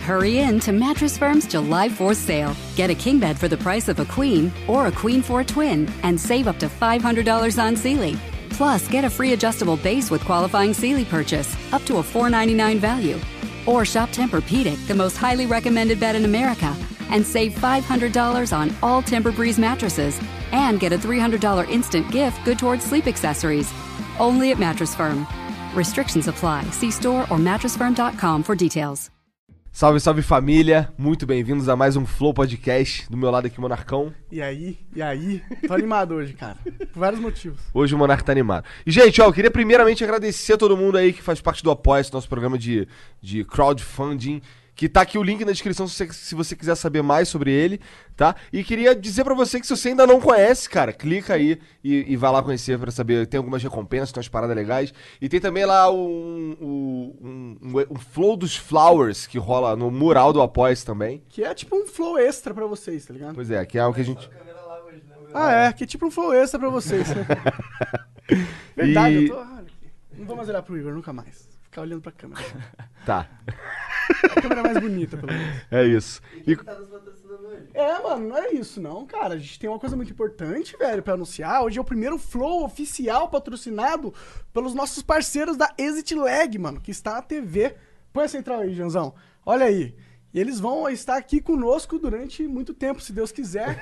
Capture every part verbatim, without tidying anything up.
Hurry in to Mattress Firm's July fourth sale. Get a king bed for the price of a queen or a queen for a twin and save up to five hundred dollars on Sealy. Plus, get a free adjustable base with qualifying Sealy purchase, up to a four ninety-nine value. Or shop Tempur-Pedic, the most highly recommended bed in America, and save five hundred dollars on all Tempur-Breeze mattresses and get a three hundred dollars instant gift good towards sleep accessories. Only at Mattress Firm. Restrictions apply. See store or mattress firm dot com for details. Salve, salve família, muito bem-vindos a mais um Flow Podcast, do meu lado aqui, Monarcão. E aí, e aí, tô animado hoje, cara, por vários motivos. Hoje o Monarca tá animado. E, gente, ó, eu queria primeiramente agradecer a todo mundo aí que faz parte do Apoia-se, nosso programa de, de crowdfunding, que tá aqui o link na descrição se você, se você quiser saber mais sobre ele, tá? E queria dizer pra você que se você ainda não conhece, cara, clica aí e, e vai lá conhecer pra saber. Tem algumas recompensas, tem umas paradas legais. E tem também lá um, um, um, um, um Flow dos Flowers que rola no mural do Apoia-se também. Que é tipo um flow extra pra vocês, tá ligado? Pois é, que é algo que a gente... Ah, é, que é tipo um flow extra pra vocês, né? Verdade, E- eu tô... Olha aqui. Não vou mais olhar pro Igor, nunca mais. Ficar olhando pra câmera. Tá, A câmera é mais bonita, pelo menos. é isso. E... É, mano, não é isso não, cara. A gente tem uma coisa muito importante, velho, pra anunciar. Hoje é o primeiro Flow oficial patrocinado pelos nossos parceiros da Exit Lag, mano, que está na T V. Põe a central aí, Janzão. Olha aí. E eles vão estar aqui conosco durante muito tempo, se Deus quiser.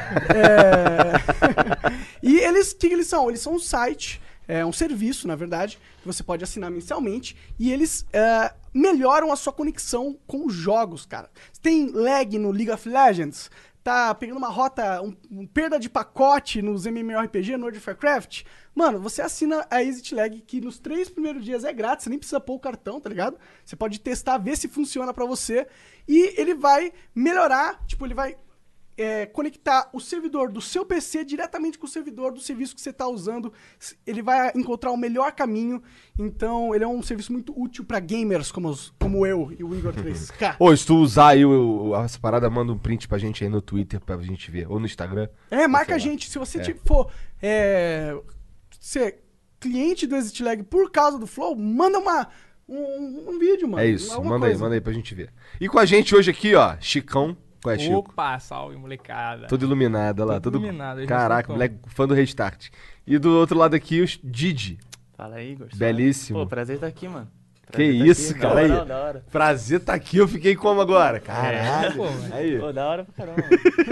É... E eles, o que, que eles são? Eles são um site, é um serviço, na verdade, que você pode assinar mensalmente. E eles é, melhoram a sua conexão com os jogos, cara. Você tem lag no League of Legends, tá pegando uma rota, um, um perda de pacote nos MMORPG, no World of Warcraft. Mano, você assina a Exit Lag, que nos três primeiros dias é grátis, você nem precisa pôr o cartão, tá ligado? Você pode testar, ver se funciona pra você. E ele vai melhorar, tipo, ele vai é, conectar o servidor do seu P C diretamente com o servidor do serviço que você tá usando. Ele vai encontrar o melhor caminho. Então, ele é um serviço muito útil pra gamers como, os, como eu e o Igor três K. Ô, se tu usar aí o, o- essa parada, manda um print pra gente aí no Twitter pra gente ver, ou no Instagram. É, marca a sei lá. gente. Se você É. tipo, for é, ser cliente do Exit Lag por causa do Flow, manda uma, um, um vídeo, mano. É isso, alguma manda aí, coisa. manda aí pra gente ver. E com a gente hoje aqui, ó, Chicão. Qual é, Chico? Opa, salve, molecada. Todo iluminado, olha lá. Todo Todo... iluminado, eu já Caraca, sei como. moleque, fã do Restart. E do outro lado aqui, o Didi. Fala aí, Igor. suave. Belíssimo. Pô, prazer estar aqui, mano. Que Prazer tá isso, aqui. cara. Da hora, Aí. da hora. Prazer tá aqui, eu fiquei como agora? Caralho. pô, mano. Aí. Pô, da hora pra caramba.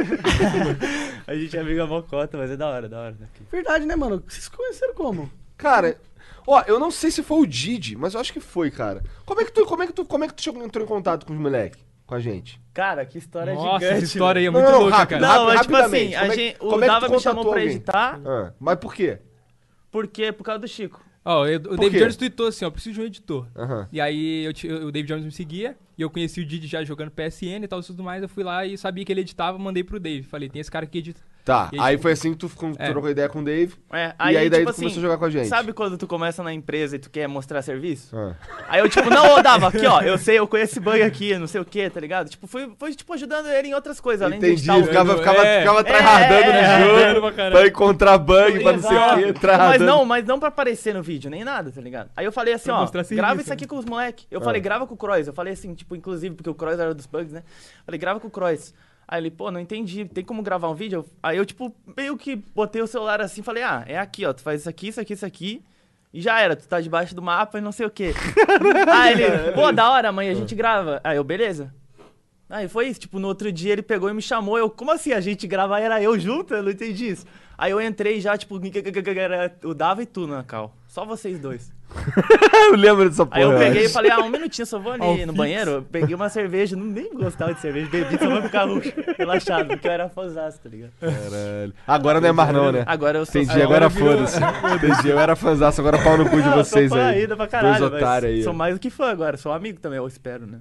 A gente é amiga mocota, mas é da hora, da hora daqui. Verdade, né, mano? Vocês se conheceram como? Cara, ó, eu não sei se foi o Didi, mas eu acho que foi, cara. Como é que tu, como é que tu, como é que tu chegou- entrou em contato com os moleques? Com a gente? Cara, que história Nossa, gigante. essa história aí é Não, muito não, louca, rápido, cara. Não, mas tipo rapidamente, assim, a como é que- gente, o como é que tu Dava me contatou chamou pra alguém? editar, Ah, mas por quê? porque por causa do Chico. Ó, eu- o Por David quê? Jones tweetou assim, ó, preciso de um editor. Aham. E aí eu, ti- o David Jones me seguia, e eu conheci o Didi já jogando P S N e tal, e tudo mais, eu fui lá e sabia que ele editava, mandei pro Dave. Falei, tem esse cara que edita. Tá, E aí, aí tipo, foi assim que tu ficou- é. trocou ideia com o Dave. É, E aí daí tipo tu assim, começou a jogar com a gente. Sabe quando tu começa na empresa e tu quer mostrar serviço? Ah. Aí eu, tipo, não, ô, Dava, aqui, ó, eu sei, eu conheço esse bug aqui, não sei o que, tá ligado? Tipo, foi, foi, tipo, ajudando ele em outras coisas, além de Entendi, editar o ficava, jogo. ficava, É. ficava É, tryhardando é, no é, jogo, pra caramba. pra encontrar bug, pra não sei o Exato. que, Mas tryhardando. não, mas não pra aparecer no vídeo, nem nada, tá ligado? Aí eu falei assim, Pra ó, mostrar serviço, grava isso né? aqui com os moleque. Eu Ah. falei, grava com o Croix. Eu falei assim, tipo, inclusive, porque o Croix era dos bugs, né? Falei, grava com o Croix. Aí ele, pô, não entendi, tem como gravar um vídeo? Aí eu, tipo, meio que botei o celular assim, falei, ah, é aqui, ó, tu faz isso aqui, isso aqui, isso aqui, e já era, tu tá debaixo do mapa e não sei o quê. Aí ele, pô, da hora, amanhã a gente grava. Aí eu, beleza. Aí foi isso, tipo, no outro dia ele pegou e me chamou, eu, como assim, a gente grava, era eu junto? Eu não entendi isso. Aí eu entrei já, tipo, era o Dava e tu na cal, só vocês dois. Eu lembro dessa porra. Aí eu peguei e acho. falei, ah, um minutinho, só vou Ao ali no fix. banheiro. Eu peguei uma cerveja, não nem gostava de cerveja, bebi só pra ficar relaxado, porque eu era fãzaço, tá ligado? Caralho. Agora não é mais não, né? Agora eu sou Entendi, agora Agora virou- foda-se. Entendi, eu era fãzaço, agora pau no cu de Não, eu vocês sou fã aí. ainda pra caralho, Dois mas otários aí. sou mais do que fã agora, sou amigo também, eu espero, né?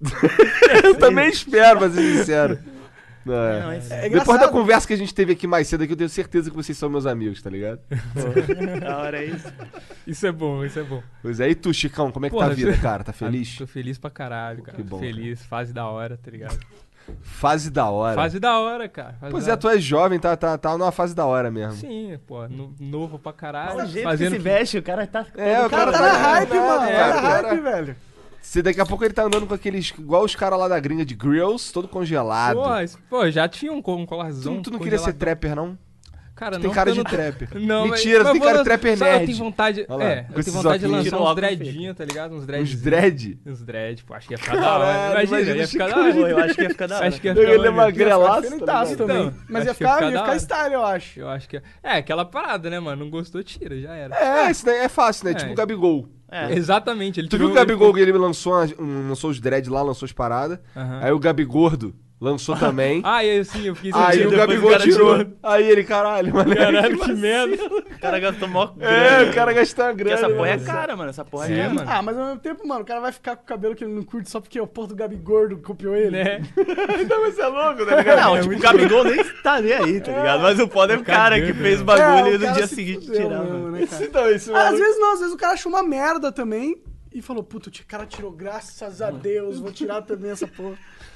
Eu também espero, pra ser sincero. Não, é. Não, esse- É Depois engraçado. da conversa que a gente teve aqui mais cedo aqui, eu tenho certeza que vocês são meus amigos, tá ligado? Pô, da hora é isso. Isso é bom, isso é bom. Pois é, e tu, Chicão, como é que Porra, tá a vida, você- cara? Tá feliz? Ah, tô feliz pra caralho, cara. Que bom, Tô feliz, fase da hora, tá ligado? Fase da hora. Fase da hora, cara. Fase Pois da é, hora. tu é jovem, tá, tá, tá numa fase da hora mesmo. Sim, pô, no- novo pra caralho. O jeito fazendo que se veste, o cara tá... É, todo o O cara cara tá na tá- hype, tá- mano. é, Tá na cara. hype, velho. Você, daqui a pouco ele tá andando com aqueles... Igual os caras lá da gringa de grills, todo congelado. Pô, isso- pô, já tinha um, co- um colarzão. tu, tu não queria ser congeladão. trapper, não? Cara, Tu tem não, cara porque de eu não- trapper. Não, Mentira, mas- tu tem mas cara de vou- trapper sabe, nerd. Eu tenho vontade, Olha lá, é, com eu esses tenho vontade de óculos. lançar Tira o uns óculos dreadinhos, tá ligado? Uns dreads. Os dread? Uns dread, pô, acho que ia ficar da hora. Caralho, Imagina, imagina ia o ficar da Chico hora. Pô, eu acho que ia ficar da hora. Acho que ia Ele ficar é maneiro. magrelaço, tá Diferentaço ligado? também. Então, Mas acho ia que ia ficar, ficar ia da ficar hora. style, eu acho. Eu acho que é. É, aquela parada, né, mano? Não gostou, tira, já era. É, isso daí é fácil, né? É. Tipo o Gabigol. É. Exatamente. Ele Tu viu tirou- o Gabigol que ele lançou, uma- um- lançou os dread lá, lançou as paradas. Aham. Aí o Gabigordo lançou também. Ah, e assim, eu fiquei Aí sentindo, o depois Gabigol cara tirou. Aí ele, caralho, mano. Caralho, que merda. O cara gastou mó É, grana. o cara gastou uma Porque grana. essa porra é mano. cara, mano. Essa porra É, é cara. mano. Ah, mas ao mesmo tempo, mano, o cara vai ficar com o cabelo que ele não curte só porque o porra do Gabi Gordo copiou ele. Né? Então vai ser louco, tá ligado? Não, tipo, o Gabigol nem tá nem aí, tá ligado? Mas o foda é o cara que cagando, fez o né? bagulho É, e o no cara dia se seguinte fudeu tirar, mesmo, mano. né, cara? Então, esse Ah, às maluco... vezes não, às vezes o cara achou uma merda também e falou, puta, o cara tirou, graças a Deus, vou tirar também essa porra.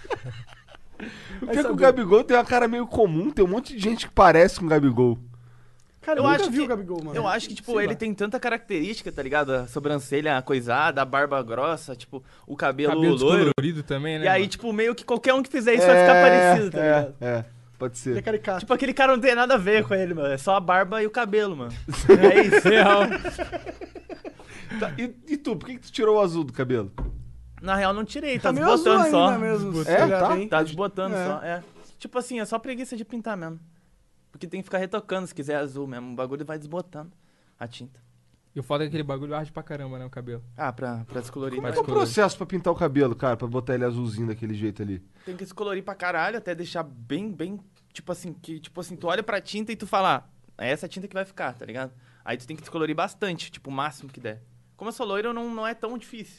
O pior é que o Gabigol tem uma cara meio comum, tem um monte de gente que parece com o Gabigol. Cara, eu, Eu nunca acho vi que- o Gabigol, mano. Eu acho que, tipo, Sei ele lá. tem tanta característica, tá ligado? A sobrancelha coisada, a barba grossa, tipo, o cabelo, Cabelo loiro. descolorido também, né? E aí, mano? tipo, meio que qualquer um que fizer isso vai ficar parecido, tá é, ligado? É, pode Ele ser. é caricato. Tipo, aquele cara não tem nada a ver com ele, mano. É só a barba e o cabelo, mano. É isso. Real. Tá, e, e tu, por que, que tu tirou o azul do cabelo? Na real, não tirei, tá, tá meio azul desbotando ainda só. mesmo. se É, olhar tá? bem. Tá desbotando É. só, é. Tipo assim, é só preguiça de pintar mesmo. Porque tem que ficar retocando se quiser azul mesmo. O bagulho vai desbotando a tinta. E o foda é que aquele bagulho arde pra caramba, né, o cabelo. Ah, pra, pra descolorir. Como é mais. que é o descolorido. processo pra pintar o cabelo, cara? Pra botar ele azulzinho daquele jeito ali? Tem que descolorir pra caralho, até deixar bem, bem, tipo assim, que, tipo assim, tu olha pra tinta e tu fala, ah, é essa tinta que vai ficar, tá ligado? Aí tu tem que descolorir bastante, tipo, o máximo que der. Como eu sou loiro, não, não é tão difícil.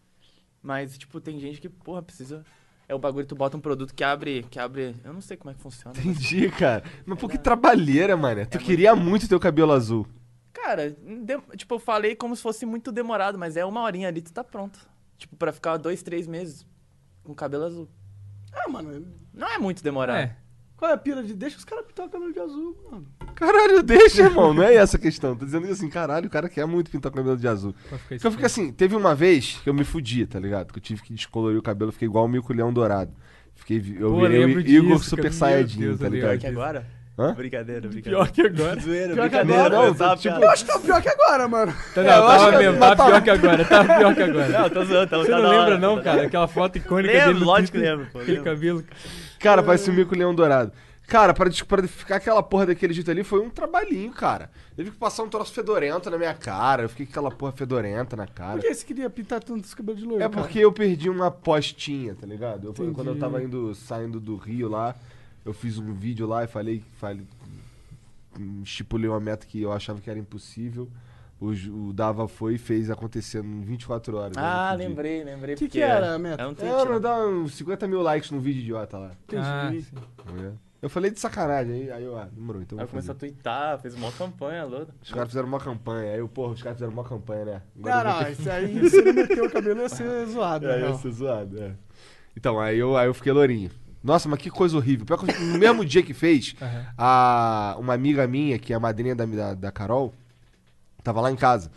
Mas, tipo, tem gente que, porra, precisa... É o bagulho, tu bota um produto que abre, que abre... Eu não sei como é que funciona. mas- Entendi, cara. Mas por que trabalheira, mano? Tu queria muito ter o cabelo azul. Cara, de- tipo, eu falei como se fosse muito demorado, mas é uma horinha ali, tu tá pronto. Tipo, pra ficar dois, três meses com cabelo azul. Ah, mano, Não é muito demorado. É. qual é a pira de deixa os caras pintar o cabelo de azul, mano? Caralho, deixa, irmão. Não é essa a questão. Tô dizendo que assim, caralho, o cara quer muito pintar o cabelo de azul. Pra ficar Porque eu fiquei assim, teve uma vez que eu me fudi, tá ligado? Que eu tive que descolorir o cabelo, fiquei igual o Mico Leão Dourado. Fiquei, eu Pô, virei o lembro Igor disso, Super cara. Saiyajin, Meu Deus, tá eu ligado? lembro Que agora? Hã? Brincadeira, brincadeira. Pior que agora. Zoeira, Pior que brincadeira. agora, não, não, tipo... Eu acho que é o pior que agora, mano. Tá, É, não, eu acho tava que- mesmo, mas tá tava- pior que agora, tá pior que agora. Não, tô zoando, tá, Você tá não da lembra hora, não, tá cara? da hora. Aquela foto icônica Lembro, dele no lógico Twitter, que lembro, pô, aquele lembro. cabelo. Cara, parece o Mico Leão Dourado. Cara, pra, pra ficar aquela porra daquele jeito ali foi um trabalhinho, cara. Teve que passar um troço fedorento na minha cara. Eu fiquei com aquela porra fedorenta na cara. Por que você queria pintar tanto esse cabelo de loiro? É cara? porque eu perdi uma postinha, tá ligado? Eu, Entendi. quando eu tava indo, saindo do Rio lá, eu fiz um vídeo lá e falei, falei estipulei uma meta que eu achava que era impossível. O, Ju- o Dava foi e fez acontecer em vinte e quatro horas. eu Ah, me fudi. lembrei, lembrei. O que porque que era a meta? É um tweet, Era né? dar uns cinquenta mil likes num vídeo idiota lá. Entendi. Ah, sim. É. Eu falei de sacanagem, aí, aí eu, ah, demorou, então Aí vou começou a fazer. twittar, fez uma campanha, louca. Os caras fizeram uma campanha, aí eu, porra, os caras fizeram uma campanha, né? Não, eu vou não, ter- isso aí, se ele meter o cabelo ia ser zoado. na É, ia real. ser zoado, é. Então, aí eu, aí eu fiquei lourinho. Nossa, mas que coisa horrível. Pior que eu- no mesmo dia que fez, Aham. a, uma amiga minha, que é a madrinha da, da, da Carol, tava lá em casa.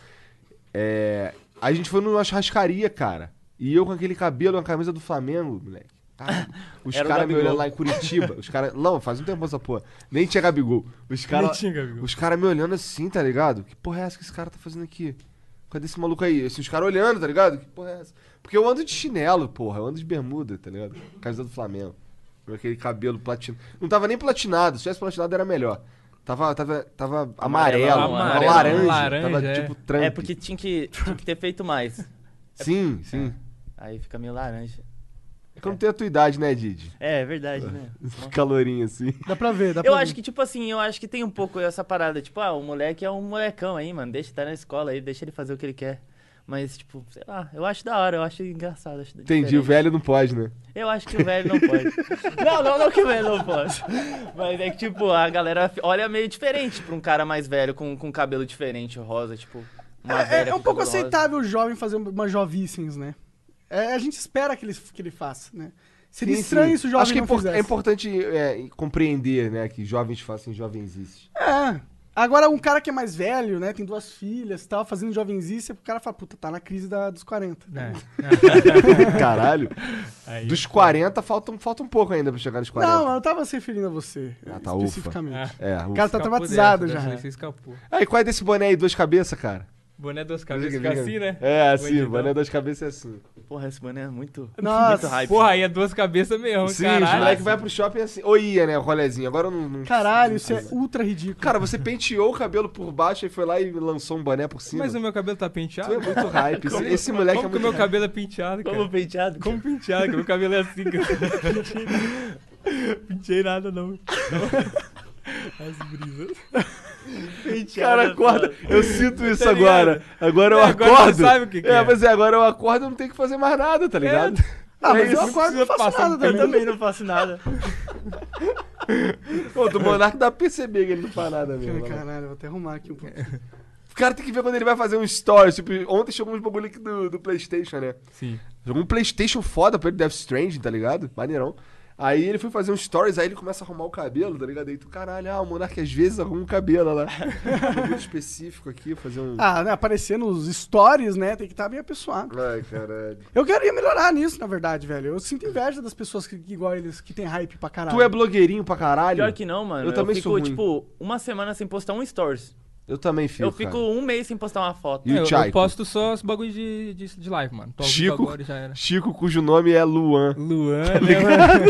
É, aí a gente foi numa churrascaria, cara. E eu com aquele cabelo, uma camisa do Flamengo, moleque. Ah, os Era o caras me Gabigol. olhando lá em Curitiba. Os caras. Não, faz um tempo essa porra. Nem tinha Gabigol. Os Nem caras. tinha, Gabigol. Os caras me olhando assim, tá ligado? Que porra é essa que esse cara tá fazendo aqui? Cadê esse maluco aí? Assim, os caras olhando, tá ligado? Que porra é essa? Porque eu ando de chinelo, porra. Eu ando de bermuda, tá ligado? Camisa do Flamengo. Com aquele cabelo platinado. Não tava nem platinado. Se tivesse platinado era melhor. Tava, tava, tava amarelo, Amarelão, tava amarelo. laranja. Laranja, tava é. tipo Trump. É porque tinha que, tinha que ter feito mais. Sim, sim. Aí fica meio laranja. É que eu não tenho a tua idade, né, Didi? É, é verdade, né? Calorinho assim. Dá pra ver, dá pra Eu ver. acho que, tipo assim, eu acho que tem um pouco essa parada. Tipo, ah, o moleque é um molecão aí, mano. Deixa ele estar na escola aí, deixa ele fazer o que ele quer. Mas, tipo, sei lá, eu acho da hora, eu acho engraçado. Acho Entendi, o diferente. velho não pode, né? Eu acho que o velho não pode. não, não, não que o velho não pode. Mas é que, tipo, a galera olha meio diferente pra um cara mais velho com, com cabelo diferente, rosa, tipo. Uma É, velha é um com pouco cabelo rosa. aceitável o jovem fazer uma jovicens, né? É, a gente espera que ele, que ele faça, né? Seria Sim, estranho sim. se o jovem Acho que é, não import- fizesse. é importante é, compreender, né, que jovens façam jovenzices. É, Agora, um cara que é mais velho, né? Tem duas filhas e tal, fazendo jovenzice, o cara fala, puta, tá na crise da, dos quarenta. É. Caralho. Aí, Dos quarenta, falta, um- falta um pouco ainda pra chegar nos quarenta. Não, eu não tava se referindo a você. Ah, tá, ufa. especificamente. É, O cara ufa. tá escapou traumatizado dessa, já. dessa, Você escapou. Aí, qual é desse boné aí, duas cabeças, cara? Boné duas cabeças, Liga, fica liga. assim, né? É, assim, Bandidão. boné duas cabeças é assim. Porra, esse boné é muito, Nossa. muito hype. Porra, aí é duas cabeças mesmo, Sim, caralho. os moleques vai pro shopping assim. Ou ia, né, o rolezinho. Agora eu não... não- Caralho, isso é ultra ridículo. Cara, você penteou o cabelo por baixo e foi lá e lançou um boné por cima. Mas o meu cabelo tá Tu penteado? é muito hype. Esse, Como- esse moleque Como é que o muito meu cabelo é penteado, cara? Como penteado? Como penteado? Que meu cabelo é assim, cara. Pentei nada, não. As brisas. Cara, acorda. Eu sinto isso Tá agora. Agora eu É, agora acordo. você sabe o que que é, é. mas é, agora eu acordo e não tenho que fazer mais nada, tá ligado? Ah, mas É eu isso. acordo e não precisa faço passar nada um Eu também. também não faço nada. Pô, do Monark dá pra perceber que ele não faz nada mesmo. né? Caralho, vou até arrumar aqui um pouco. O cara tem que ver quando ele vai fazer um story. Tipo, ontem chegou uns bagulho aqui do, do PlayStation, né? Sim. Jogou um PlayStation foda pra ele, Death Stranding, tá ligado? Maneirão. Aí ele foi fazer um stories, aí ele começa a arrumar o cabelo, tá ligado? Aí tu, caralho, ah, o Monark às vezes arruma um cabelo lá. Um bagulho específico aqui, fazer um... Ah, né, aparecer nos stories, né? Tem que estar bem apessoado. Ai, caralho. Eu queria melhorar nisso, na verdade, velho. Eu sinto inveja das pessoas que, que igual eles, que tem hype pra caralho. Tu é blogueirinho pra caralho? Pior que não, mano. Eu também fico, sou ruim. tipo, uma semana sem postar um stories. Eu também fico, eu fico cara. um mês sem postar uma foto. E o É, eu, Chaico? eu posto só os bagulhos de, de, de live, mano. Tô ao vivo Chico, agora e já era. Chico, cujo nome é Luan. Luan, né, mano?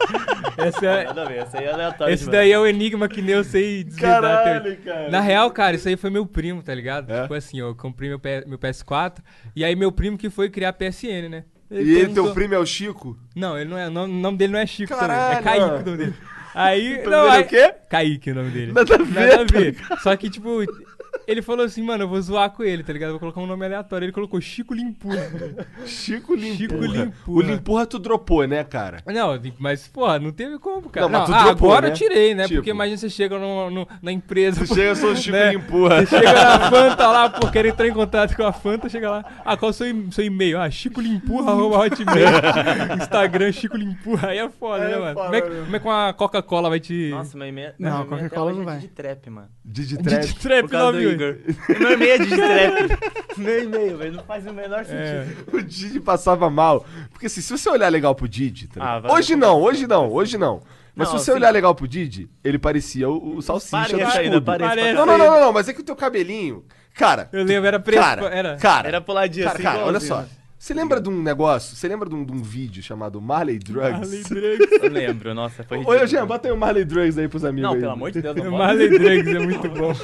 Essa é, Nada a ver, essa aí é aleatório. esse daí é o enigma que nem eu sei desvendar. até hoje. cara. Na real, cara, isso aí foi meu primo, tá ligado? É? Tipo assim, eu comprei meu, P- meu P S quatro e aí meu primo que foi criar P S N, né? E ele, perguntou- teu primo é o Chico? Não, ele não é, o nome, o nome dele não é Chico Caralho, também, é Kaique mano. o nome dele. Aí, Teu não, nome é aí, o quê? Kaique o nome dele. Nada a ver, Nada a tá ver. Só que, tipo, ele falou assim, mano, eu vou zoar com ele, tá ligado? Eu vou colocar um nome aleatório. Ele colocou Chico Limpurra. Chico Limpurra. Chico O Limpurra. Limpurra tu dropou, né, cara? Não, mas, porra, não teve como, cara. Não, mas tu ah, dropou, agora né? eu tirei, né? Tipo. Porque imagina você chega no, no- na empresa. Tu chega, eu sou o Chico né? Limpurra. Você chega na Fanta lá, pô, quer entrar em contato com a Fanta, chega lá. Ah, qual é o seu, e- seu e-mail? Ah, Chico Limpurra, arroba hotmail. Instagram, Chico Limpurra. Aí é foda, É né, mano? foda Como é, que- mesmo. como é que uma Coca-Cola vai te... Nossa, meu e-mail... Não, meu e-mail até Coca-Cola hoje não é vai. de trap, mano. Digitrap. de trap Por causa do nove Igor. oito. Meu e-mail é de trap. Meu e-mail, velho, não faz o menor sentido. É. O Didi passava mal. Porque assim, se você olhar legal pro Didi... Tá Ah, ligado? vai, hoje vai, não, vai. hoje não, hoje não. Mas Não, se você sim. olhar legal pro Didi, ele parecia o, o salsicha do Parece ainda, escudo. parece. Parece. Não, não, não, não, não, mas é que o teu cabelinho... Cara, Eu lembro, era preto. cara, era. cara, Era puladinho cara, assim, cara, olha igualzinho. só. Você lembra de um negócio? Você lembra de um, de um vídeo chamado Marley Drugs? Marley Drugs. Eu lembro, nossa, foi ridículo. Ô, Jean, bota aí o Marley Drugs aí pros amigos Não, aí. pelo amor de Deus, não pode. Marley Drugs é muito bom.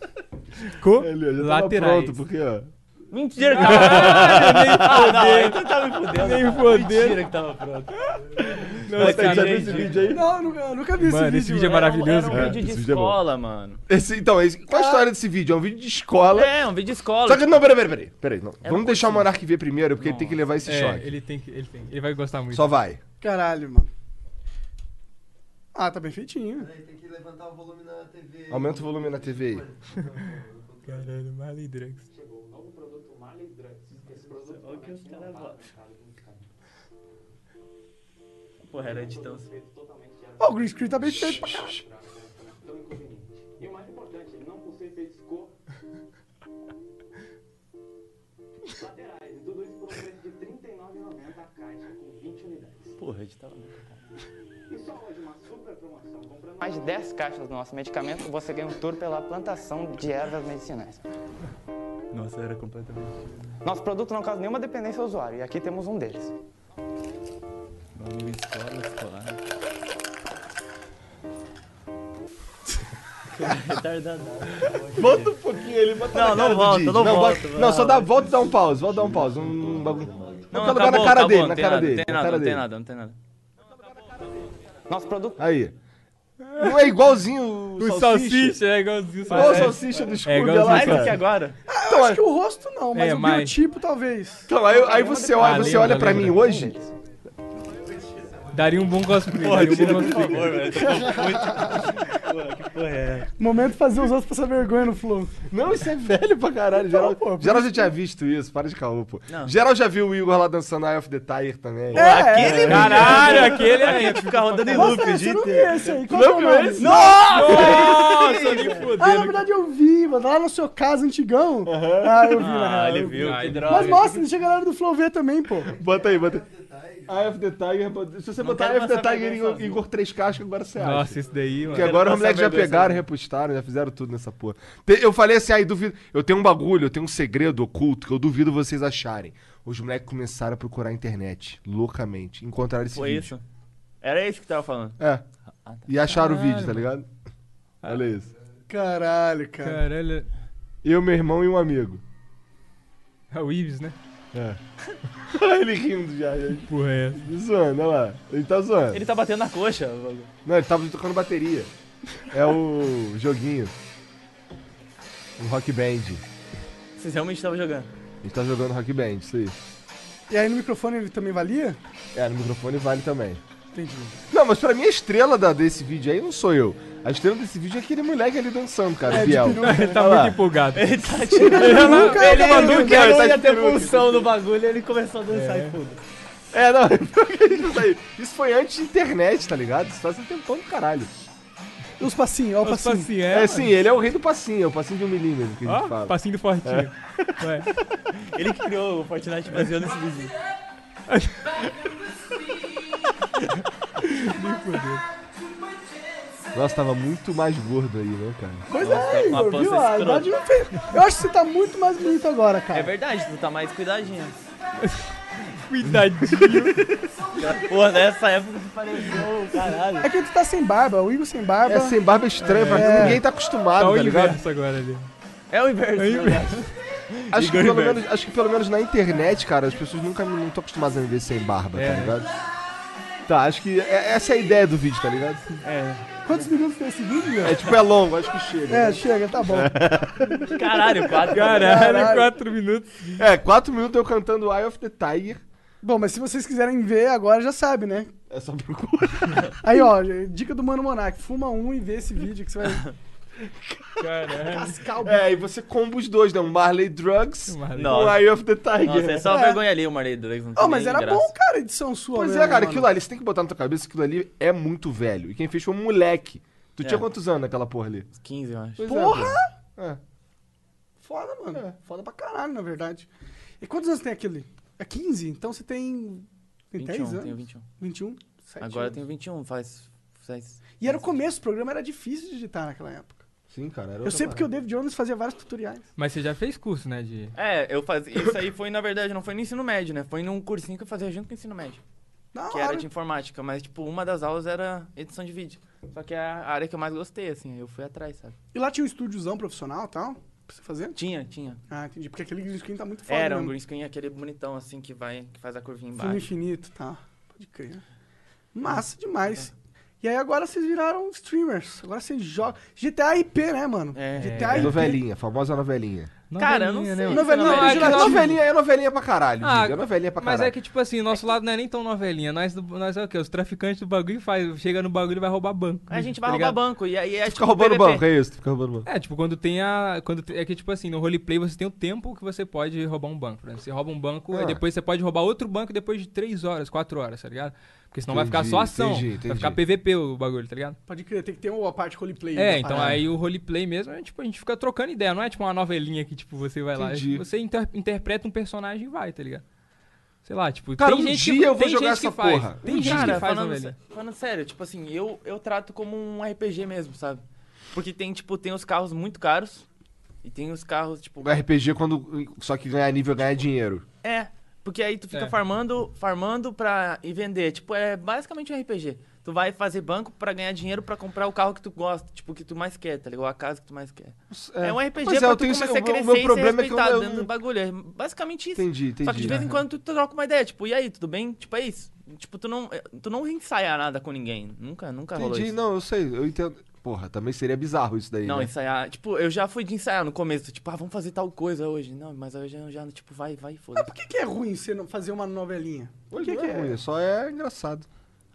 Co Ele, já tava laterais. pronto, porque, ó... Mentira que tava pronto. Ah, não, aí tu tá me fudendo. Nem fodendo. Mentira que tava pronto. Nossa, Mas, cara, já cara, viu esse vídeo aí? Não, eu nunca, eu nunca vi Mano, esse esse vídeo. vídeo é mano. maravilhoso, Era um É, vídeo de esse vídeo é bom. escola, mano. Esse, então, esse, qual a história desse vídeo? É um vídeo de escola. É, um vídeo de escola. Só que, não, peraí, peraí, peraí. peraí não. Era Vamos um deixar o cursinho. Monark ver primeiro, porque ele tem que levar esse É, choque. ele tem que. Ele tem. Ele vai gostar muito. Só vai. Caralho, mano. Ah, tá bem feitinho. Tem que levantar o volume na T V. Aumenta o volume na T V aí. Caralho, Marley Drugs. Olha o que os caras botam. Porra, era editão. Ó, o green screen tá bem feito pra caralho. E o mais importante, ele não possui efeitos cor. Laterais, e tudo isso por um preço de trinta e nove reais e noventa centavos a caixa, com vinte unidades. Porra, editava muito. E só hoje uma super promoção, comprando Mais de dez caixas do nosso medicamento, você ganha um tour pela plantação de ervas medicinais. Nossa, era completamente. Nosso produto não causa nenhuma dependência ao usuário, e aqui temos um deles. Bagulho escola, escolar. Retardado. Volta um pouquinho ele, bota Não, na não cara do volta, Didi. não bota- volta, Não, não, só dá vai. volta e dá um pause. Volta e dá um pause. Um, um bagulho. Não, Qualquer lugar acabou, na cara acabou, dele, não na tem cara nada, dele. Não tem na nada, cara não tem dele. nada, não tem nada. Nosso produto... Aí. Não é igualzinho o O salsicha? salsicha é igualzinho o Igual o salsicha. salsicha do escudo É igualzinho, lá, Mais do que cara. agora. Então, Acho que o rosto não, mas É, o mas- biotipo talvez. então aí, aí você olha, Ah, você lembra, olha pra lembra. mim hoje... deles. Daria um bom cosplay. Porra, daria um tira bom por cosplay. favor, velho. Tô muito. Porra, que porra é? Momento de fazer os outros passar vergonha no Flow. Não, isso é velho pra caralho. Geral, Não, pô, por geral isso já tinha visto isso, para de caô, pô. Não. Geral já viu o Igor lá dançando Eye of the Tiger também. É, Aquele Caralho, aquele é. que fica rodando em Nossa, loop o você dia não viu inteiro. esse aí? Qual Não que é o viu nome? esse? Nossa, me Ah, na fudendo. verdade eu vi, mano. Lá no seu caso, antigão. Ah, eu vi, na Ah, real. ele eu vi. viu, Ah, que ele- droga. Mas mostra, deixa a galera do Flow ver também, pô. Bota aí, bota aí. Eye of the Tiger, se você Não botar quero Eye of the passar Tiger vergonha em sozinho. Igor três cascas, agora você acha. Nossa, esse daí, mano. Porque Quero agora os passar moleques já vergonha pegaram, sozinho. repostaram, já fizeram tudo nessa porra. Te- Eu falei assim, aí duvido. Eu tenho um bagulho, eu tenho um segredo oculto que eu duvido vocês acharem. Os moleques começaram a procurar a internet, loucamente. Encontraram esse Foi vídeo. isso? Era isso que tava falando. É. E acharam o Caralho, vídeo, tá ligado? Olha isso. Caralho, cara. Caralho. Eu, meu irmão e um amigo. É o Ives, né? É. Ele rindo já, gente. Porra, é essa? Ele zoando, olha lá. Ele tá zoando. Ele tá batendo na coxa. o bagulho. Não, ele tava tocando bateria. É o joguinho. Um rock band. Vocês realmente estavam jogando. A gente tá jogando rock band, isso aí. E aí no microfone ele também valia? É, no microfone vale também. Entendi. Não, mas pra mim a estrela da, desse vídeo aí não sou eu. A estrela desse vídeo é aquele moleque ali dançando, cara, É, o Biel. de peruca. Ele tá Olha lá. muito empolgado. Ele tá tirando. Ele nunca- Ele ele não nunca- quer, ele tá não ia de ter peruca. pulsão no bagulho, ele começou a dançar e foda. É, não, isso aí. Isso foi antes de internet, tá ligado? Isso faz um tempão do caralho. E os passinhos, ó o Os passinho. passinhos, É, é. sim, ele é o rei do passinho, é o passinho de um milímetro que a gente Ó, fala. passinho do Fortinho. Ué. Ele que criou o Fortnite baseado nesse vídeo. Nossa, tava muito mais gordo aí, né, cara? Pois Nossa, tá é, com uma Igor, pança viu? A escrota. idade não fez. Eu acho que você tá muito mais bonito agora, cara. É verdade, tu tá mais cuidadinho. Cuidadinho. Porra, nessa época tu pareceu, caralho. É que tu tá sem barba, o Igor sem barba. É, sem barba é estranho, pra É. ninguém tá acostumado, Tá o tá ligado? inverso agora ali. É o inverso, É o na verdade. Acho que, Igor pelo Inverso. menos, acho que pelo menos na internet, cara, as pessoas nunca não estão acostumadas a me ver sem barba, É. tá ligado? Tá, acho que é- essa é a ideia do vídeo, tá ligado? É. Quantos minutos tem esse vídeo, É meu? tipo, é longo, acho que chega. É, né? chega, tá bom. Caralho, quatro. Caralho, Caralho. quatro minutos. É, quatro minutos eu cantando Eye of the Tiger. Bom, mas se vocês quiserem ver agora, já sabe, né? É só procura. Aí, ó, dica do Mano Monark. Fuma um e vê esse vídeo que você vai Caralho. cascar o É, e você comba os dois, né? Um Marley Drugs Marley. com Nossa. Eye of the Tiger. Nossa, é só É. vergonha ali o Marley Drugs. Não tem Oh, mas nem era graça. bom, cara, a edição sua. Pois mesmo, é, cara, mano. aquilo ali, você tem que botar na tua cabeça que aquilo ali é muito velho. E quem fez foi um moleque. Tu É. tinha quantos anos naquela porra ali? quinze, eu acho. Pois é, Porra! pô. É. Foda, mano. É. Foda pra caralho, na verdade. E quantos anos tem aquele? É quinze? Então você tem. Tem vinte e dez um, anos? tenho vinte e um. vinte e um? Sete Agora eu anos. tenho vinte e um, faz... faz... E era o começo, o programa era difícil de editar naquela época. Sim, cara. Era Eu outra sei porque o parada. David Jones fazia vários tutoriais. Mas você já fez curso, né? De... É, eu fazia... Isso aí foi, na verdade, não foi no ensino médio, né? Foi num cursinho que eu fazia junto com o ensino médio. Da Que hora. era de informática, mas, tipo, uma das aulas era edição de vídeo. Só que é a área que eu mais gostei, assim, eu fui atrás, sabe? E lá tinha um estúdiozão profissional e tal? Pra você fazer? Tinha, tinha. Ah, entendi. Porque aquele green screen tá muito foda. Era um mesmo. green screen, aquele bonitão, assim, que vai, que faz a curvinha Fundo embaixo. infinito, tá. Pode crer. Massa demais. E aí agora vocês viraram streamers. Agora vocês jogam. G T A I P, né, mano? É. G T A I P. Novelinha, famosa novelinha. Cara, eu não Novelinha, sei. né? Novelinha Não, é que- pejorativo. Novelinha é novelinha pra caralho, Ah, diga. É novelinha pra caralho. Mas é que, tipo assim, nosso lado não é nem tão novelinha. Nós, do- nós é o quê? Os traficantes do bagulho faz. Chega no bagulho e vai roubar banco. A gente vai tá roubar ligado? banco, e aí é Tu tipo fica roubando P V P. banco, é isso? Tu fica roubando banco. É, tipo, quando tem a. Quando te- é que, tipo assim, no roleplay você tem o tempo que você pode roubar um banco. Né? Você rouba um banco, Ah. e depois você pode roubar outro banco depois de três horas, quatro horas, tá ligado? Porque senão vai ficar Entendi, só ação. entendi, Vai entendi. ficar P V P o bagulho, tá ligado? Pode crer, tem que ter uma parte roleplay. É, da então parada. aí o roleplay mesmo, é, tipo, a gente fica trocando ideia. Não é tipo uma novelinha que, tipo, você vai Entendi. lá. Você inter- interpreta um personagem e vai, tá ligado? Sei lá, tipo, Cara, tem um gente dia que, eu vou tem jogar gente que essa faz. porra. Tem Um gente Cara, que faz falando, novelinha. sé- falando sério, tipo assim, eu, eu trato como um R P G mesmo, sabe? Porque tem, tipo, tem os carros muito caros e tem os carros, tipo... O R P G, quando só que ganhar nível, ganha dinheiro. É, porque aí tu fica É. farmando, farmando pra ir vender. Tipo, é basicamente um R P G. Tu vai fazer banco pra ganhar dinheiro pra comprar o carro que tu gosta, tipo, que tu mais quer, tá ligado? A casa que tu mais quer. É, um R P G Pois é, pra eu tu tenho começar esse- a o crescer meu e ser problema é que eu- respeitado eu dentro não- do bagulho. É basicamente isso. Entendi, entendi. Só que de vez em quando tu troca uma ideia, tipo, e aí, tudo bem? Tipo, é isso. Tipo, tu não, tu não ensaia nada com ninguém. Nunca, nunca rolou Entendi, isso. não, eu sei, eu entendo. Porra, também seria bizarro isso daí, Não, né? ensaiar. Tipo, eu já fui de ensaiar no começo. Tipo, ah, vamos fazer tal coisa hoje. Não, mas hoje eu já, tipo, vai, vai, foda. Por que, que é ruim você não fazer uma novelinha? Por Hoje que, não que é ruim, só é engraçado.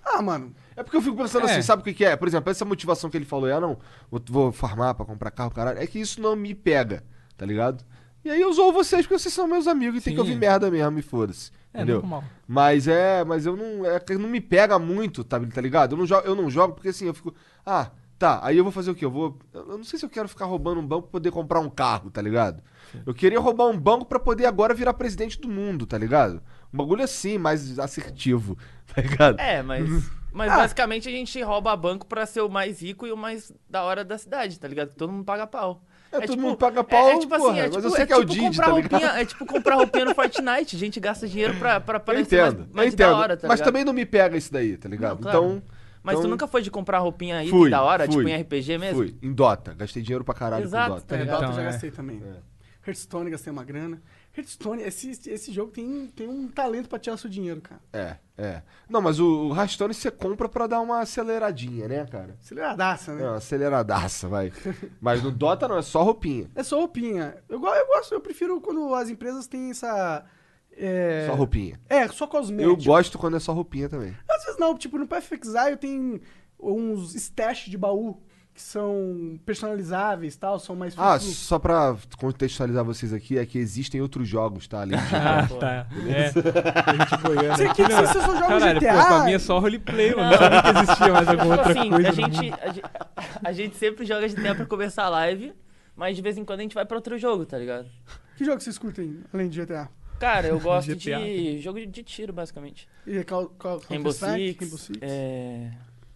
Ah, mano. É porque eu fico pensando É. assim, sabe o que, que é? Por exemplo, essa motivação que ele falou, ah, não, vou, vou farmar pra comprar carro, caralho, é que isso não me pega, tá ligado? E aí eu zoo vocês porque vocês são meus amigos e tem Sim. que ouvir merda mesmo, e foda-se. É, Entendeu? normal. Mas é, mas eu não, é que não me pega muito, tá, tá ligado? Eu não, jogo, eu não jogo porque assim, eu fico, ah, tá, aí eu vou fazer o quê? Eu vou, eu não sei se eu quero ficar roubando um banco pra poder comprar um carro, tá ligado? Eu queria roubar um banco pra poder agora virar presidente do mundo, tá ligado? Um bagulho assim, mais assertivo, tá ligado? É, mas. Mas Ah. basicamente a gente rouba banco pra ser o mais rico e o mais da hora da cidade, tá ligado? Todo mundo paga pau. É, todo mundo paga pau, é, é tipo porra, assim, é mas tipo, eu sei é que é o tipo Didi, comprar tá roupinha, ligado? é tipo comprar roupinha no Fortnite. A gente gasta dinheiro pra, pra Eu parecer entendo, mais, eu mais entendo. da hora, tá mas ligado? também não me pega isso daí, tá ligado? Não, claro. Então. Mas então, tu nunca foi de comprar roupinha aí fui, da hora, fui, tipo em R P G mesmo? Fui, em Dota. Gastei dinheiro pra caralho Exato, com Dota. tá É, ligado? Dota eu já é. gastei também. Hearthstone, gastei uma grana. Hearthstone, esse, esse jogo tem, tem um talento pra tirar seu dinheiro, cara. É, é. Não, mas o, o Hearthstone você compra pra dar uma aceleradinha, né, cara? Aceleradaça, É, né? uma aceleradaça, vai. Mas no Dota não, é só roupinha. É só roupinha. Eu, go- eu gosto, eu prefiro quando as empresas têm essa... É, Só roupinha. é só Eu cosmético. gosto quando é só roupinha também. Às vezes não, tipo, no Path of Exile tem uns stash de baú que são personalizáveis e tal, são mais Ah, free-to. só pra contextualizar vocês aqui, é que existem outros jogos, tá? Além de Ah, tá. É. Gente boiando Você aqui, que não. você só joga Caralho, G T A? pô, pra mim é só roleplay, mano. Não sabia que existia mais alguma Tipo outra assim, coisa. a no gente, mundo. a, gente, a gente sempre joga G T A pra começar a live, mas de vez em quando a gente vai pra outro jogo, tá ligado? Que jogo vocês curtem, além de G T A? Cara, eu gosto G T A. de jogo de tiro, basicamente. E qual, qual, Rainbow Counter-Strike? Six, Rainbow Six? é...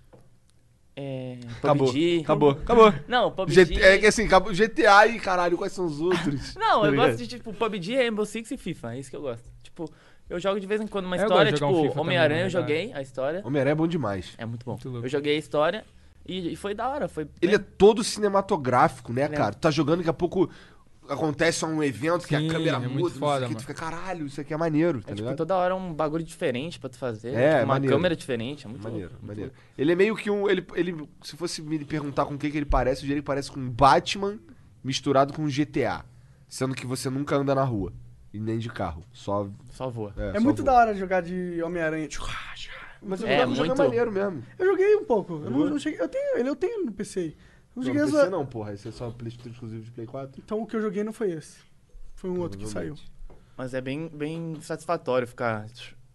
É... Acabou, P U B G. acabou, acabou. Não, P U B G... G T É que assim, acabou G T A e caralho, quais são os outros? Não, Tá eu ligado? gosto de, tipo, P U B G, Rainbow Six e FIFA, é isso que eu gosto. Tipo, eu jogo de vez em quando uma Eu história, gosto de jogar um tipo, FIFA Homem-Aranha eu também, na joguei, a história. Homem-Aranha é bom demais. É muito bom. Muito louco. Eu joguei a história e, e foi da hora, foi... Ele é todo cinematográfico, né, Ele é- cara? Tu tá jogando, daqui a pouco acontece um evento que Sim, a câmera é muda, muito não foda, sei o que, mano. tu fica, caralho, isso aqui é maneiro, tá É, tipo, ligado? toda hora um bagulho diferente pra tu fazer. É, tipo, uma maneiro. câmera diferente, é muito Maneiro, louco, muito maneiro. louco. Ele é meio que um. Ele, ele, se fosse me perguntar com o que, que ele parece, eu diria que ele parece com um Batman misturado com um G T A. Sendo que você nunca anda na rua. E nem de carro. Só. Só voa. É, É só muito voa. da hora jogar de Homem-Aranha. Mas eu É, jogava um jogo muito. maneiro mesmo. Eu joguei um pouco. Eu não, Jogou? não cheguei. Eu tenho, ele eu tenho no P C. Eu Não, joguei não, as- PC não, porra. Esse é só PlayStation exclusivo de Play quatro. Então o que eu joguei não foi esse. Foi um outro que saiu. Provavelmente. Mas é bem, bem satisfatório ficar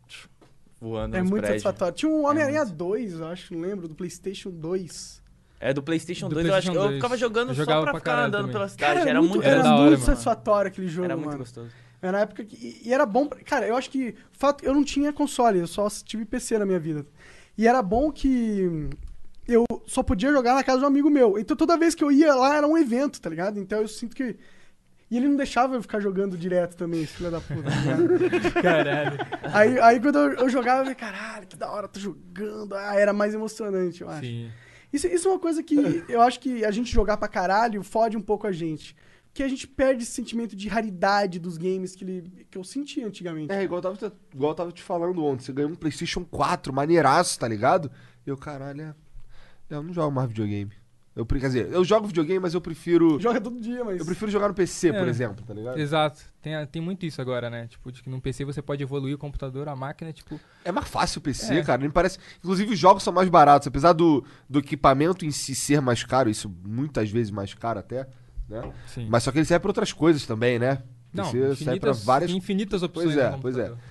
voando É nos muito prédios. satisfatório. Tinha um Homem-Aranha muito. dois, eu acho, não lembro, do PlayStation dois. É do PlayStation Do dois, eu acho que PlayStation eu dois. ficava jogando Eu só jogava pra pra ficar caralho andando também. pela cidade. Cara, era, muito, era era da hora, muito mano. satisfatório aquele jogo, era mano. muito gostoso. Era na época que. E, e era bom. pra- Cara, eu acho que. Fato, eu não tinha console, eu só tive P C na minha vida. E era bom que. Eu só podia jogar na casa de um amigo meu. Então toda vez que eu ia lá era um evento, tá ligado? Então eu sinto que. E ele não deixava eu ficar jogando direto também, esse filho da puta, tá ligado? Caralho. aí, aí quando eu, eu jogava, eu falei, caralho, que da hora, tô jogando. Ah, era mais emocionante, eu acho. Sim. Isso, isso é uma coisa que eu acho que a gente jogar pra caralho fode um pouco a gente. Porque a gente perde esse sentimento de raridade dos games que, ele, que eu sentia antigamente. É, igual eu, tava, igual eu tava te falando ontem. Você ganhou um PlayStation quatro, maneiraço, tá ligado? E eu, caralho, é. Eu não jogo mais videogame. Eu, pre- quer dizer, eu jogo videogame, mas eu prefiro. Joga todo dia, mas... Eu prefiro jogar no P C, por É. exemplo, tá ligado? Exato. Tem, tem muito isso agora, né? Tipo, de que no P C você pode evoluir o computador, a máquina, tipo... É mais fácil o P C, É. cara. Me parece. Inclusive, os jogos são mais baratos. Apesar do, do equipamento em si ser mais caro, isso muitas vezes mais caro até, né? Sim. Mas só que ele serve pra outras coisas também, né? O Não, P C serve pra infinitas, várias. infinitas opções. Pois é, no pois é. computador.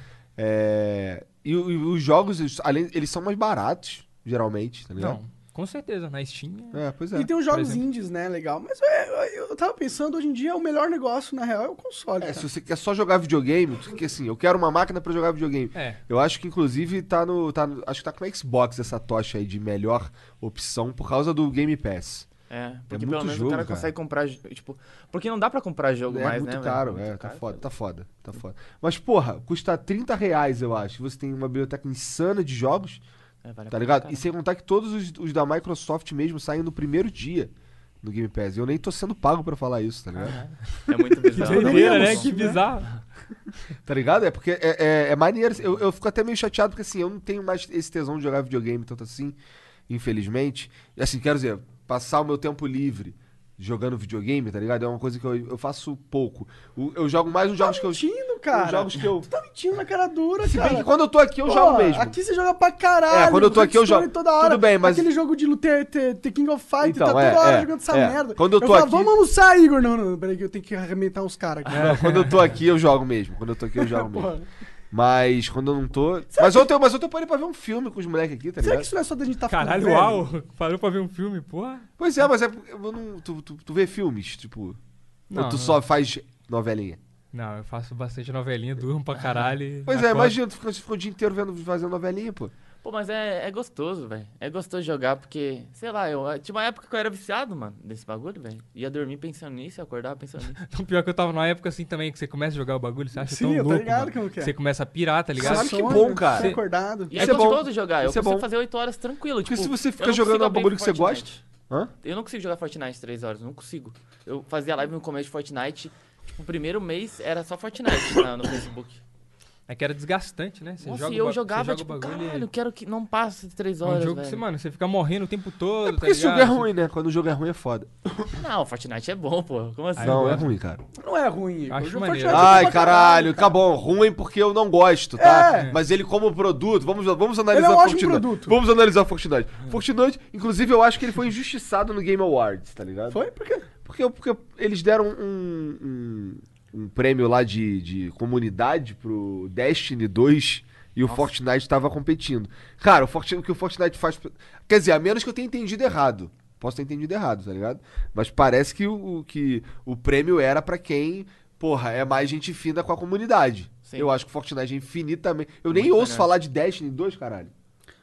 É, E, o- e os jogos, eles, além, eles são mais baratos, geralmente, tá ligado? Não, com certeza. Na Steam... É, pois é. E tem os jogos exemplo. indies, né? Legal. Mas é, eu, eu tava pensando, hoje em dia, o melhor negócio, na real, é o console. É, cara. se você quer só jogar videogame, porque assim, eu quero uma máquina pra jogar videogame. É. Eu acho que inclusive tá no, tá no- acho que tá com o Xbox essa tocha aí de melhor opção por causa do Game Pass. É, porque muito pelo menos jogo, o cara, cara. consegue comprar, tipo... Porque não dá pra comprar jogo É mais, muito né, caro, velho? é, Muito tá caro, foda, tá foda, tá foda. Mas porra, custa trinta reais, eu acho. Você tem uma biblioteca insana de jogos, É, vale a tá pena, ligado? cara. E sem contar que todos os, os da Microsoft mesmo saem no primeiro dia no Game Pass. E eu nem tô sendo pago pra falar isso, tá ligado? É muito Que bizarro. doideira, né? Poderíamos, Que né? bizarro. Tá ligado? É porque é, é, é maneiro. Eu, eu fico até meio chateado porque assim, eu não tenho mais esse tesão de jogar videogame tanto assim, infelizmente. E assim, quero dizer, passar o meu tempo livre jogando videogame, tá ligado? É uma coisa que eu, eu faço pouco. O- eu jogo mais os jogos Tá que eu... mentindo, cara. Os jogos que eu... Tu tá mentindo na cara dura, Se cara. bem que quando eu tô aqui, eu Pô, jogo mesmo. Aqui você joga pra caralho. É, quando eu tô aqui, eu Hearthstone jogo. toda hora. Tudo bem, mas- Aquele jogo de luta, The, The King of Fight, Então, tá toda é, hora é, jogando essa é. merda. Quando eu tô falo, aqui- vamos almoçar, Igor. Não, não, peraí que eu tenho que arrebentar uns caras aqui. Não, quando eu tô aqui, eu jogo mesmo. Quando eu tô aqui, eu jogo mesmo. Porra. Mas quando eu não tô... Mas ontem, eu- mas ontem eu parei pra ver um filme com os moleques aqui, tá Será ligado? que isso não é só da gente tá ficando Caralho, velho? uau! Parou pra ver um filme, porra. Pois é, mas é... Eu não, tu, tu, tu vê filmes, tipo... Não, ou tu não. só faz novelinha? Não, eu faço bastante novelinha, durmo pra caralho. e Pois é, acordo. imagina, tu fica, tu fica o dia inteiro vendo, fazendo novelinha, pô. Pô, mas é, é gostoso, velho. É gostoso jogar porque, sei lá, eu tinha uma época que eu era viciado, mano, desse bagulho, velho. Ia dormir pensando nisso e acordava pensando nisso. Então, pior que eu tava numa época assim também, que você começa a jogar o bagulho, você acha Sim, tão eu tô louco, ligado mano. como que é. Você começa a pirar, tá ligado? Caralho, que Sonho, bom, cara. ficar acordado. E Isso é é bom. gostoso jogar. Eu Isso é consigo bom. fazer oito horas tranquilo. Porque tipo, se você eu fica não jogando consigo um abrir bagulho que você Fortnite. gosta... Hã? Eu não consigo jogar Fortnite três horas, não consigo. Eu fazia live no começo de Fortnite, tipo, o primeiro mês era só Fortnite na- no Facebook. É que era desgastante, né? Você Nossa, joga e eu o ba- jogava, você joga tipo, o bagulho e- caralho, eu quero que não passe de três É horas, um jogo velho. que você, mano, você fica morrendo o tempo todo, Porque tá esse jogo é ligado? ruim, né? Quando o jogo é ruim, é foda. Não, Fortnite é bom, pô. Como assim? Ah, eu Não, é gosto. ruim, cara. Não é ruim, Igor. Acho O jogo maneiro. Fortnite é bom Ai, pra caralho, cara. tá bom. Ruim porque eu não gosto, tá? É. Mas ele como produto, vamos, vamos analisar Ele é um ótimo Fortnite. produto. Vamos analisar Fortnite. Fortnite, inclusive, eu acho que ele foi injustiçado no Game Awards, tá ligado? Foi? Por quê? Porque, porque eles deram um, um, um prêmio lá de, de comunidade pro Destiny dois e o Fortnite tava competindo. Cara, o, Fortnite, o que o Fortnite faz... Quer dizer, a menos que eu tenha entendido errado. Posso ter entendido errado, tá ligado? Mas parece que o, que o prêmio era pra quem, porra, é mais gente fina com a comunidade. Sim. Eu acho que o Fortnite é infinitamente... Eu nem Muito ouço melhor. falar de Destiny dois, caralho.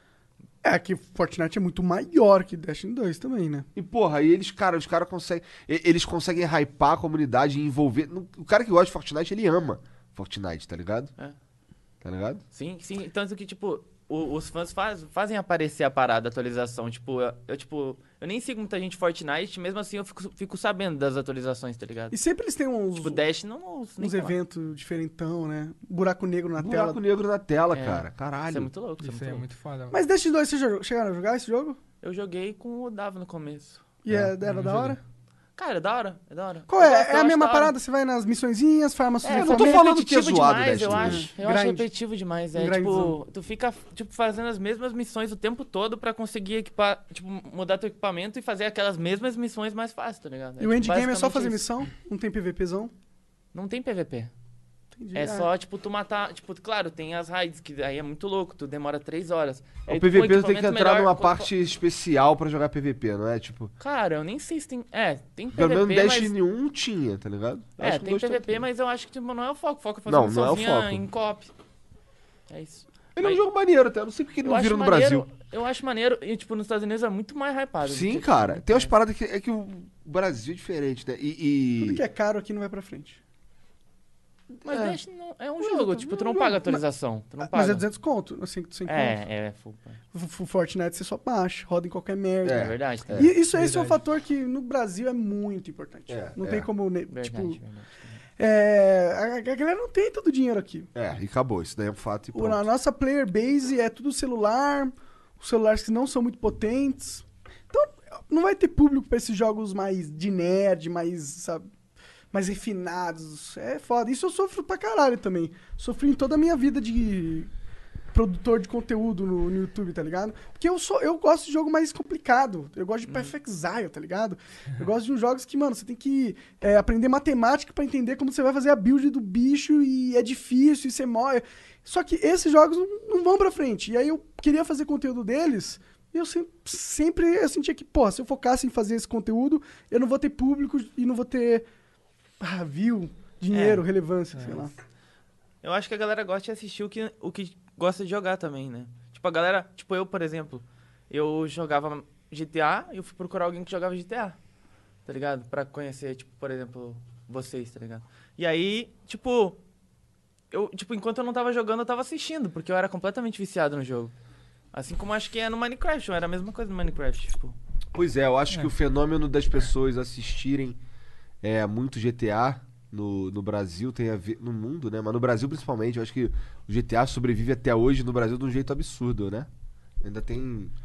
É que Fortnite é muito maior que Destiny dois também, né? E, porra, aí eles, cara, os caras conseguem. e- Eles conseguem hypar a comunidade e envolver. no- O cara que gosta de Fortnite, ele ama Fortnite, tá ligado? É. Tá ligado? Sim, sim. Tanto que, tipo, o- os fãs faz- fazem aparecer a parada, a atualização. Tipo eu, eu, tipo, eu nem sigo muita gente Fortnite, mesmo assim eu fico, fico sabendo das atualizações, tá ligado? E sempre eles têm uns, Tipo, Dash não, não nem uns falar. eventos diferentão, né? Buraco negro na Buraco tela. negro na tela, É. cara. Caralho. Isso é muito louco, isso, Isso é aí é muito louco. muito foda. mano. Mas Destiny dois, vocês já chegaram a jogar esse jogo? Eu joguei com o Dava no começo. E é, É, era não da joguei. hora? Cara, é da hora, é da hora. Qual Eu é? gosto, eu É a acho mesma da hora. parada? Você vai nas missõezinhas, farma sua É, eu não tô família? falando que é repetitivo zoado, demais, eu Destiny. acho. Eu Grind. acho repetitivo demais. É Grindzão. tipo, tu fica tipo, fazendo as mesmas missões o tempo todo pra conseguir equipar, tipo, mudar teu equipamento e fazer aquelas mesmas missões mais fácil, tá ligado? E o tipo, endgame é só basicamente fazer isso. missão? Não tem PVPzão? Não tem P V P. Entendi. É Ah, só, tipo, tu matar. Tipo, claro, tem as raids, que aí é muito louco, tu demora três horas. Aí O tu com P V P tu tem que equipamento entrar melhor, numa com- parte especial pra jogar P V P, não é? Tipo, Cara, eu nem sei se tem. É, tem pelo menos P V P, mas. Destiny um tinha, tá ligado? É, Acho que tem dois P V P, tem. mas eu acho que tipo, não é o foco. O foco é fazer Não, uma não é o missãozinha foco. em co-op. É isso. Ele é um Mas- jogo maneiro até. Eu não sei porque ele Eu não acho vira no maneiro, Brasil. Eu acho maneiro. E, tipo, nos Estados Unidos é muito mais hypado. do Sim, que- cara. Tem umas paradas que é que o Brasil é diferente, né? E. e- Tudo que é caro aqui não vai pra frente. Mas É. Destiny não- é um Mas jogo, eu- tipo, tu é um não jogo, paga atualização. Tu não Mas paga. é duzentos conto, assim, sem conto. É, é, full. O Fortnite você só baixa, roda em qualquer merda. É, É. verdade. Tem. E isso, esse é um Verdade. fator que no Brasil é muito importante. É, não é. tem como, né, Verdade, tipo... verdade. É, a, a galera não tem todo o dinheiro aqui. É, e acabou. Isso daí é um fato e O- a pronto. nossa player base é tudo celular, os celulares que não são muito potentes. Então, não vai ter público pra esses jogos mais de nerd, mais, sabe, mais refinados. É foda. Isso eu sofro pra caralho também. Sofri em toda a minha vida de produtor de conteúdo no, no YouTube, tá ligado? Porque eu sou, eu gosto de jogo mais complicado. Eu gosto de Perfect Exile, tá ligado? Eu gosto de uns jogos que, mano, você tem que é, aprender matemática pra entender como você vai fazer a build do bicho e é difícil e você morre. Só que esses jogos não, não vão pra frente. E aí eu queria fazer conteúdo deles e eu sempre, sempre eu sentia que, pô, se eu focasse em fazer esse conteúdo, eu não vou ter público e não vou ter ah, view, dinheiro, É. relevância, sei lá. Eu acho que a galera gosta de assistir o que, o que gosta de jogar também, né? Tipo, a galera... Tipo, eu, por exemplo, eu jogava G T A e eu fui procurar alguém que jogava G T A, tá ligado? Pra conhecer, tipo, por exemplo, vocês, tá ligado? E aí, tipo... Eu, tipo, enquanto eu não tava jogando, eu tava assistindo, porque eu era completamente viciado no jogo. Assim como acho que é no Minecraft, era a mesma coisa no Minecraft, tipo... Pois é, eu acho É. que o fenômeno das pessoas assistirem é, muito G T A no, no Brasil tem a ver. No mundo, né? Mas no Brasil principalmente, eu acho que o G T A sobrevive até hoje no Brasil de um jeito absurdo, né? Ainda tem.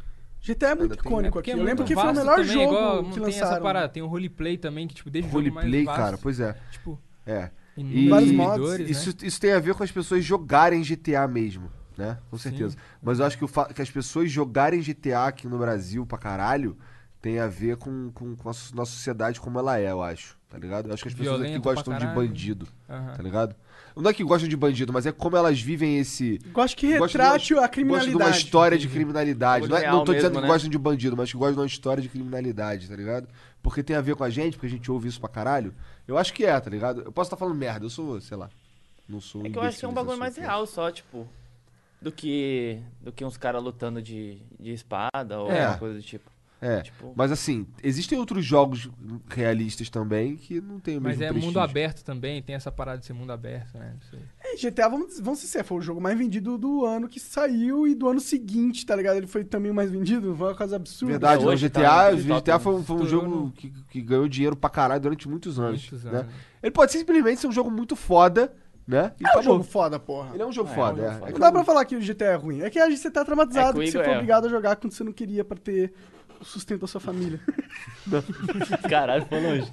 G T A é muito Ainda tem- icônico porque aqui. é Eu lembro muito que foi o vasto melhor também, jogo igual, que não tem essa lançaram. parada, tem o roleplay também, que tipo, deixa o jogo mais Roleplay, vasto. cara, pois é. Tipo, É. inúmeros vários servidores, mods. né? Isso, isso tem a ver com as pessoas jogarem G T A mesmo, né? Com certeza. Mas eu acho que, o fa- que as pessoas jogarem G T A aqui no Brasil pra caralho tem a ver com, com, com a so- nossa sociedade como ela é, eu acho. Tá ligado? Eu acho que as pessoas aqui Violento pra gostam de caralho. bandido, Aham. tá ligado? Não é que gostam de bandido, mas é como elas vivem esse... Gosto que Gostam de retrate uma- a criminalidade. Gostam de uma história de criminalidade. Algo Não, é- real não tô dizendo mesmo, que né? gostam de bandido, mas que gostam de uma história de criminalidade, tá ligado? Porque tem a ver com a gente, porque a gente ouve isso pra caralho. Eu acho que é, tá ligado? Eu posso estar falando merda, eu sou, sei lá, não sou É que eu acho que é um imbecil bagulho nesse mais assunto. real só, tipo, do que, do que uns caras lutando de, de espada ou É. alguma coisa do tipo. É, Tipo- mas assim, existem outros jogos realistas também que não tem o Mas mesmo é mundo prestígio. aberto também, tem essa parada de ser mundo aberto, né? Não sei. É, G T A, vamos, vamos ser sérios, foi o jogo mais vendido do ano que saiu e do ano seguinte, tá ligado? Ele foi também o mais vendido, foi uma coisa absurda. Verdade, Hoje o G T A, tá o no G T A top, foi, um- foi um Estourou jogo no- que, que ganhou dinheiro pra caralho durante muitos anos. Muitos né? anos. Ele pode simplesmente ser um jogo muito foda, né? E É um acabou. jogo foda, porra. Ele é um jogo É, foda, é um é. jogo foda. É Não que dá eu- pra falar que o G T A é ruim. É que a gente tá traumatizado É que o que você Igor foi é. obrigado a jogar quando você não queria pra ter o sustento da sua família. Caralho, foi longe.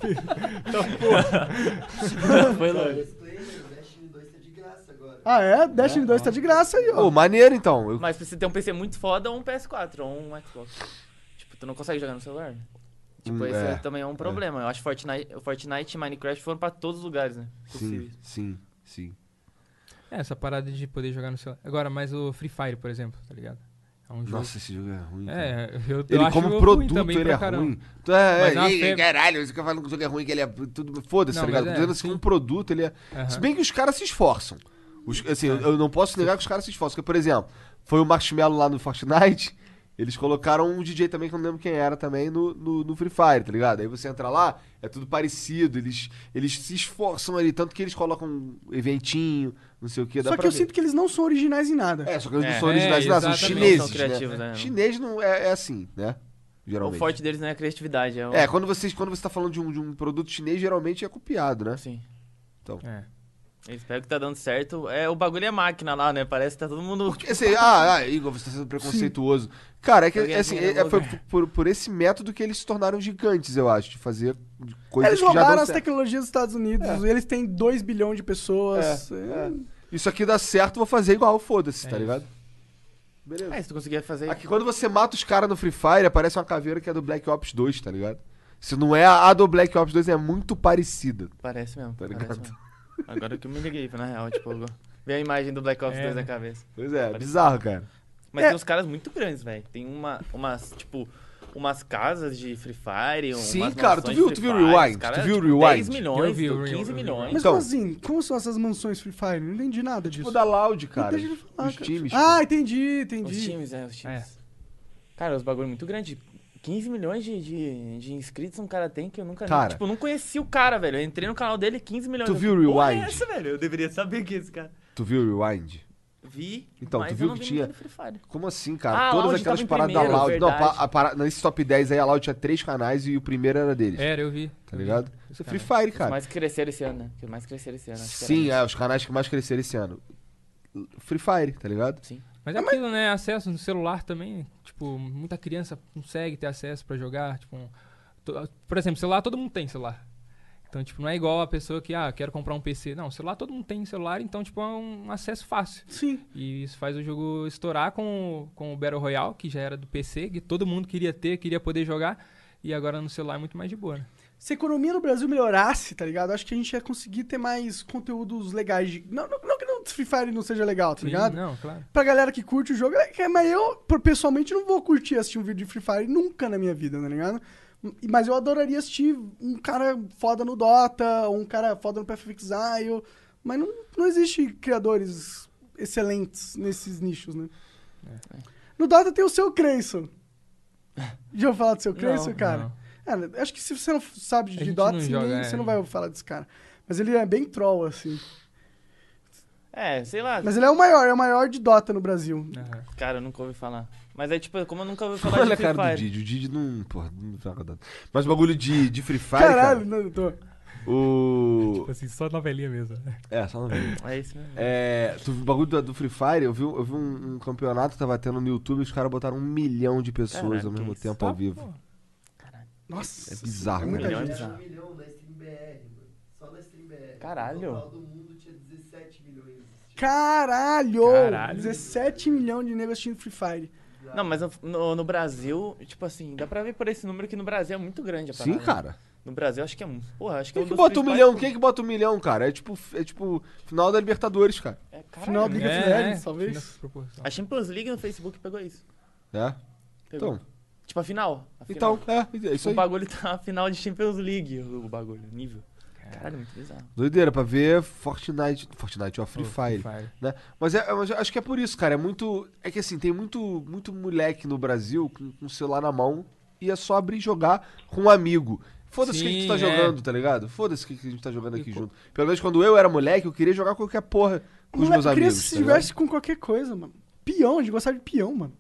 Foi longe. Disclaimer, o Destiny dois tá de graça agora. Ah, é? Destiny dois tá de graça aí, ó. Ô, maneiro então. Eu- Mas precisa ter um P C muito foda ou um P S quatro ou um Xbox. Tipo, tu não consegue jogar no celular. Tipo, Hum, esse é, é, também é um problema. Eu acho que Fortnite, o Fortnite e Minecraft foram pra todos os lugares, né? Sim, Possíveis. sim, sim. É, essa parada de poder jogar no celular. Agora, mas o Free Fire, por exemplo, tá ligado? É um jogo. Nossa, esse jogo é ruim. cara. É, eu, eu Ele acho como ruim produto, também ele pra é caramba. ruim. Então, é, Mas é uma é, febre. caralho, você fica falando que o jogo é ruim, que ele é tudo. Foda-se, Não, tá ligado? mas Tô é, dizendo assim, sim. como produto, ele é. Aham. Se bem que os caras se esforçam. Os- assim, eu, eu não posso negar que os caras se esforçam. Porque, por exemplo, foi o Marshmello lá no Fortnite. Eles colocaram um D J também, que eu não lembro quem era também, no, no, no Free Fire, tá ligado? Aí você entra lá, é tudo parecido, eles, eles se esforçam ali, tanto que eles colocam um eventinho, não sei o que. Só que eu sinto que eles não são originais em nada. É, só que eles não É, são originais, é, não, são exatamente. chineses, Não são criativos, né? né? Chinês não é, é assim, né? O Geralmente. forte deles não é a criatividade, é o... É, quando você, quando você tá falando de um, de um produto chinês, geralmente é copiado, né? Sim. Então. É. Eles pegam que tá dando certo. É, o bagulho é máquina lá, né? Parece que tá todo mundo... Porque, assim, ah, ah, Igor, você tá sendo preconceituoso. Cara, é que Alguém é assim, tem é- é- foi lugar. por, por esse método que eles se tornaram gigantes, eu acho, de fazer coisas Eles que já roubaram dão as certo. tecnologias dos Estados Unidos, eles têm dois bilhões de pessoas. É, É. Isso aqui dá certo, vou fazer igual, foda-se, É tá isso. ligado? Beleza. É, se tu conseguir fazer... Aqui, quando você mata os caras no Free Fire, aparece uma caveira que é do Black Ops dois, tá ligado? Se não é a, a do Black Ops dois, é muito parecida. Parece mesmo, Tá parece ligado? mesmo. Agora que eu me liguei, na real, tipo... Ver a imagem do Black Ops É, dois na né? cabeça. Pois é, bizarro, cara. Mas É. tem uns caras muito grandes, velho. Tem uma, umas, tipo, umas casas de Free Fire, umas Sim, cara, tu mansões viu- de tu Free viu Fire, Rewind? os caras, Tu viu tipo, Rewind? dez milhões, Eu vi o quinze Rewind. milhões. Mas Então- como assim? Como são essas mansões Free Fire? Não entendi nada disso. Tipo da Loud, cara. Não entendi falar, Os cara. times. Ah, entendi, entendi. Os times, é, os times. É. Cara, os bagulho muito grande. quinze milhões de, de, de inscritos um cara tem que eu nunca... Cara. Tipo, eu não conheci o cara, velho. Eu entrei no canal dele, quinze milhões. Tu Eu viu o falei, "Porra, Rewind?" é essa, velho? Eu deveria saber que é esse cara. Tu viu o Rewind? Vi, Então, mas tu eu viu não que vi tinha- muito Free Fire. Como assim, cara? Ah, a Todas Loud aquelas tava em paradas primeiro, da Loud. Não, verdade. pa- a para- nesse top dez aí, a Loud tinha três canais e o primeiro era deles. Era, eu vi. Tá eu vi. ligado? Isso é Free Cara. Fire, Os cara. mais cresceram esse ano, né? Os mais cresceram esse ano. acho que era Sim, isso. é, os canais que mais cresceram esse ano. Free Fire, tá ligado? Sim. Mas é aquilo, né? Acesso no celular também. Tipo, muita criança consegue ter acesso pra jogar. Tipo, um- to- por exemplo, celular todo mundo tem celular. Então, tipo, não é igual a pessoa que, ah, quero comprar um P C. Não, celular todo mundo tem celular, então, tipo, é um acesso fácil. Sim. E isso faz o jogo estourar com, o- com o Battle Royale, que já era do P C, que todo mundo queria ter, queria poder jogar. E agora no celular é muito mais de boa, né? Se a economia no Brasil melhorasse, tá ligado? Acho que a gente ia conseguir ter mais conteúdos legais. De... Não, não, não que no Free Fire não seja legal, tá Sim, ligado? não, claro. Pra galera que curte o jogo, é que- mas eu, por- pessoalmente, não vou curtir assistir um vídeo de Free Fire nunca na minha vida, tá ligado? Mas eu adoraria assistir um cara foda no Dota, ou um cara foda no Path of Exile, mas não, não existe criadores excelentes nesses nichos, né? É. No Dota tem o seu Creyson. Já ouviu falar do seu Creyson, Não, cara? não. É, acho que se você não sabe A de, de gente Dota, não você, joga, nem- é. você não vai ouvir falar desse cara. Mas ele é bem troll, assim. É, sei lá. Mas ele é o maior, é o maior de Dota no Brasil. Aham. Cara, eu nunca ouvi falar. Mas é tipo, como eu nunca ouvi falar Olha de a Free cara do Fire. Didi. O Didi não. Porra, não joga Dota. Mas o bagulho de, de Free Fire. Caralho, cara, não, tô... O... Tipo assim, só novelinha mesmo. É, só novelinha. É isso mesmo. É, tu, o bagulho do, do Free Fire, eu vi, eu vi um, um campeonato que tava tendo no YouTube e os caras botaram um milhão de pessoas Caralho, ao mesmo que tempo isso? ao vivo. Nossa. É bizarro, é né? muita Milhão gente. de- Um milhão na Stream B R, mano. Só na Stream B R. Caralho. O total do mundo tinha dezessete milhões. Caralho! Caralho. dezessete milhões de negros assistindo Free Fire. Não, mas no, no- no Brasil, tipo assim, dá pra ver por esse número que no Brasil é muito grande a Sim, parada. cara. No Brasil, acho que é um. Porra, acho que é Quem um que dos bota um principais- milhão? Quem que bota um milhão, cara? É tipo, é tipo final da Libertadores, cara. É, caralho, Final né? League of Legends, talvez. nessa proporção. A Champions League no Facebook pegou isso. É? Pegou. Então, Tipo a final. A então, final. é, é isso O aí. bagulho tá a final de Champions League, o bagulho, o nível. Caralho, muito bizarro. Doideira, pra ver Fortnite, Fortnite, ó, Free Oh, Fire, né? Mas, é, mas eu acho que é por isso, cara, é muito... É que assim, tem muito, muito moleque no Brasil com, com o celular na mão e é só abrir e jogar com um amigo. Foda-se o que a gente Sim, tá é. jogando, tá ligado? Foda-se o que que a gente tá jogando E aqui co- junto. Pelo menos quando eu era moleque, eu queria jogar qualquer porra com os Moleque, meus eu queria amigos, se tá ligado? diverte com qualquer coisa, mano. Peão, a gente gostava de peão, mano.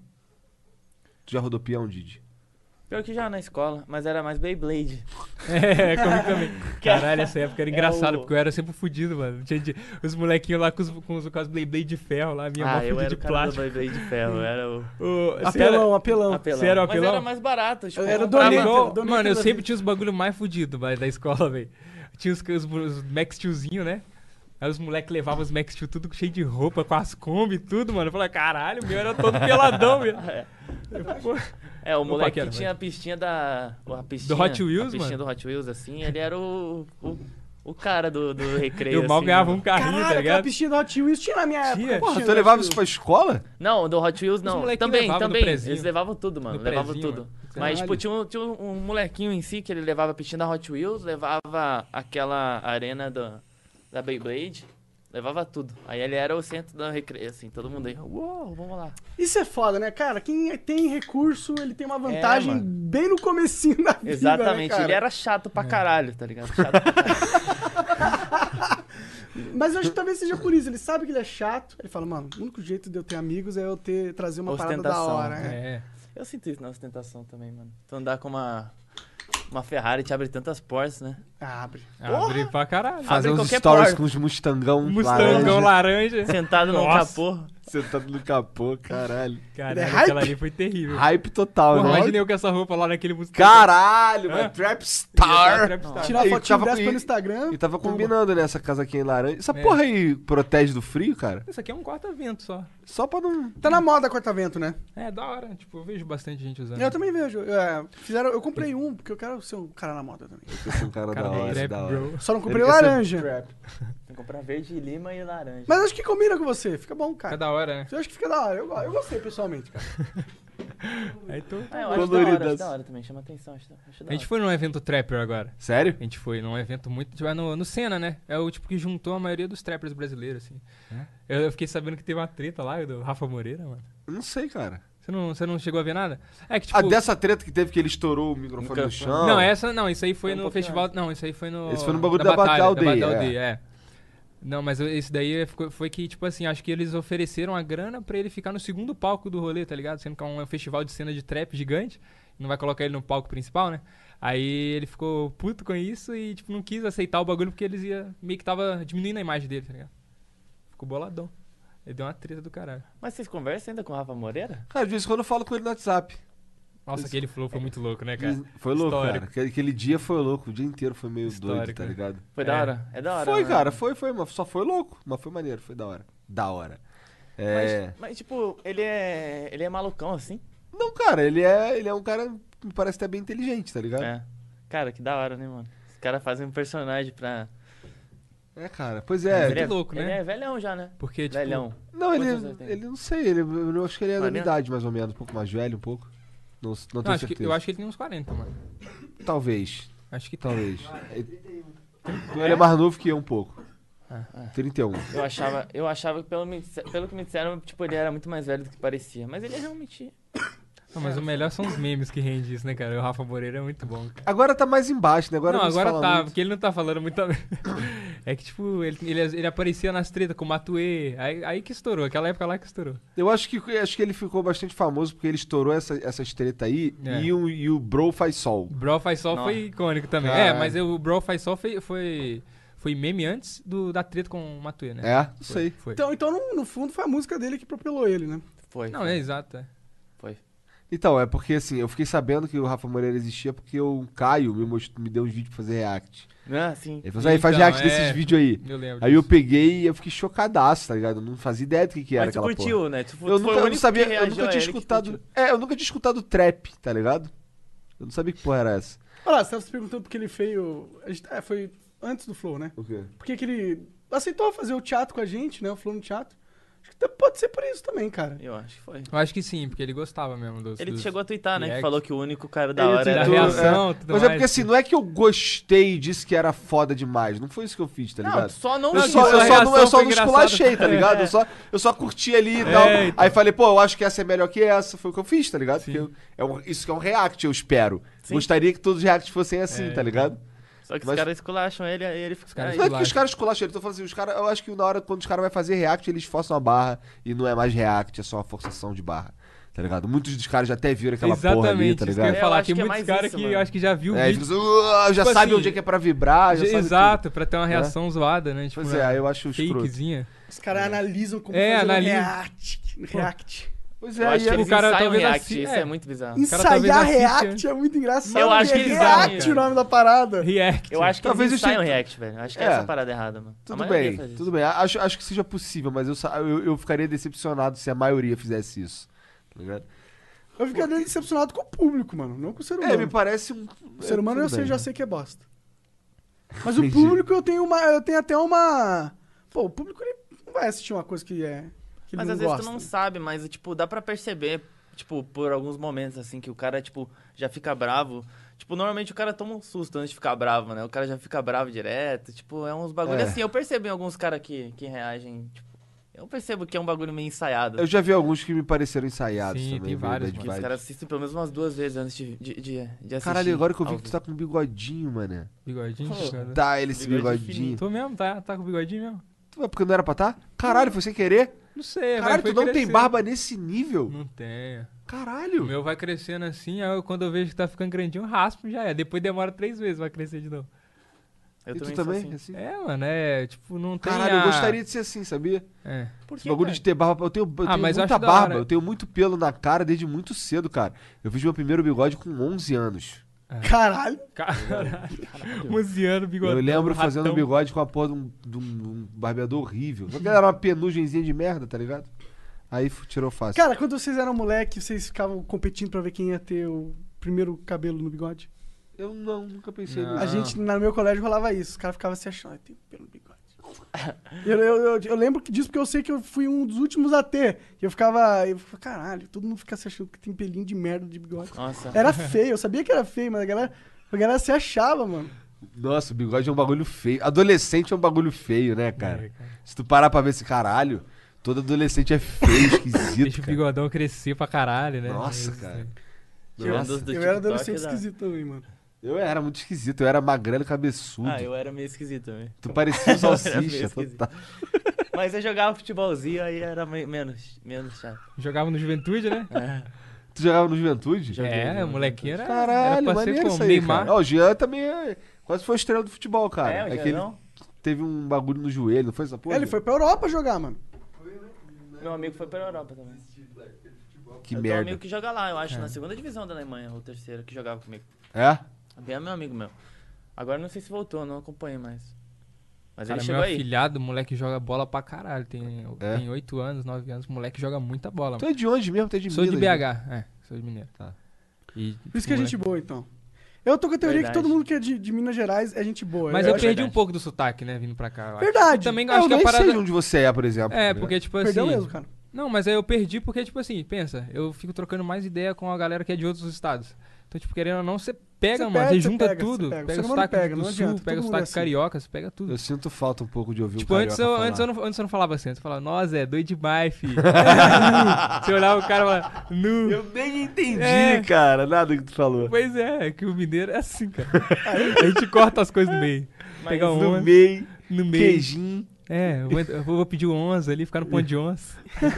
Tu já rodou peão, Didi? Pior que já na escola, mas era mais Beyblade. É, comigo também. Caralho, essa época era É engraçado, o- porque eu era sempre fudido, mano. Tinha de- os molequinhos lá com os, com os, com as Beyblade de ferro lá, minha mão Ah, eu fudida era de o cara do plástico. Beyblade de ferro, eu era o O- você Apelão, era- apelão. apelão. Você era o Mas apelão? era mais barato, tipo, Eu era eu do comprava- Doneta, Igual- Doneta mano, eu da sempre vida. tinha os bagulho mais fudido vai, da escola, velho. Tinha os, os, os Max Steelzinho, né? Aí os moleques levavam os Max Steel tudo cheio de roupa, com as Kombi e tudo, mano. Eu falei, caralho, o meu era todo peladão, velho. É. Eu, pô, É, o Opa, moleque que era, que tinha a pistinha da... A pistinha, Do Hot Wheels, a pistinha mano? do Hot Wheels, assim, ele era o... O, o cara do, do recreio, eu mal assim, ganhava né? um carrinho, Caralho, tá aquela ligado? piscina do Hot Wheels tinha na minha Tinha. época. Porra, Tinha tu no levava Hot isso pra Wheels. escola? Não, do Hot Wheels não. molequinhos Também, levavam no também. prezinho. Eles levavam tudo, mano. No levavam prezinho, tudo. mano. Mas, Caralho. tipo, tinha, um, tinha um um molequinho em si que ele levava a pistinha da Hot Wheels, levava aquela arena do, da Beyblade, levava tudo. Aí ele era o centro da recreio, assim, todo mundo aí, uou, vamos lá. Isso é foda, né, cara? Quem tem recurso, ele tem uma vantagem mano. bem no comecinho da vida, né, Exatamente, cara? ele era chato pra caralho, tá ligado? Chato pra caralho. Mas eu acho que talvez seja por isso. Ele sabe que ele é chato. Ele fala, mano, o único jeito de eu ter amigos é eu ter, trazer uma parada da Ostentação. hora. É. É. Eu sinto isso na ostentação também, mano. Tu andar com uma, uma Ferrari te abre tantas portas, né? Abre. Abre pra caralho. Fazer Abre uns qualquer stories porta. com os mustangão, Um Mustangão laranja, laranja. Sentado num Nossa. capô. sentado no capô, caralho. Caralho, É aquela hype? ali foi terrível. Hype total, Porra, né? imaginei eu com essa roupa lá naquele Mustang. Caralho, Hã? mano, Trap Ia Star. dar Trapstar. Tirar a Aí, fotinha tava dessa com- pelo Instagram. E tava Toma. combinando, né, essa casaquinha em laranja. Essa É. porra aí protege do frio, cara? Isso aqui é um corta-vento só. Só pra não... Tá na moda corta-vento, né? É, da hora. Tipo, eu vejo bastante gente usando. Eu também vejo. É, fizeram, eu comprei um, porque eu quero ser um cara na moda também. Eu sou um cara, Cara da do hora, trap, da hora. bro. Só não comprei Ele quer ser laranja. trap. Tem que comprar verde, lima e laranja. Mas acho que combina com você. Fica bom, Fica cara. da hora, né? Eu acho que fica da hora. Eu, eu gostei, pessoalmente, cara. Aí tô... Ah, eu acho da hora, Coloridas. acho da hora também, chama atenção, acho, acho da A gente hora. foi num evento trapper agora. Sério? A gente foi num evento muito. Tipo, é no, no Senna, né? É o tipo que juntou a maioria dos trappers brasileiros, assim. Eu, eu fiquei sabendo que teve uma treta lá do Rafa Moreira, mano. Eu não sei, cara. Você não, você não chegou a ver nada? É que, tipo. Ah, dessa treta que teve que ele estourou o microfone no Microfone. chão. Não, essa não, isso aí foi Foi um no pouquinho festival. Não, isso aí foi no. Esse foi no bagulho da Batalha da Aldeia, Batalha é. Aldeia, é. Não, mas esse daí ficou- foi que, tipo assim, acho que eles ofereceram a grana pra ele ficar no segundo palco do rolê, tá ligado? Sendo que é um festival de cena de trap gigante, não vai colocar ele no palco principal, né? Aí ele ficou puto com isso e, tipo, não quis aceitar o bagulho porque eles ia meio que tava diminuindo a imagem dele, tá ligado? Ficou boladão. Ele deu uma treta do caralho. Mas vocês conversam ainda com o Rafa Moreira? Cara, de vez em quando eu falo com ele no WhatsApp. Nossa, aquele flow foi muito louco, né, cara? Foi louco, Histórico. cara. Aquele, aquele dia foi louco. O dia inteiro foi meio doido, Histórico, tá né? ligado? Foi É. da hora? É da hora. Foi, né? cara. Foi, foi. Mas só foi louco. Mas foi maneiro. Foi da hora. Da hora. É... Mas, mas, tipo, ele é. Ele é malucão assim? Não, cara. Ele é, ele é um cara que me parece até bem inteligente, tá ligado? É. Cara, que da hora, né, mano? Os caras fazem um personagem pra. É, cara. Pois Mas é. ele é louco, né? Ele é velhão já, né? Porque, tipo. Velhão. Não, ele, Quantos anos ele tem? ele não sei. Ele, eu acho que ele é da minha quarenta? idade, mais ou menos. Um pouco mais velho, um pouco. Não, não tenho Não, acho que, certeza. eu acho que ele tem uns quarenta, mano. Talvez. Acho que tem. Talvez. Ele, ele é mais novo que eu um pouco. Ah, trinta e um. Eu achava, eu achava que pelo, me disse- pelo que me disseram, tipo, ele era muito mais velho do que parecia. Mas ele é realmente. Não, mas o melhor são os memes que rende isso, né, cara? O Rafa Moreira é muito bom, cara. Agora tá mais embaixo, né? Agora não, não, se agora fala tá, muito. porque ele não tá falando muito. É que, tipo, ele, ele, ele aparecia nas tretas com o Matuê. Aí, aí que estourou, aquela época lá que estourou. Eu acho que, acho que ele ficou bastante famoso porque ele estourou essa, essas treta aí É. e, o, e o Bro faz sol. Bro Faz Sol Nossa. foi icônico também. Caralho. É, mas o Bro Faz Sol foi, foi, foi meme antes do, da treta com o Matuê, né? É, não sei. Foi. Então, então no, no fundo, foi a música dele que propelou ele, né? Foi. Não, foi. é exato. É. Foi. Então, é porque assim, eu fiquei sabendo que o Rafa Moreira existia porque o Caio me, most... me deu uns vídeos pra fazer react. Ah, sim. Ele falou assim, aí faz Então, react é. desses vídeos aí. Eu lembro Aí eu disso. peguei e eu fiquei chocadaço, tá ligado? Eu não fazia ideia do que, que era Mas tu aquela curtiu, porra. né? Tu, tu Eu foi nunca, o eu não único sabia, que eu reagiu nunca a tinha ele que escutado. curtiu. É, eu nunca tinha escutado trap, tá ligado? Eu não sabia que porra era essa. Olha lá, você tava se perguntando porque ele feio. A gente, é, foi antes do Flow, né? O quê? Porque que ele aceitou fazer o teatro com a gente, né? O Flow no teatro. Acho que até pode ser por isso também, cara. Eu acho que foi. Eu acho que sim, porque ele gostava mesmo dos. Ele dos chegou a twittar, né? Que reacts. falou que o único cara da Ele hora era Da tweetou, ele. reação, é. tudo Mas é mais. porque assim, não é que eu gostei disso que era foda demais. Não foi isso que eu fiz, tá Não, ligado? só não Eu Não, só, que eu sua só, não, eu reação só foi não engraçada. esculachei, tá ligado? É. Eu, só, eu só curti ali e tal. É, então. Aí falei, pô, eu acho que essa é melhor que essa. Foi o que eu fiz, tá ligado? Sim. Porque eu- é um- isso que é um react, eu espero. Sim. Gostaria que todos os reacts fossem assim, É, tá ligado? Só que Mas- os caras esculacham ele, aí ele fica... caras "Ai, Não é que os esculacham. caras esculacham ele, tô falando assim, os caras, eu acho que na hora quando os caras vão fazer react, eles forçam a barra e não é mais react, é só uma forçação de barra, tá ligado? Muitos dos caras já até viram aquela porra ali, Exatamente, tá isso que eu ia ligado? Eu falar. acho Tem que é muitos mais caras isso, que mano. eu acho que já viu o É, vídeo. eles "Uh", já Tipo sabe assim, onde é que é pra vibrar, já sabe Exato, pra ter uma reação zoada, né? Tipo, Pois é, aí eu acho escroto. fakezinha. Os caras analisam como É, fazer um analisa. react. React. Pois Eu é, acho e que é- eles o cara ensaiam talvez react, assi- isso é. é muito bizarro. cara talvez Ensaiar assiste, react é muito engraçado. Eu acho porque que é eles react ensaiam, o nome da parada. React. Eu acho que Talvez eles eu ensaiam chegue- react, velho. Acho que é É. essa a parada errada, mano. A Tudo maioria bem, faz isso. tudo bem. Acho, acho que seja possível, mas eu, sa- eu, eu ficaria decepcionado se a maioria fizesse isso, tá ligado? Eu ficaria decepcionado com o público, mano, não com o ser humano. É, me parece um... O ser humano é, eu tudo sei, bem. já sei que é bosta. Mas o Entendi. público eu tenho uma. Eu tenho até uma. Pô, o público ele não vai assistir uma coisa que é. Que ele Mas não às vezes gosta. tu não sabe, mas, tipo, dá pra perceber, tipo, por alguns momentos, assim, que o cara, tipo, já fica bravo. Tipo, normalmente o cara toma um susto antes de ficar bravo, né? O cara já fica bravo direto. Tipo, é uns bagulho É. assim. Eu percebo em alguns caras que, que reagem, tipo... Eu percebo que é um bagulho meio ensaiado. Eu já vi alguns que me pareceram ensaiados Sim, também. tem vários, bad Que vibes. os caras assistem pelo menos umas duas vezes antes de, de, de, de assistir. Caralho, agora que eu vi ao que tu vivo. tá com um bigodinho, mané. Bigodinho? bigodinho. Tá ele esse Bigode bigodinho. Tô mesmo, tá, tá com bigodinho mesmo? Tu é porque não era pra tá? Caralho, foi sem querer? Não sei, Caralho, vai, foi tu não tem crescendo. barba nesse nível? Não tenho. Caralho. O meu vai crescendo assim, aí eu, quando eu vejo que tá ficando grandinho, raspo já é. Depois demora três vezes pra crescer de novo. Eu e tu sou também? assim. Assim? É, mano, é tipo, não tem Caralho, eu a- gostaria de ser assim, sabia? É. Por Esse que, bagulho cara? de ter barba. Eu tenho, eu Ah, tenho mas eu muita acho da barba, hora. eu tenho muito pelo na cara desde muito cedo, cara. Eu fiz meu primeiro bigode com onze anos. Caralho. Caralho. Muziano, bigodão. eu lembro ratão. fazendo um bigode com a porra de um, de um- um barbeador horrível. Só que era uma penugenzinha de merda, tá ligado? Aí f- tirou fácil. Cara, quando vocês eram moleque, vocês ficavam competindo pra ver quem ia ter o primeiro cabelo no bigode? Eu não, nunca pensei Não. nisso. A gente, no meu colégio, rolava isso. Os caras ficavam se achando, "Ah, tem pelo no bigode." eu, eu, eu, eu lembro disso porque eu sei que eu fui um dos últimos a ter. E eu ficava, eu ficava, caralho, todo mundo fica se achando que tem pelinho de merda de bigode. Nossa. Era feio, eu sabia que era feio, mas a galera, a galera se achava, mano. Nossa, o bigode é um bagulho feio. Adolescente é um bagulho feio, né, cara? É, cara. Se tu parar pra ver esse caralho, todo adolescente é feio, esquisito, Deixa o cara. bigodão crescer pra caralho, né? Nossa, É, cara. Tirando Nossa. os do Eu era TikTok, adolescente dá. esquisito também, mano. Eu era muito esquisito, eu era magrelo e cabeçudo. Ah, eu era meio esquisito também. Tu parecia um Eu era meio salsicha, esquisito. total. Mas eu jogava futebolzinho, aí era meio, menos, menos chato. Jogava no Juventude, né? É. Tu jogava no Juventude? Joguei, é, joguei. o molequinho era, Caralho, era pra ser maneiro como isso aí, Neymar. cara. Ó, o Jean também é, quase foi estrela do futebol, cara. É, o que ele Jean, teve um bagulho no joelho, não foi essa porra? É, ele foi pra Europa jogar, mano. Meu amigo foi pra Europa também. Que eu tenho um merda. amigo que joga lá, eu acho, na segunda divisão da Alemanha, ou terceira, que jogava comigo. É? Bem é meu amigo meu. Agora não sei se voltou, não acompanhei mais. Mas Cara, ele meu chegou aí. afilhado, o moleque joga bola pra caralho. Tem, É? tem oito anos, nove anos, o moleque joga muita bola. Tu é de onde mesmo? Tu é de Sou de Minas, B né? H, é, sou de Mineiro. Tá. E, Por isso que é moleque- gente boa, então. Eu tô com a teoria Verdade. que todo mundo que é de, de Minas Gerais é gente boa. Mas eu, acho- perdi verdade. um pouco do sotaque, né, vindo pra cá. eu acho. Verdade. E também É, acho eu que a nem parada... sei de onde você é, por exemplo. É, né? porque, tipo assim... Perdeu mesmo, cara. Não, mas aí eu perdi porque, tipo assim, pensa, eu fico trocando mais ideia com a galera que é de outros estados. Então, tipo, querendo ou não, você pega, Você mano, pega, você você junta pega, tudo. você pega. O Pega ser o humano sotaque pega, do não sul, adianta, pega o todo mundo é sotaque assim. carioca, você pega tudo. Eu sinto falta um pouco de ouvir Tipo, o antes eu, carioca antes, eu falar. não, antes eu não falava assim, antes eu falava, nossa, é doido demais, filho. Você olhava o cara e falava, nu. Eu nem entendi, É. cara, nada que tu falou. Pois é, é que o mineiro é assim, cara. A gente corta as coisas no meio. Pega No uma. meio. no meio. Queijinho. É, eu vou, eu vou pedir o onze ali, ficar no ponto de onze.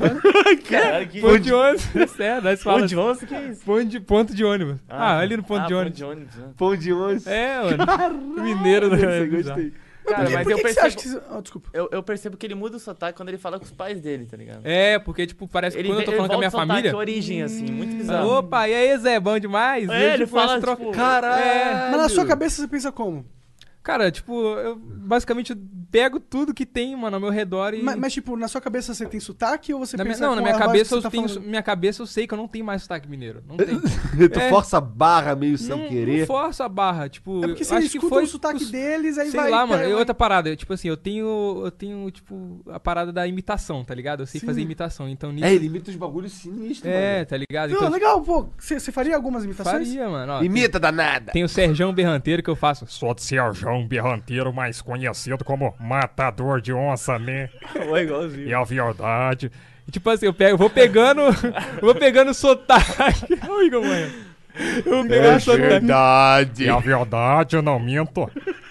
Caralho, que Ponto de onze, sério, nós Ponto falamos. de onça, que é isso? Ponto de, ponto de ônibus. Ah, ali no ponto ah, de ônibus. Ponto de ônibus, né? Pão de onze. É, mano. Mineiro, né? Eu gostei. Cara, Por mas que eu que você percebo, acha que... você- Ah, desculpa. eu, eu percebo que ele muda o sotaque quando ele fala com os pais dele, tá ligado? É, porque, tipo, parece que Ele, quando eu tô ele falando com a minha volta o família. sotaque origem, assim, muito bizarro. Fala, opa, e aí, Zé, bom demais? É, E aí, ele tipo, fala, essa troca- tipo, Caralho. É. Mas na sua cabeça você pensa como? Cara, tipo, eu basicamente pego tudo que tem, mano, ao meu redor e. Mas, mas, tipo, na sua cabeça você tem sotaque ou você na minha, pensa não, na com minha a voz cabeça que eu você tá tenho. falando? Minha cabeça eu sei que eu não tenho mais sotaque mineiro. Não tem. Tu É. força a barra meio sem não, querer. não força a barra, tipo. É porque eu você acho que escuta foi o sotaque os- deles, aí Sei vai... lá, mano. vai- E outra parada, eu, tipo assim, eu tenho. Eu tenho, tipo, a parada da imitação, tá ligado? Eu sei Sim. fazer imitação. Então nisso. É, ele imita os bagulhos sinistros, É, mano. tá ligado? Não, Então, legal, pô. Você você faria algumas imitações? faria, mano. Ó, Imita danada. Tem o Serjão Berranteiro que eu faço. Sou de Serjão Berranteiro, mais conhecido como Matador de Onça, né? Pô, igualzinho. E a verdade. E, tipo assim, eu pego, vou pegando. eu vou pegando sotaque. Oi, mãe. Eu vou pegando sotaque. verdade. E a verdade, eu não minto.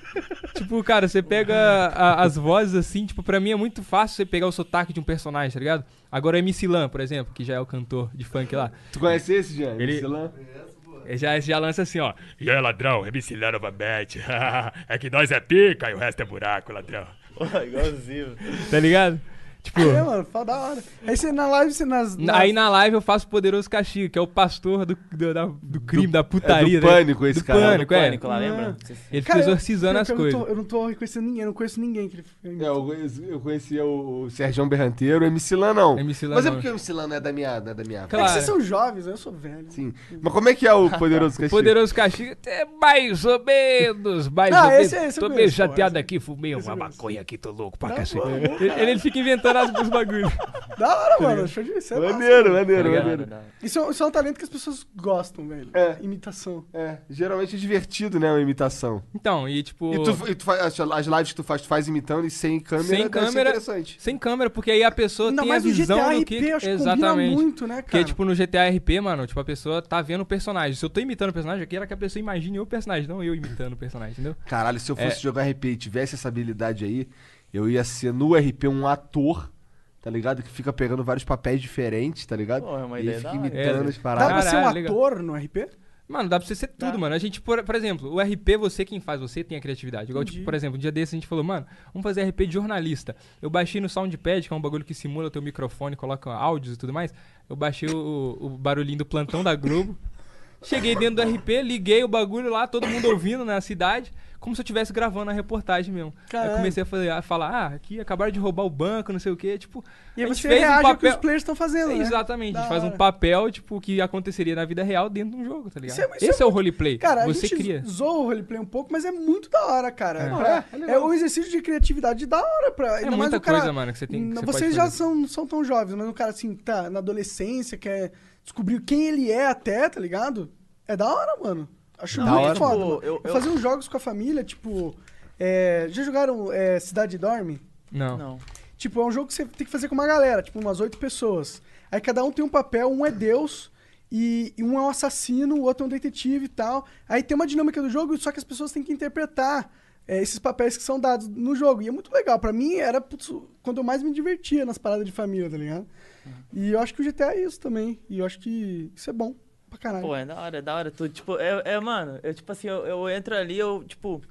Tipo, cara, você pega a- as vozes assim, tipo, pra mim é muito fácil você pegar o sotaque de um personagem, tá ligado? Agora o M C Lan, por exemplo, que já é o cantor de funk lá. Tu conhece esse, Jean? Ele- Esse lá? Ele já, já lança assim, ó. E aí, ladrão, M C Lá novamente. É que nós é pica e o resto é buraco, ladrão. Pô, igualzinho. Tá ligado? Tipo. É, mano, fala da hora. Aí você na live, você nas... nas... Aí na live eu faço o Poderoso Castigo, que é o pastor do, do, da- do crime, da putaria. é do né? pânico esse do cara. Pânico, é. Pânico lá, lembra? Ele Cara, fica eu- exorcizando pior as que eu não coisas. tô- Eu não tô reconhecendo ninguém, eu não conheço ninguém que ele... É, eu, conheci- eu conhecia o Serjão Berranteiro, o M C Lan não. M C Lan Mas é não. porque o M C Lan não é da minha, não é da minha. É que Claro. vocês são jovens, eu sou velho. Sim. Mas como é que é o Poderoso Castigo? Poderoso Castigo é mais ou menos, mais Não, ou menos. esse- esse eu tô meio conheço, pô, chateado esse- aqui, fumei esse eu uma conheço. maconha aqui, tô louco pra Tá cacete. bom, Ele, ele fica inventando as- os bagulhos. Da hora, mano. Show de isso é massa, Maneiro, mano. maneiro, Tá ligado? maneiro. Isso é, um- isso é um talento que as pessoas gostam, velho. É. Imitação. É, geralmente é divertido, né, uma imitação. Então, e tipo. E tu, e tu faz, as lives que tu faz, tu faz imitando e sem câmera, Sem deve ser câmera. interessante. Sem câmera, porque aí a pessoa Ainda tem a mais no G T visão A do R que. P, acho que combina Exatamente. muito, né, Porque, cara? tipo, no G T A R P, mano, tipo, a pessoa tá vendo o personagem. Se eu tô imitando o personagem, eu quero que a pessoa imagine o personagem, não eu imitando o personagem, entendeu? Caralho, se eu fosse É. jogar R P e tivesse essa habilidade aí, eu ia ser no R P um ator, tá ligado? Que fica pegando vários papéis diferentes, tá ligado? Pô, é uma e ideia aí fica da hora. imitando É, as Dá paradas. pra ser um Caralho, legal. ator no R P? Mano, dá pra você ser tudo, Tá. mano. A gente, por, por exemplo, o R P, você quem faz, você tem a criatividade. Igual, Entendi. tipo, por exemplo, um dia desse a gente falou, mano, vamos fazer R P de jornalista. Eu baixei no Soundpad, que é um bagulho que simula o teu microfone, coloca áudios e tudo mais. Eu baixei o, o barulhinho do plantão da Globo. Cheguei dentro do R P, liguei o bagulho lá, todo mundo ouvindo na cidade, como se eu estivesse gravando a reportagem mesmo. Aí Caralho. eu comecei a falar, a falar, ah, aqui acabaram de roubar o banco, não sei o quê. Tipo, E aí a gente você fez um reage ao que papel. os players estão fazendo, né? Exatamente, a Da gente faz um hora. papel, tipo, que aconteceria na vida real dentro de um jogo, tá ligado? Isso é- isso Esse é é, o roleplay. Cara, você a gente cria. zoa o roleplay um pouco, mas é muito da hora, cara. É. Pra- É, é é, legal. um exercício de criatividade da hora. Pra, ainda mais muita o cara- coisa, mano, que você tem- que Não, você vocês pode já fazer. são, não são tão jovens, mas o cara, assim, tá na adolescência, quer descobrir quem ele é até, tá ligado? É da hora, mano. Acho Da muito hora. foda. Tipo, mano. eu- Eu eu- fazia uns jogos com a família, tipo... é, já jogaram é, Cidade Dorme? Não. Não. Tipo, é um jogo que você tem que fazer com uma galera, tipo, umas oito pessoas. Aí cada um tem um papel, um é Deus, e, e um é um assassino, o outro é um detetive e tal. Aí tem uma dinâmica do jogo, só que as pessoas têm que interpretar é, esses papéis que são dados no jogo. E é muito legal. Pra mim, era putz, quando eu mais me divertia nas paradas de família, tá ligado? E eu acho que o G T A é isso também. E eu acho que isso é bom pra caralho. Pô, é da hora, é da hora tudo. Tipo, é, é mano, eu, tipo assim, eu, eu entro ali, eu, tipo.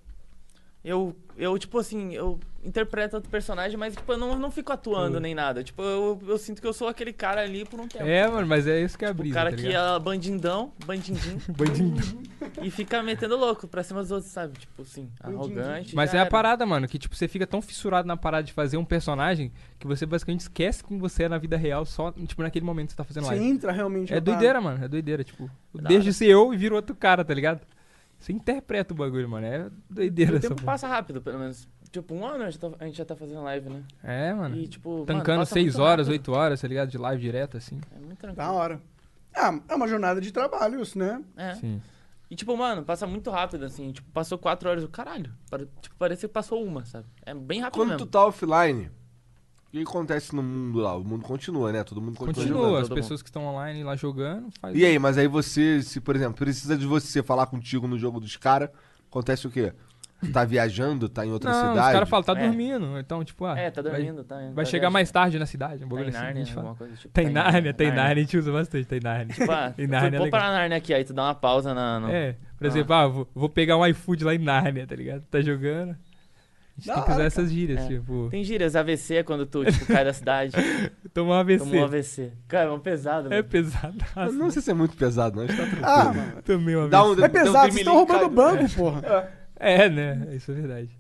Eu, eu, tipo assim, eu interpreto outro personagem, mas, tipo, eu não, não fico atuando nem nada. Tipo, eu, eu sinto que eu sou aquele cara ali por um tempo. É, mano, mas é isso que é a O brisa, cara tá que ligado? é bandindão, bandindim, Bandinho. e fica metendo louco pra cima dos outros, sabe? Tipo assim, arrogante. Mas já é a era. parada, mano, que tipo, você fica tão fissurado na parada de fazer um personagem que você basicamente esquece quem você é na vida real, só, tipo, naquele momento que você tá fazendo Você live. entra realmente É na doideira, mano, é doideira, tipo, Da deixa de hora. ser eu e vira outro cara, tá ligado? Você interpreta o bagulho, mano, é doideira O essa tempo porra. passa rápido, pelo menos. Tipo, um ano a gente, tá, a gente já tá fazendo live, né? É, mano. E, tipo, Tancando mano, passa seis muito horas, rápido. oito horas, tá ligado? De live direto, assim. É muito Da tranquilo. hora. Ah, é uma jornada de trabalho isso, né? É. Sim. E, tipo, mano, passa muito rápido, assim. Tipo, passou quatro horas. Eu, caralho. pare- Tipo, parece que passou uma, sabe? É bem rápido Quando mesmo. tu tá offline, o que acontece no mundo lá? O mundo continua, né? Todo mundo continua, Continua, jogando. as todo pessoas que estão online lá jogando, faz... E aí, mas aí você, se por exemplo, precisa de você falar contigo no jogo dos caras, acontece o quê? Tu tá viajando, tá em outra Não, cidade. os caras falam, tá É. dormindo. Então, tipo, ah. É, tá vai- dormindo, tá. Vai tá chegar viajando. mais tarde na cidade. Um Tá bagulho em assim. a Nárnia, gente fala. alguma coisa tipo. Tem tá em Nárnia, tem Nárnia. A gente usa bastante, tem Nárnia. Tipo, ah, Em fui- Nárnia é vou legal. para Nárnia aqui, aí tu dá uma pausa na... no- É, por exemplo, ah, vou, vou pegar um iFood lá em Nárnia, tá ligado? Tá jogando. A gente Da tem que usar hora, essas gírias, É. tipo, Tem gírias, A V C é quando tu, tipo, cai da cidade. tomar um A V C. Tomou um A V C. Cara, é um pesado, É velho. pesado. Eu não sei se é muito pesado, não. Acho que tá tranquilo. Ah, mano. Também um A V C. Dá um- É dá um pesado, vocês estão dreamlink, roubando o cara. banco, porra. É, né? Isso é verdade.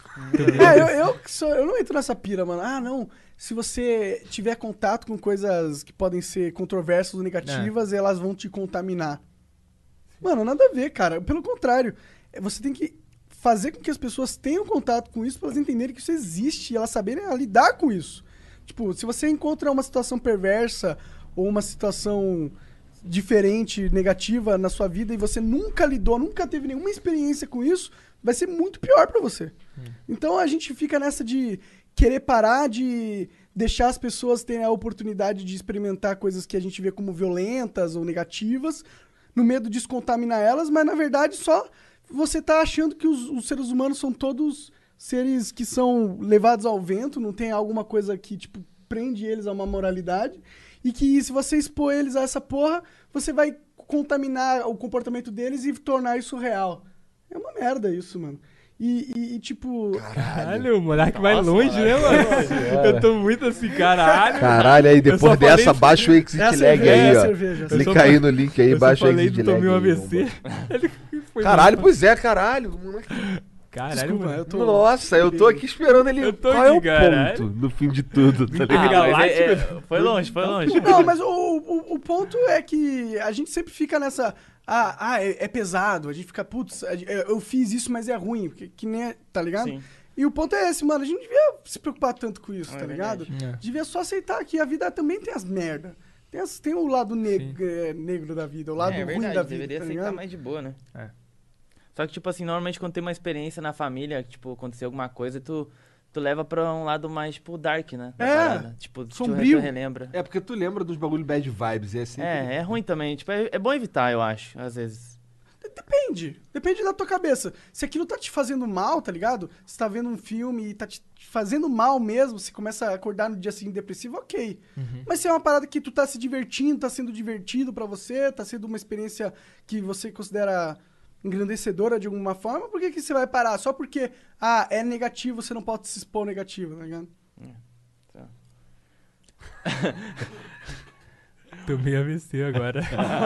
É, eu, eu, que sou, eu não entro nessa pira, mano. Ah, não. Se você tiver contato com coisas que podem ser controversas ou negativas, elas vão te contaminar. Mano, nada a ver, cara. Pelo contrário, é, você tem que fazer com que as pessoas tenham contato com isso para elas entenderem que isso existe e elas saberem ah, lidar com isso. Tipo, se você encontra uma situação perversa ou uma situação diferente, negativa na sua vida e você nunca lidou, nunca teve nenhuma experiência com isso, vai ser muito pior pra você. Então a gente fica nessa de querer parar de deixar as pessoas terem a oportunidade de experimentar coisas que a gente vê como violentas ou negativas, no medo de descontaminar elas, mas na verdade só você tá achando que os, os seres humanos são todos seres que são levados ao vento, não tem alguma coisa que, tipo, prende eles a uma moralidade, e que se você expor eles a essa porra, você vai contaminar o comportamento deles e tornar isso real. É uma merda isso, mano. E, e- e, tipo... Caralho, o Monark vai Nossa, longe, né, mano? Eu tô muito assim, caralho. Caralho, aí Eu só depois dessa, falei- baixa o Exit É a Lag cerveja, aí, é a ó. cerveja. Eu só Clica falei- aí no link aí, Eu só baixa o falei Exit do Lag. tomei um aí, A V C. vambora. Ele foi Caralho, mal. pois é, caralho. Caralho, Desculpa, mano. eu tô... Nossa, eu tô aqui esperando ele. Eu tô Qual é aqui, o caralho. ponto no fim de tudo, tá Ah, ligado? mas é- é- foi longe, foi longe. Não, mas o, o, o ponto é que a gente sempre fica nessa... Ah, ah é, é pesado. A gente fica, putz, a- eu fiz isso, mas é ruim. Que, que nem é, tá ligado? Sim. E o ponto é esse, mano. A gente não devia se preocupar tanto com isso, É tá ligado? É. Devia só aceitar que a vida também tem as merda. Tem, as, tem o lado neg é, negro da vida, o lado É, é ruim verdade, da vida, deveria tá aceitar ligado? mais de boa, né? É. Só que, tipo assim, normalmente quando tem uma experiência na família, tipo, acontecer alguma coisa, tu, tu leva pra um lado mais, tipo, dark, né? da É, parada. Tipo, tu- sombrio. tu relembra. É porque tu lembra dos bagulho bad vibes, é assim. É, é ruim também. Tipo, é, é bom evitar, eu acho, às vezes. Depende. Depende da tua cabeça. Se aquilo tá te fazendo mal, tá ligado? Você tá vendo um filme e tá te fazendo mal mesmo, você começa a acordar no dia seguinte depressivo, ok. Mas se é uma parada que tu tá se divertindo, tá sendo divertido pra você, tá sendo uma experiência que você considera engrandecedora de alguma forma, por que que você vai parar? Só porque, ah, é negativo, você não pode se expor ao negativo, tá ligado? Tomei A V C agora.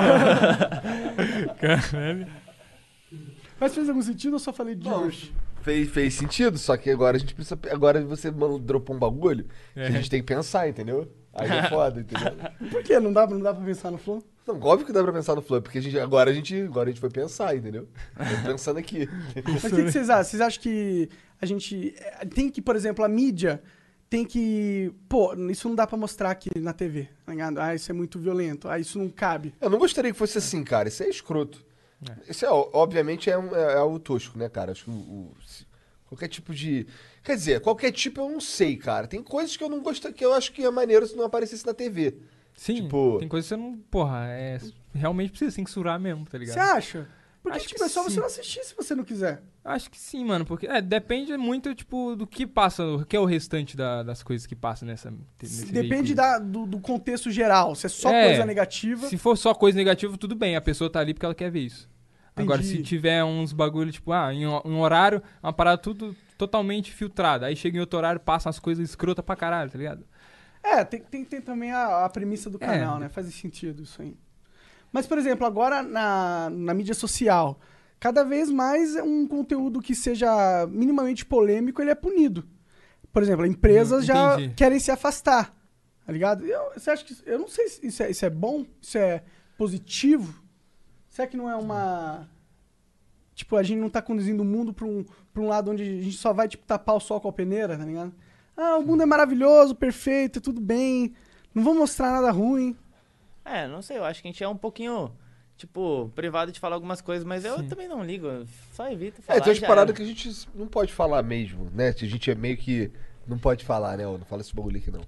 Caralho. Mas fez algum sentido ou eu só falei de hoje? Fez, fez sentido, só que agora a gente precisa. Agora você mano, dropou um bagulho que É. a gente tem que pensar, entendeu? Aí é foda, entendeu? Por que? Não dá, não dá pra pensar no flow? Não, óbvio que dá pra pensar no flow, porque a gente, agora, a gente, agora a gente foi pensar, entendeu? Tô pensando aqui. Mas o que, que vocês acham? Vocês acham que a gente eh, tem que, por exemplo, a mídia tem que... Pô, isso não dá pra mostrar aqui na T V, tá ligado? Ah, isso é muito violento. Ah, isso não cabe. Eu não gostaria que fosse assim, cara. Isso é escroto. Isso é, obviamente, é, um, é, é algo tosco, né, cara? Acho que o, o- se- qualquer tipo de... Quer dizer, qualquer tipo eu não sei, cara. Tem coisas que eu não gosto, que eu acho que é maneiro se não aparecesse na T V. Sim, Tipo- tem coisa que você não... Porra, é... Realmente precisa censurar mesmo, tá ligado? Você acha? Porque, Acho tipo, que é só sim. você não assistir se você não quiser. Acho que sim, mano, porque é, depende muito, tipo, do que passa, o que é o restante da- das coisas que passam nessa... nesse Depende veículo. da, do, do contexto geral. Se é só É, coisa negativa... Se for só coisa negativa, tudo bem, a pessoa tá ali porque ela quer ver isso. Agora, Entendi. se tiver uns bagulho, tipo, ah, em um um horário, uma parada tudo totalmente filtrada. Aí chega em outro horário, passa umas coisas escrotas pra caralho, tá ligado? É, tem, tem, tem também a, a premissa do É. canal, né? Faz sentido isso aí. Mas, por exemplo, agora na, na mídia social, cada vez mais um conteúdo que seja minimamente polêmico, ele é punido. Por exemplo, empresas Hum, já entendi. querem se afastar, tá ligado? Eu, você acha que... Eu não sei se isso é, isso é bom, isso é positivo. Será que não é uma... Tipo, a gente não tá conduzindo o mundo pra um, pra um lado onde a gente só vai, tipo, tapar o sol com a peneira, tá ligado? Ah, o mundo é maravilhoso, perfeito, tudo bem. Não vou mostrar nada ruim. É, não sei, eu acho que a gente é um pouquinho, tipo, privado de falar algumas coisas, mas eu Sim. também não ligo, só evito falar. É, tem umas já paradas era. que a gente não pode falar mesmo, né? Que a gente é meio que... Não pode falar, né? Ó, não fala esse bagulho aqui, não.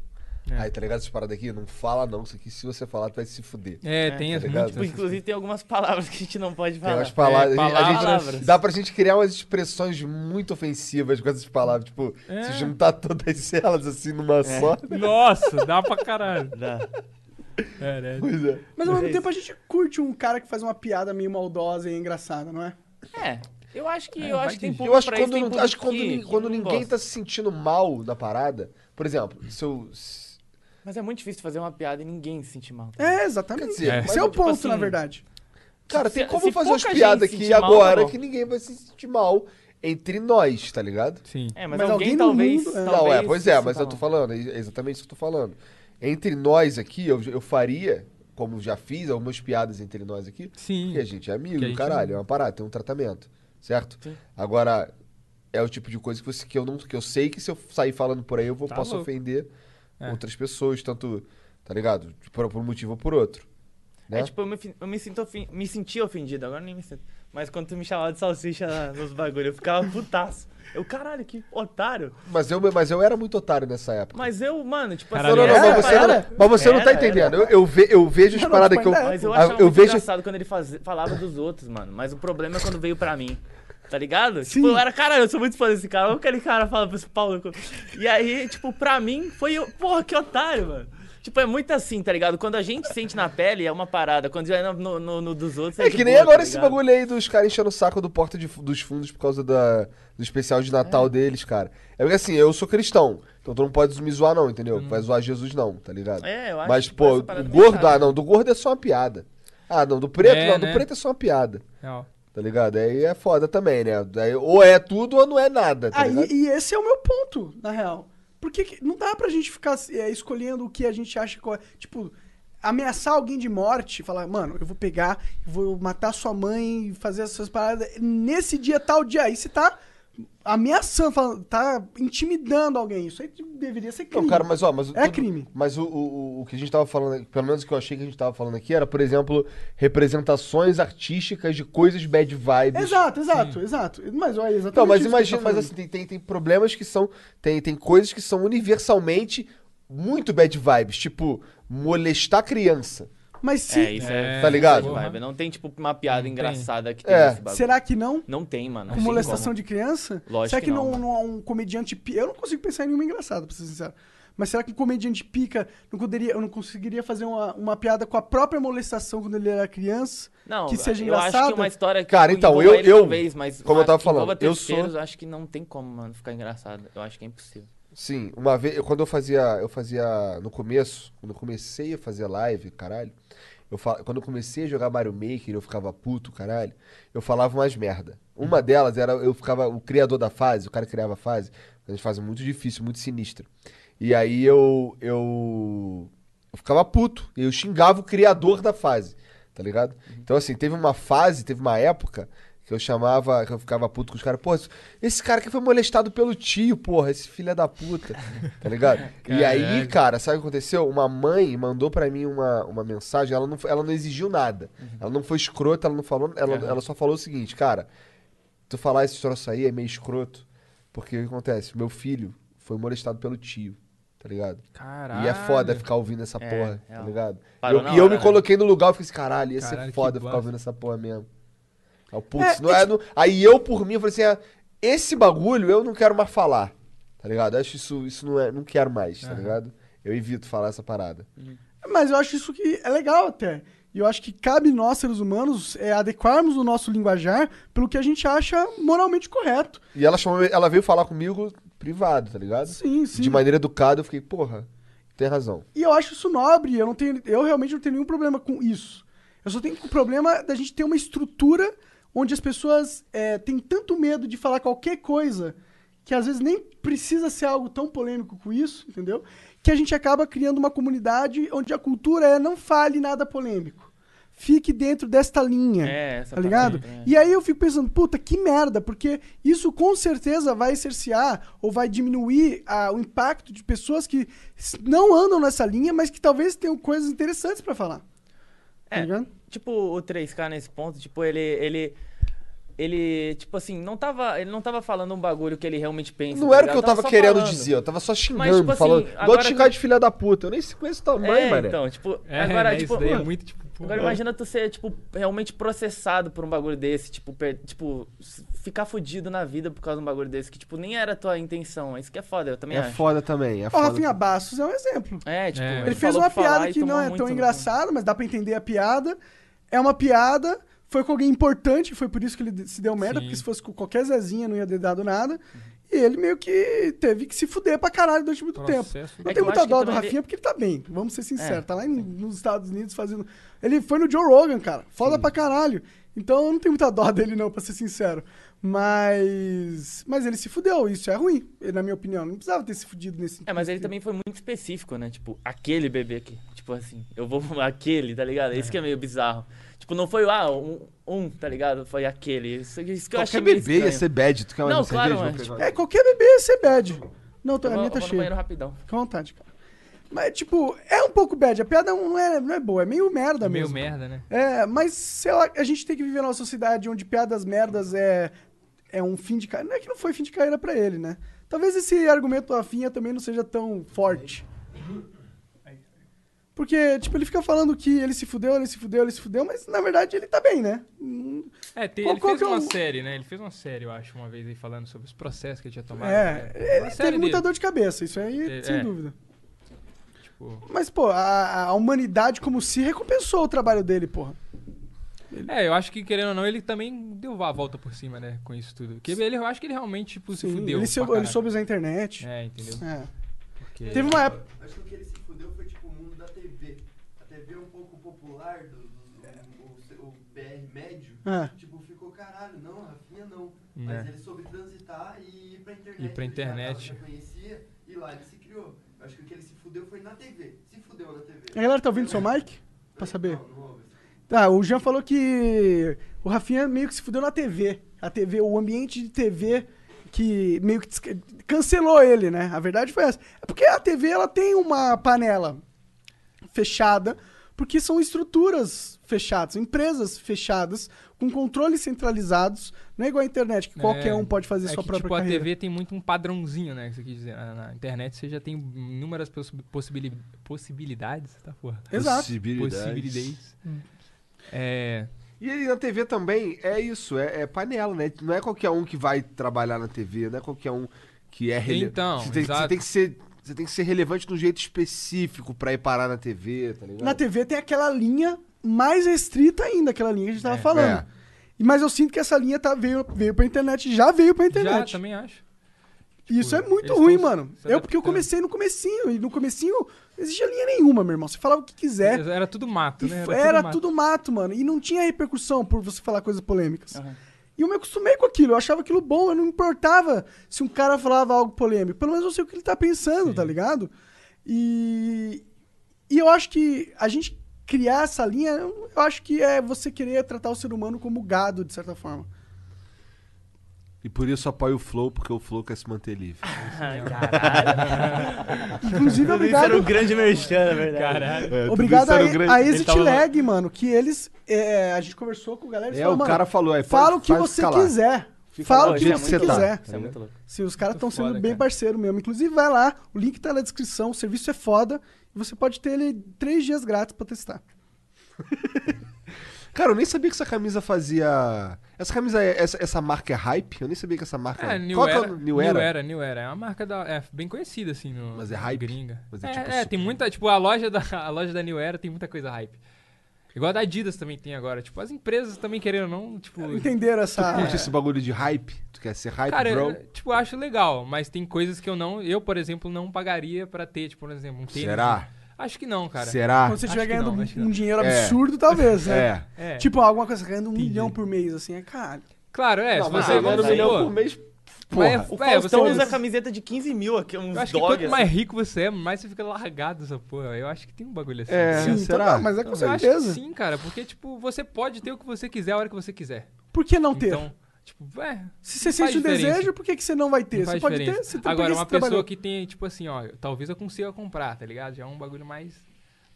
É. Aí, tá ligado? Essas paradas aqui, não fala não, isso aqui se você falar, tu vai se fuder. É, É, tem tá as ligado? Tipo, inclusive tem algumas palavras que a gente não pode Tem falar. umas palavras, É, a gente- a gente- palavras. dá pra gente criar umas expressões muito ofensivas com essas palavras, tipo, É. se juntar todas elas assim numa só. Nossa, dá pra caralho. Dá. É, né? Pois é. Mas ao mesmo Mas- tempo a gente curte um cara que faz uma piada meio maldosa e engraçada, não é? É, eu acho que, É, eu vai acho que tem de- público Eu acho que pra isso, quando, tem não- público acho que quando, que- nin- que quando não ninguém gosta. tá se sentindo mal da parada, por exemplo, se eu. se- Mas é muito difícil fazer uma piada e ninguém se sentir mal. É, exatamente. Quer dizer, Esse é o tipo ponto, assim, na verdade. Cara, Se- tem como se fazer pouca umas piadas gente aqui sentir mal, agora tá bom. que ninguém vai se sentir mal entre nós, tá ligado? Sim. É, mas, Mas alguém, alguém no talvez, mundo, é. Não, talvez é, pois é, se mas sinta eu tô mal. falando, é exatamente isso que eu tô falando. Entre nós aqui, eu, eu faria, como já fiz, algumas piadas entre nós aqui, Sim. porque a gente é amigo, Que a gente caralho, é- é uma parada, tem um tratamento, certo? Sim. Agora, é o tipo de coisa que, você, que, eu não, que eu sei que se eu sair falando por aí, eu vou, Tá posso louco. ofender É. outras pessoas, tanto, tá ligado? Por, por um motivo ou por outro. Né? É, tipo, eu me, fi- eu me, sinto ofen- me senti ofendido, agora nem me sinto. Mas quando tu me chamava de salsicha na- nos bagulhos, eu ficava putaço. Eu, caralho, que otário. Mas, eu, mas eu era muito otário nessa época. Mas eu, mano, tipo Caralho, não, não, não, essa mas você, era? não, mas você não tá Era, entendendo. era. Eu, eu, ve- eu vejo as Não, paradas não, que eu. mas Mas eu ah, achava eu muito vejo. engraçado quando ele faz- falava dos outros, mano. Mas o problema é quando veio pra mim. Tá ligado? Sim. Tipo, eu era, caralho, eu sou muito fã desse cara. Olha aquele cara fala pra esse Paulo. E aí, tipo, pra mim, foi. eu- Porra, que otário, mano. Tipo, é muito assim, tá ligado? Quando a gente sente na pele, é uma parada. Quando já é no, no, no dos outros, É de que nem boa, agora tá esse ligado? bagulho aí dos caras enchendo o saco do Porta de Fu- dos Fundos por causa da, do especial de Natal deles, cara. É porque assim, eu sou cristão, então tu não pode me zoar não, entendeu? Vai zoar Jesus não, tá ligado? É, eu acho Mas, que pô, essa o parada é gordo, chata. ah não, do gordo é só uma piada. Ah não, do preto, É, não, do né? preto é só uma piada, Real. tá ligado? Aí é foda também, né? Daí, ou é tudo ou não é nada, tá Ah, ligado? e, e esse é o meu ponto, na real. Porque que- não dá pra gente ficar é, escolhendo o que a gente acha que é. Tipo, ameaçar alguém de morte, falar, mano, eu vou pegar, eu vou matar sua mãe, fazer essas paradas. Nesse dia, tal dia. Aí você tá ameaçando, falando, tá intimidando alguém. Isso aí deveria ser crime. Não, cara, mas ó, mas É crime. Mas o, o, o que a gente tava falando, pelo menos o que eu achei que a gente tava falando aqui, era, por exemplo, representações artísticas de coisas bad vibes. Exato, exato, exato. Mas olha, exatamente. Então, mas isso que imagina, eu tô mas falando. assim, tem, tem, tem problemas que são. Tem, tem coisas que são universalmente muito bad vibes, tipo, molestar criança. Mas se. É, isso é. É, tá ligado? bad vibe. Não tem, tipo, uma piada Não tem. engraçada que tem É. nesse bagulho. Será que não? Não tem, mano. Com não tem molestação como. de criança? Lógico será que, que não, não, mano. não há um comediante pica? Eu não consigo pensar em nenhuma engraçada, pra ser sincero. Mas será que um comediante pica não, poderia, eu não conseguiria fazer uma, uma piada com a própria molestação quando ele era criança? Não, que seja eu acho engraçada? que uma história que Cara, tipo, então, envolva eu- ele eu- talvez, mas como eu tava que envolva falando, eu sou- terceiros, acho que não tem como, mano, ficar engraçado. Eu acho que é impossível. Sim, uma vez, eu- quando eu fazia, eu fazia no começo, quando eu comecei a fazer live, caralho, eu fa- quando eu comecei a jogar Mario Maker, eu ficava puto, caralho, eu falava umas merda. Uma delas era, eu ficava, o criador da fase, o cara que criava a fase, a gente fase muito difícil, muito sinistra. E aí eu, eu, eu ficava puto, eu xingava o criador da fase, tá ligado? Então assim, teve uma fase, teve uma época que eu chamava, que eu ficava puto com os caras, pô, esse cara que foi molestado pelo tio, porra, esse filho da puta, tá ligado? E aí, Caraca. cara, sabe o que aconteceu? Uma mãe mandou pra mim uma, uma mensagem, ela não, foi- ela não exigiu nada, ela não foi escrota, ela não falou, ela, Aham. ela só falou o seguinte, cara, tu falar esse troço aí é meio escroto, porque o que acontece? Meu filho foi molestado pelo tio, tá ligado? Caralho. E é foda ficar ouvindo essa É, porra, tá real. ligado? Parou Eu- na e eu hora, me né? coloquei no lugar e fiquei assim, caralho, ia Caralho, ser que foda ficar bosta. ouvindo essa porra mesmo. Aí, eu, putz, É, não é, não- aí eu, por mim, eu falei assim, ah, esse bagulho eu não quero mais falar, tá ligado? Eu acho isso, isso não é, não quero mais, tá Aham. ligado? Eu evito falar essa parada. Mas eu acho isso que é legal até. E eu acho que cabe nós, seres humanos, é, adequarmos o nosso linguajar pelo que a gente acha moralmente correto. E ela chamou, ela veio falar comigo privado, tá ligado? Sim, sim. De maneira educada, eu fiquei, porra, tem razão. E eu acho isso nobre, eu, não tenho, eu realmente não tenho nenhum problema com isso. Eu só tenho o problema da gente ter uma estrutura onde as pessoas é, têm tanto medo de falar qualquer coisa, que às vezes nem precisa ser algo tão polêmico com isso, entendeu? Que a gente acaba criando uma comunidade onde a cultura é não fale nada polêmico. Fique dentro desta linha. É, essa Tá ligado? parada, é. E aí eu fico pensando, puta, que merda, porque isso com certeza vai cercear ou vai diminuir ah, o impacto de pessoas que s- não andam nessa linha, mas que talvez tenham coisas interessantes pra falar. Tá É, ligado? tipo, o três K nesse ponto, tipo, ele, ele... ele, tipo assim, não tava, ele não tava falando um bagulho que ele realmente pensa. Não tá era o que ligado? eu tava só querendo falando. dizer, eu tava só xingando, Mas, tipo assim, falando. Igual agora de xingar que- de filha da puta. Eu nem sei conheço o tamanho, É, mané. então, tipo, É, agora, né, tipo, isso daí é mano, muito, tipo... pô, agora imagina tu ser, tipo, realmente processado por um bagulho desse, tipo, per- tipo, s- ficar fudido na vida por causa de um bagulho desse, que, tipo, nem era a tua intenção. Isso que é foda, eu também É acho. foda também, é O foda. Rafinha Bastos é um exemplo. É, tipo, É. Ele fez falou uma por falar piada e que não tomou é muito tão no- engraçada, mas dá pra entender a piada. É uma piada, foi com alguém importante, foi por isso que ele se deu merda, Sim. porque se fosse com qualquer Zezinha não ia ter dado nada. E ele meio que teve que se fuder pra caralho durante muito tempo. Processo. Não É que tem eu muita acho que dó do também Rafinha porque ele tá bem, vamos ser sinceros. É. Tá lá em- nos Estados Unidos fazendo... Ele foi no Joe Rogan, cara. Foda pra caralho. Então eu não tenho muita dó dele não, pra ser sincero. Mas... Mas ele se fudeu, isso é ruim, na minha opinião. Não precisava ter se fudido nesse... É, mas ele nesse- também foi muito específico, né? Tipo, aquele bebê aqui. Tipo assim, eu vou aquele, tá ligado? Isso que é meio bizarro. Tipo, não foi, ah, um, um tá ligado? Foi aquele. Isso, isso que eu achei Qualquer meio bebê ia estranho. ser bad. Tu quer uma Não, cerveja? claro, Vou mas, pegar. tipo, É, qualquer bebê ia ser bad. Não, tô, Eu a vou, minha eu tá vou no cheia. banheiro rapidão. Fica à vontade, cara. Mas, tipo, é um pouco bad. A piada não é, não é boa, é meio merda Meio mesmo. merda, né? É, mas, sei lá, a gente tem que viver numa sociedade onde piadas merdas é, é um fim de carreira. Não é que não foi fim de carreira pra ele, né? Talvez esse argumento do Rafinha também não seja tão forte. Porque, tipo, ele fica falando que ele se fudeu, ele se fudeu, ele se fudeu, mas na verdade ele tá bem, né? Hum, É, tem- Qual- ele qual fez que é uma o- série, né? Ele fez uma série, eu acho, uma vez aí falando sobre os processos que ele tinha tomado. É, né? ele Uma série teve muita dele. dor de cabeça, isso aí, É, sem é. dúvida. Tipo, Mas, pô, a, a humanidade como se recompensou o trabalho dele, porra. é, eu acho que, querendo ou não, ele também deu a volta por cima, né? Com isso tudo. Porque ele, eu acho que ele realmente, tipo, se Sim, fudeu. ele, se, pra ele caralho. soube usar a internet. É, entendeu? É. Porque... Teve uma época... Acho que o que ele se fudeu foi tipo o mundo da T V. A T V é um pouco popular, do, do- o, o, o P R médio. É. Tipo, ficou caralho, não, Rafinha não. É. Mas ele soube transitar e ir pra internet. Ir pra Ele já internet. tava- Já conhecia e lá ele se criou. Eu acho que o que ele se fudeu foi na T V. Se fudeu na T V. A galera tá ouvindo seu mic? Pra saber. Não, não ouve. Tá, o Jean falou que o Rafinha meio que se fudeu na T V. A T V, o ambiente de T V que meio que desca- cancelou ele, né? A verdade foi essa. É porque a T V ela tem uma panela fechada, porque são estruturas fechadas, empresas fechadas, com controles centralizados. Não é igual a internet, que É, qualquer um pode fazer é sua que, própria tipo, a carreira. T V tem muito um padrãozinho, né? Que você quis dizer. Na, na internet você já tem inúmeras possi- possibili possibilidades, tá, porra? Exato. Possibilidades. Possibilidades. É... E aí na T V também é isso, é, é panela, né? Não é qualquer um que vai trabalhar na T V, não é qualquer um que é relevante. Então, você tem, exato. você tem que ser Você tem que ser relevante de um jeito específico pra ir parar na T V, tá ligado? Na T V tem aquela linha mais restrita ainda, aquela linha que a gente tava É. falando. É. E- Mas eu sinto que essa linha tá, veio, veio pra internet, já veio pra Já, internet. também acho. E isso é Tipo, muito eles ruim, tão mano. se Eu, porque eu adaptando. comecei no comecinho, e no comecinho não existia linha nenhuma, meu irmão. Você falava o que quiser. Era tudo mato, E né? f- era tudo mato, mano. E não tinha repercussão por você falar coisas polêmicas. Aham. E eu me acostumei com aquilo. Eu achava aquilo bom. Eu não importava se um cara falava algo polêmico. Pelo menos eu sei o que ele tá pensando, Sim. tá ligado? E... E eu acho que a gente criar essa linha, eu acho que é você querer tratar o ser humano como gado, de certa forma. E por isso apoio o Flow, porque o Flow quer se manter livre. Inclusive, Isso obrigado... era um grande merchan, na verdade. Caralho. É, tudo Obrigado isso era a, um grande- a Ele Exit tava lá- Lag, mano, que eles... é, a gente conversou com a galera e É, falou, o mano, cara falou aí, fala pode- o que faz você ficar lá. quiser. Fica Fala lá o do que jeito você que você tá. quiser. Isso é muito louco. Se os caras estão Muito sendo foda, bem cara. parceiro mesmo. Inclusive, vai lá, o link tá na descrição, o serviço é foda e você pode ter ele três dias grátis pra testar. Cara, eu nem sabia que essa camisa fazia... Essa camisa, é- essa, essa marca é hype? Eu nem sabia que essa marca... É, New Qual que é Era. o New Era? New Era, New Era. É uma marca da, é, bem conhecida, assim, no, Mas é na hype? gringa. Mas é é, tipo é, super- tem muita... Tipo, a loja, da, a loja da New Era tem muita coisa hype. Igual a da Adidas também tem agora. Tipo, as empresas também, querendo ou não, tipo... Entenderam Tu essa... curte esse bagulho de hype? Tu quer ser hype, Cara, bro? eu, tipo, eu acho legal, mas tem coisas que eu não... Eu, por exemplo, não pagaria pra ter, tipo, por exemplo, um tênis. Será? Acho que não, cara. Será? Quando você estiver Acho que ganhando não, um- acho que um não. dinheiro É. absurdo, talvez, né? É. É. Tipo, alguma coisa ganhando um Entendi. milhão por mês, assim, é caralho. Claro, é. Não, se mas você você ganha um vamos milhão supor, por mês, mas é- porra. O é, Faustão você- usa camiseta de quinze mil aqui, uns Eu acho que dogs. quanto mais rico você é, mais você fica largado essa porra. Eu acho que tem um bagulho assim. É, tá ligado? Sim, será? então, mas é com Eu acho certeza. que sim, cara, porque, tipo, você pode ter o que você quiser a hora que você quiser. Por que não ter? Então, tipo, é. Se você não faz sente o diferença. desejo, por que, que você não vai ter? Não Você faz pode diferença. ter, você tem Agora, por que uma você pessoa trabalhou? que tem, tipo assim, ó, talvez eu consiga comprar, tá ligado? Já é um bagulho mais.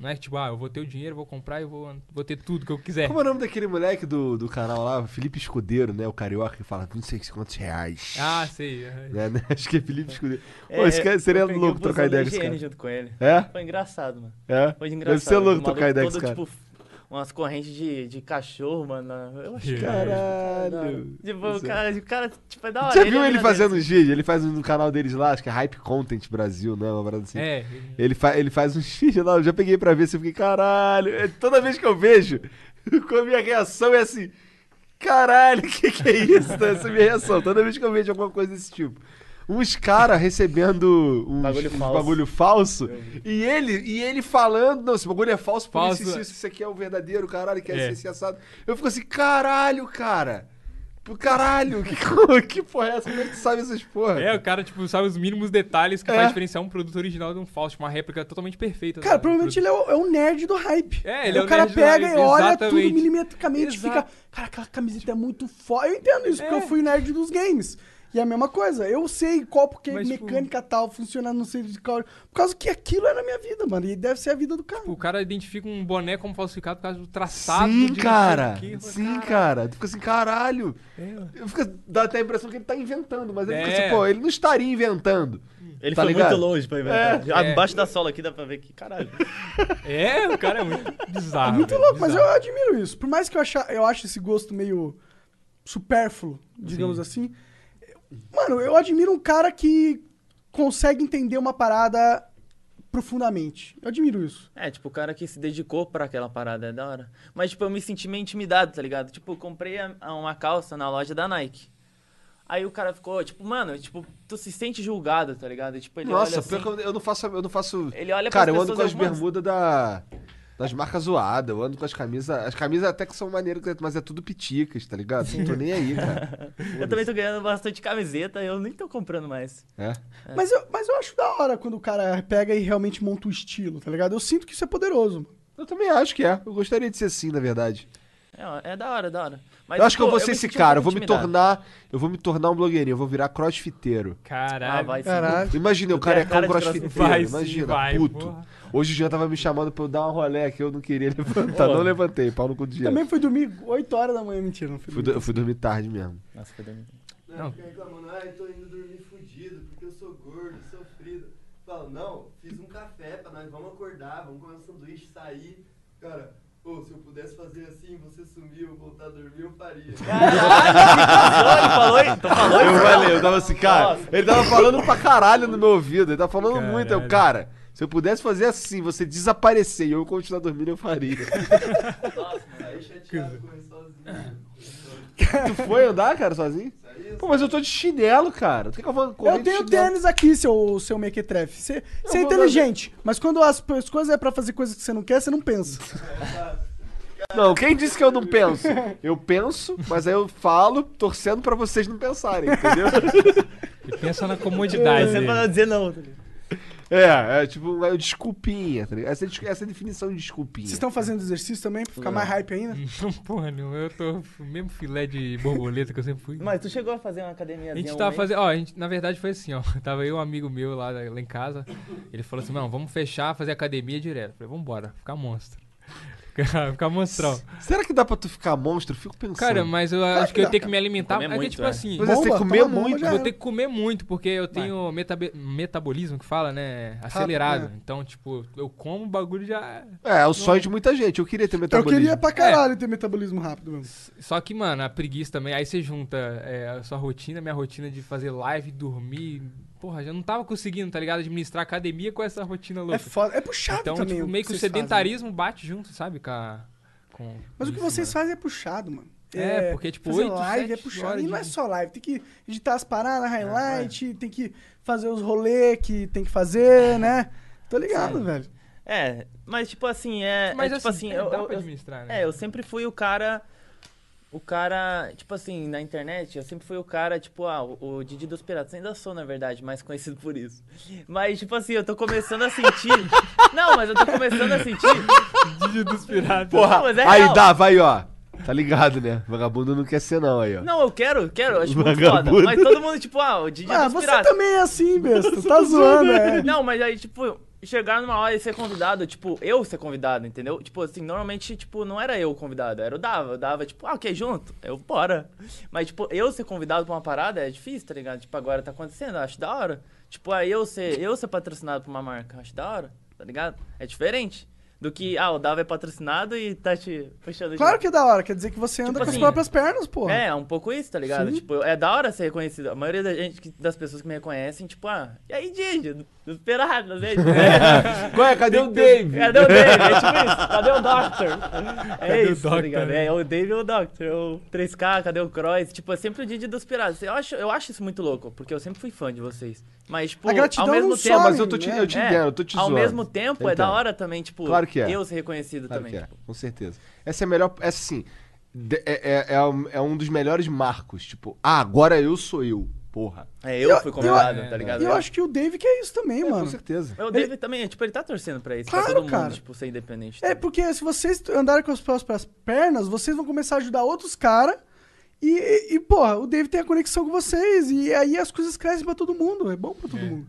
Não é tipo, ah, eu vou ter o dinheiro, vou comprar e vou, vou ter tudo que eu quiser. Como é o nome daquele moleque do, do canal lá? Felipe Escudeiro, né? O carioca que fala vinte e seis quantos reais. Ah, sei. Né, né? Acho que é Felipe Escudeiro. É, Pô, esse cara seria eu peguei louco o trocar busão ideia da com esse Higiene cara. junto com ele. É? Foi engraçado, mano. É? Foi engraçado. Deve ser louco O trocar maluco ideia com todo, esse cara. tipo, umas correntes de, de cachorro, mano. Eu achei Caralho. Tipo, o cara, o cara, tipo, é da hora. Já viu é ele verdadeiro. fazendo uns vídeos? Ele faz um no canal deles lá, acho que é Hype Content Brasil, né? Uma parada assim. É. Ele, fa ele faz uns vídeos lá, eu já peguei pra ver, assim, eu fiquei, caralho. É, toda vez que eu vejo, com a minha reação é assim, caralho, o que que é isso? Essa é a minha reação, toda vez que eu vejo alguma coisa desse tipo. Uns caras recebendo uns Bagulho uns falso. bagulho falso e ele, e ele falando, não, esse bagulho é falso, por Falso. isso, isso, isso aqui é o verdadeiro, caralho, que é, É. esse, esse assado. Eu fico assim, caralho, cara. Pô, caralho, que, que porra é essa? Como é que tu sabe essas porra? É, o cara, tipo, sabe os mínimos detalhes que É. faz diferenciar um produto original de um falso, tipo, uma réplica totalmente perfeita. Cara, sabe? provavelmente ele é o, é o nerd do hype. É, ele é o o cara nerd do pega hype, e olha exatamente. tudo milimetricamente e fica... Exato. Cara, aquela camiseta é muito foda. Eu entendo isso, porque É. eu fui nerd dos games. E é a mesma coisa. Eu sei qual porque Mas, tipo- mecânica tal funciona no sei de qual... Por causa que aquilo é na minha vida, mano. E deve ser a vida do cara. O cara identifica um boné como falsificado por causa do traçado. Sim, de não sei cara. o quê. Sim, cara. Tu fica assim, caralho. É. Eu fico, dá até a impressão que ele tá inventando, mas ele É. fica assim, pô, ele não estaria inventando. Ele Tá foi ligado? muito longe pra inventar. É. Abaixo da sola aqui dá pra ver que caralho. É, o cara é muito bizarro. É muito velho, louco, mas eu bizarro. admiro isso. Por mais que eu, acha, eu ache esse gosto meio supérfluo, digamos assim. Mano, eu admiro um cara que consegue entender uma parada profundamente. Eu admiro isso. É, tipo, o cara que se dedicou pra aquela parada, é da hora. Mas, tipo, eu me senti meio intimidado, tá ligado? Tipo, eu comprei a- a uma calça na loja da Nike. Aí o cara ficou, tipo, mano, tipo, tu se sente julgado, tá ligado? Tipo, ele Nossa, olha assim, pior que eu, eu não faço. Eu não faço. ele olha Cara, pras eu ando com pessoas as e eu, mano, bermudas da. Das marcas zoadas, eu ando com as camisas. As camisas até que são maneiras, mas é tudo piticas, tá ligado? Não tô nem aí, cara. Eu também tô ganhando bastante camiseta, eu nem tô comprando mais. É. Mas, eu, mas eu acho da hora quando o cara pega e realmente monta o estilo, tá ligado? Eu sinto que isso é poderoso, mano. Eu também acho que é. Eu gostaria de ser assim, na verdade. É, é da hora, é da hora. Mas, eu acho que eu tipo, vou ser me esse senti um cara, eu pouco vou me intimidado. tornar. Eu vou me tornar um blogueirinho, eu vou virar crossfiteiro. Caralho. Ah, vai sim. Caralho. Imagina, o Tu tem a carecão cara de crossfiteiro. Vai sim, Imagina, vai, puto. porra. Hoje o Jean tava me chamando pra eu dar uma rolé que eu não queria levantar. Pô. Não levantei, pau no cu do Jean. Também fui dormir oito horas da manhã, mentira, não fui Fui dormir. do- eu fui dormir tarde mesmo. Nossa, foi dormir. Não, Não. fica reclamando, ah, eu tô indo dormir fudido porque eu sou gordo, sofrido. Fala, não, fiz um café pra nós, vamos acordar, vamos comer um sanduíche, sair. Cara, pô, se eu pudesse fazer assim, você sumir, eu voltar a dormir, eu faria. Ele falou, hein? Tu falou Eu isso? falei, eu tava assim, cara, Nossa. ele tava falando pra caralho no meu ouvido, ele tava falando Caralho. muito, eu, cara, se eu pudesse fazer assim, você desaparecer e eu continuar dormindo, eu faria. Nossa, mano, aí chateado comer sozinho. Tu foi andar, cara, sozinho? Saí, Pô, mas eu tô de chinelo, cara. Tu quer que eu vou correr Eu de tenho chinelo? tênis aqui, seu, seu mequetrefe. Você você é vou inteligente, mas quando as, as coisas é pra fazer coisas que você não quer, você não pensa. Não, quem disse que eu não penso? Eu penso, mas aí eu falo torcendo pra vocês não pensarem, entendeu? Ele pensa na comodidade. Você dele. pra não dizer não, tá ligado? É, é tipo uma desculpinha, tá ligado? Essa, é des- essa é a definição de desculpinha. Vocês estão fazendo exercício também pra ficar mais hype ainda? Não, porra nenhuma. Eu tô o mesmo filé de borboleta que eu sempre fui. Mas tu chegou a fazer uma academia? A gente tava fazendo. Ó, a gente, na verdade foi assim, ó. Tava eu e um amigo meu lá, lá em casa. Ele falou assim: não, vamos fechar, fazer academia direto. Eu falei, vambora, ficar monstro. Ficar, ficar monstrão. Será que dá pra tu ficar monstro? Eu fico pensando. Cara, mas eu acho que que eu dá, tenho que me alimentar. Comer É que, muito, tipo é. assim. Mas é, você tem que Bomba, comer toma bomba, muito. já Vou era. ter que comer muito, porque eu tenho metabe- metabolismo que fala, né? Acelerado. é. Então, tipo, eu como o bagulho já. É, é o sonho de muita gente. Eu queria ter Eu metabolismo. queria pra caralho ter metabolismo rápido mesmo. Só que, mano, a preguiça também. Aí você junta é, a sua rotina, minha rotina de fazer live, dormir. Porra, já não tava conseguindo, tá ligado? Administrar academia com essa rotina louca. É foda, é puxado então, também. tipo, meio que o vocês fazem. sedentarismo bate junto, sabe? Com a, com Mas o que isso, vocês mano. fazem é puxado, mano. É, porque, tipo, fazer oito, live é sete puxado. horas E não é de- só live, tem que editar as paradas, É, highlight, tem que fazer os rolês que tem que fazer, né? Tô ligado, Sim. velho. É, mas tipo assim, é, Mas é tipo assim, assim, é, eu, dá eu- pra eu- administrar, né? é, eu sempre fui o cara, o cara, tipo assim, na internet, eu sempre fui o cara, tipo, ah, o, o Didi dos Piratas, ainda sou, na verdade, mais conhecido por isso. Mas, tipo assim, eu tô começando a sentir, não, mas eu tô começando a sentir, Didi dos piratas. Porra, Não, mas é aí real. dá, vai, ó. Tá ligado, né? Vagabundo não quer ser, não, aí, ó. não, eu quero, quero, eu acho muito Vagabundo. foda, mas todo mundo, tipo, ah, o Didi Ah, dos você Piratas. também é assim, besta. Tá zoando, é. Não, mas aí, tipo, chegar numa hora e ser convidado, tipo, eu ser convidado, entendeu? Tipo assim, normalmente, tipo, não era eu o convidado, era o Dava. Eu dava, tipo, ah, ok, junto. Eu, bora. Mas, tipo, eu ser convidado pra uma parada é difícil, tá ligado? Tipo, agora tá acontecendo, eu acho da hora. Tipo, aí eu ser, eu ser patrocinado por uma marca, eu acho da hora, tá ligado? É diferente do que, ah, o Dava é patrocinado e tá te puxando. Claro que é da hora, quer dizer que você anda Tipo com assim, as próprias pernas, porra. É, é um pouco isso, tá ligado? Sim. Tipo, é da hora ser reconhecido. A maioria da gente, que- das pessoas que me reconhecem, tipo, ah, e aí, Didi? Dos perados, né? Qual é? Cadê o Dave? Cadê o Dave? É tipo isso. Cadê o Doctor? É Cadê o isso, tá Doctor, ligado? né? É o Dave e o Doctor. O três K, cadê o Cross? Tipo, é sempre o Didi dos piratas. Eu acho, eu acho isso muito louco, porque eu sempre fui fã de vocês. Mas, tipo, A gratidão ao mesmo não tempo... some, Mas eu tô te, né? eu te É, entendo, eu tô te ao zoando. mesmo tempo, Eu é da entendo. hora também, tipo, Claro que é. eu ser reconhecido Claro também. que é, tipo. com certeza. Essa é a melhor. Essa sim. de- É, é, é, um- é um dos melhores marcos. Tipo, ah, agora eu sou eu. Porra. É, eu, Eu- fui convidado, eu- tá ligado? E eu acho que o Dave que é isso também, É, mano. com certeza. O Dave também, tipo, ele tá torcendo pra isso, Claro, pra todo mundo, cara. tipo, ser independente. É, porque se vocês andarem com as próprias pernas, vocês vão começar a ajudar outros caras. E, e, e, porra, o Dave tem a conexão com vocês. E aí as coisas crescem pra todo mundo. É bom pra todo É. mundo.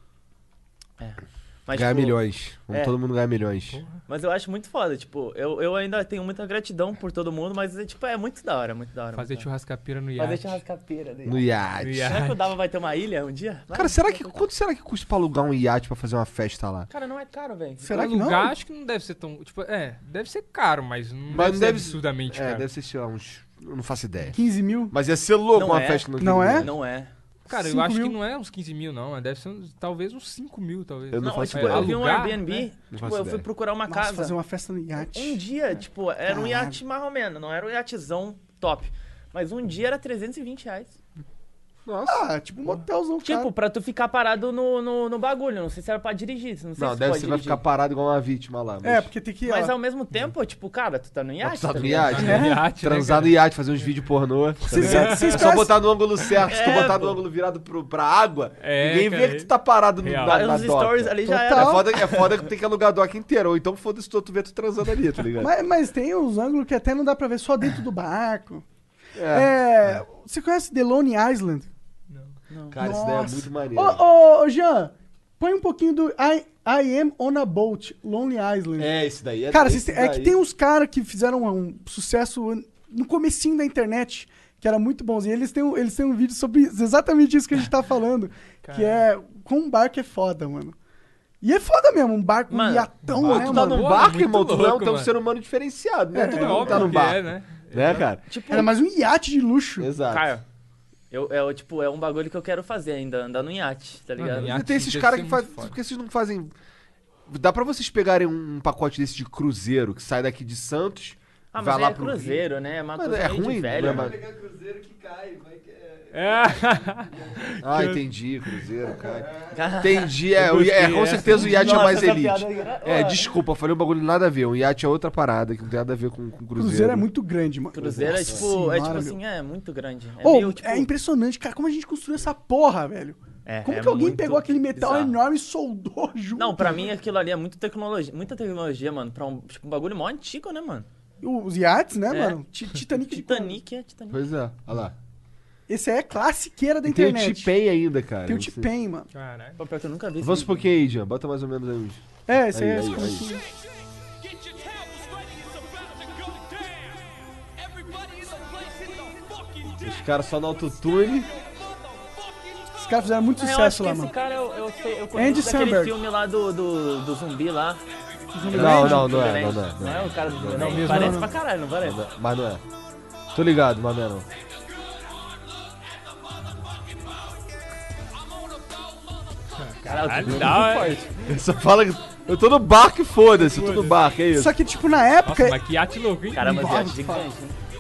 Mas, Ganhar tipo, milhões. Vamos é. todo mundo ganhar milhões. Mas eu acho muito foda, tipo, eu, eu ainda tenho muita gratidão por todo mundo, mas, é, tipo, é muito da hora, muito da hora. Fazer muito da churrascapeira no hora. iate. Fazer churrascapeira. Né? No iate. No Será iate. que o Dava vai ter uma ilha um dia? Vai? Cara, será que. Quanto será que custa pra alugar um iate pra fazer uma festa lá? Cara, não é caro, velho. Será Pra que não? alugar, acho que não deve ser tão... Tipo, é, deve ser caro, mas não Mas deve não ser deve- absurdamente É, caro. deve ser, sei lá, uns. Eu não faço ideia. quinze mil. Mas ia ser louco Não uma é. festa no Não é? Não é. Cara, eu cinco acho mil? que não é uns quinze mil, não. Deve ser uns- talvez uns cinco mil, talvez. Eu não Não, faço tipo, ideia. eu vi um Alugar, Airbnb, né? Não tipo, faço eu fui ideia. procurar uma Nossa, casa. fazer uma festa no iate. Um dia, tipo, era um Caralho. iate mais ou menos, não era um iatezão top. Mas um dia era trezentos e vinte reais. Nossa. Ah, tipo um motelzão, Tipo, cara. pra tu ficar parado no, no, no bagulho. Não sei se era pra dirigir, não sei Não, se deve pode ser vai dirigir. ficar parado igual uma vítima lá. Mas... É, porque tem que... Mas ó, ao mesmo tempo, tipo, cara, tu tá no iate, tá tá no ligado? iate, É. né? Iate, né, Transar no cara? iate, fazer uns vídeos pornô. Tá Vocês- ligado? vocês É só conhecem- botar no ângulo certo. Se tu É, botar pô. no ângulo virado pro, pra água, É, ninguém cara, vê que tu tá parado no, real. na, na Os doca. stories ali já Total. É era. foda, é foda que tem que alugar a doca inteira. Ou então foda-se tu, tu vê tu transando ali, tá ligado? Mas, mas tem uns ângulos que até não dá pra ver só dentro do barco. É. É, você conhece The Lonely Island? Cara, isso daí é Nossa. muito maneiro. Ô, ô, ô, Jean, põe um pouquinho do I, I Am On A Boat, Lonely Island. É, esse daí é Cara, esse vocês têm- é que daí. tem uns caras que fizeram um sucesso no comecinho da internet, que era muito bons. E eles têm, um- eles têm um vídeo sobre exatamente isso que a gente tá falando. Que é como um barco é foda, mano. E é foda mesmo, um barco, um Mano, iatão, Pô, né, tu tá mano? num Pô, barco, muito irmão. Tu não é um, louco, tu é um mano. ser humano diferenciado, né? É, Todo é mundo tá óbvio num que barco. é, né? Né, cara? Tipo, Era mais um iate de luxo. Exato. cara, eu, é, o- tipo, é um bagulho que eu quero fazer ainda, andar no iate, tá ligado? Mano, E iate tem esses deve caras ser que muito fazem. foda. Por que vocês não fazem. Dá pra vocês pegarem um pacote desse de cruzeiro que sai daqui de Santos, Ah, mas vai aí lá é pro cruzeiro, né? É uma Mas coisa é meio ruim, de não é velho, mais- mano. Pegar cruzeiro que cai, vai que é. É. Ah, entendi, cruzeiro, cara. Cara, Entendi, é, Eu o i- é, gostei, com é. certeza o iate é Nossa, mais essa elite. piada aí era- É, Ó. desculpa, eu falei um bagulho nada a ver. Um iate é outra parada, que não tem nada a ver com, com cruzeiro. Cruzeiro é muito grande, mano. Cruzeiro é Nossa tipo, senhora, é tipo meu. assim, é muito grande. É Ô, meio, tipo, é impressionante, cara, como a gente construiu essa porra, velho. é, Como é que alguém muito pegou aquele metal bizarro. enorme e soldou junto? Não, pra mim aquilo ali é muito tecnologia, muita tecnologia, mano. Pra um, tipo, um bagulho mó antigo, né, mano? Os iates, né, É. mano? Ti- Titanic. de Titanic é Titanic. Pois é, olha lá. quando? Esse aí é classiqueira da E tem o internet. T-Pen ainda, cara. Tem o não sei. T-Pen, mano. Caralho. Pô, pior que eu nunca vi Avança um isso. pouquinho aí, Jean. Bota mais ou menos aí uns. É, esse aí, Aí, é aí, esse aí. comecinho. Os caras só no autotune. Os caras fizeram muito Na real, acho sucesso que lá, esse mano. cara eu, eu, sei, eu Andy conheço daquele Samberg. filme lá do, do, do zumbi lá. Não, não, não é, Zumbiland. não, não é. Não é o cara do Zumbiland? mesmo, Parece não. pra caralho, não parece? Mas não é. Tô ligado, mas não é não. Caralho, da hora. Ele só fala que. Eu tô no barco e foda-se, eu tô no barco, é isso. Só que, tipo, na época. Nossa, mas que iate louco, hein? Caramba, mas é Nossa, gigante, hein?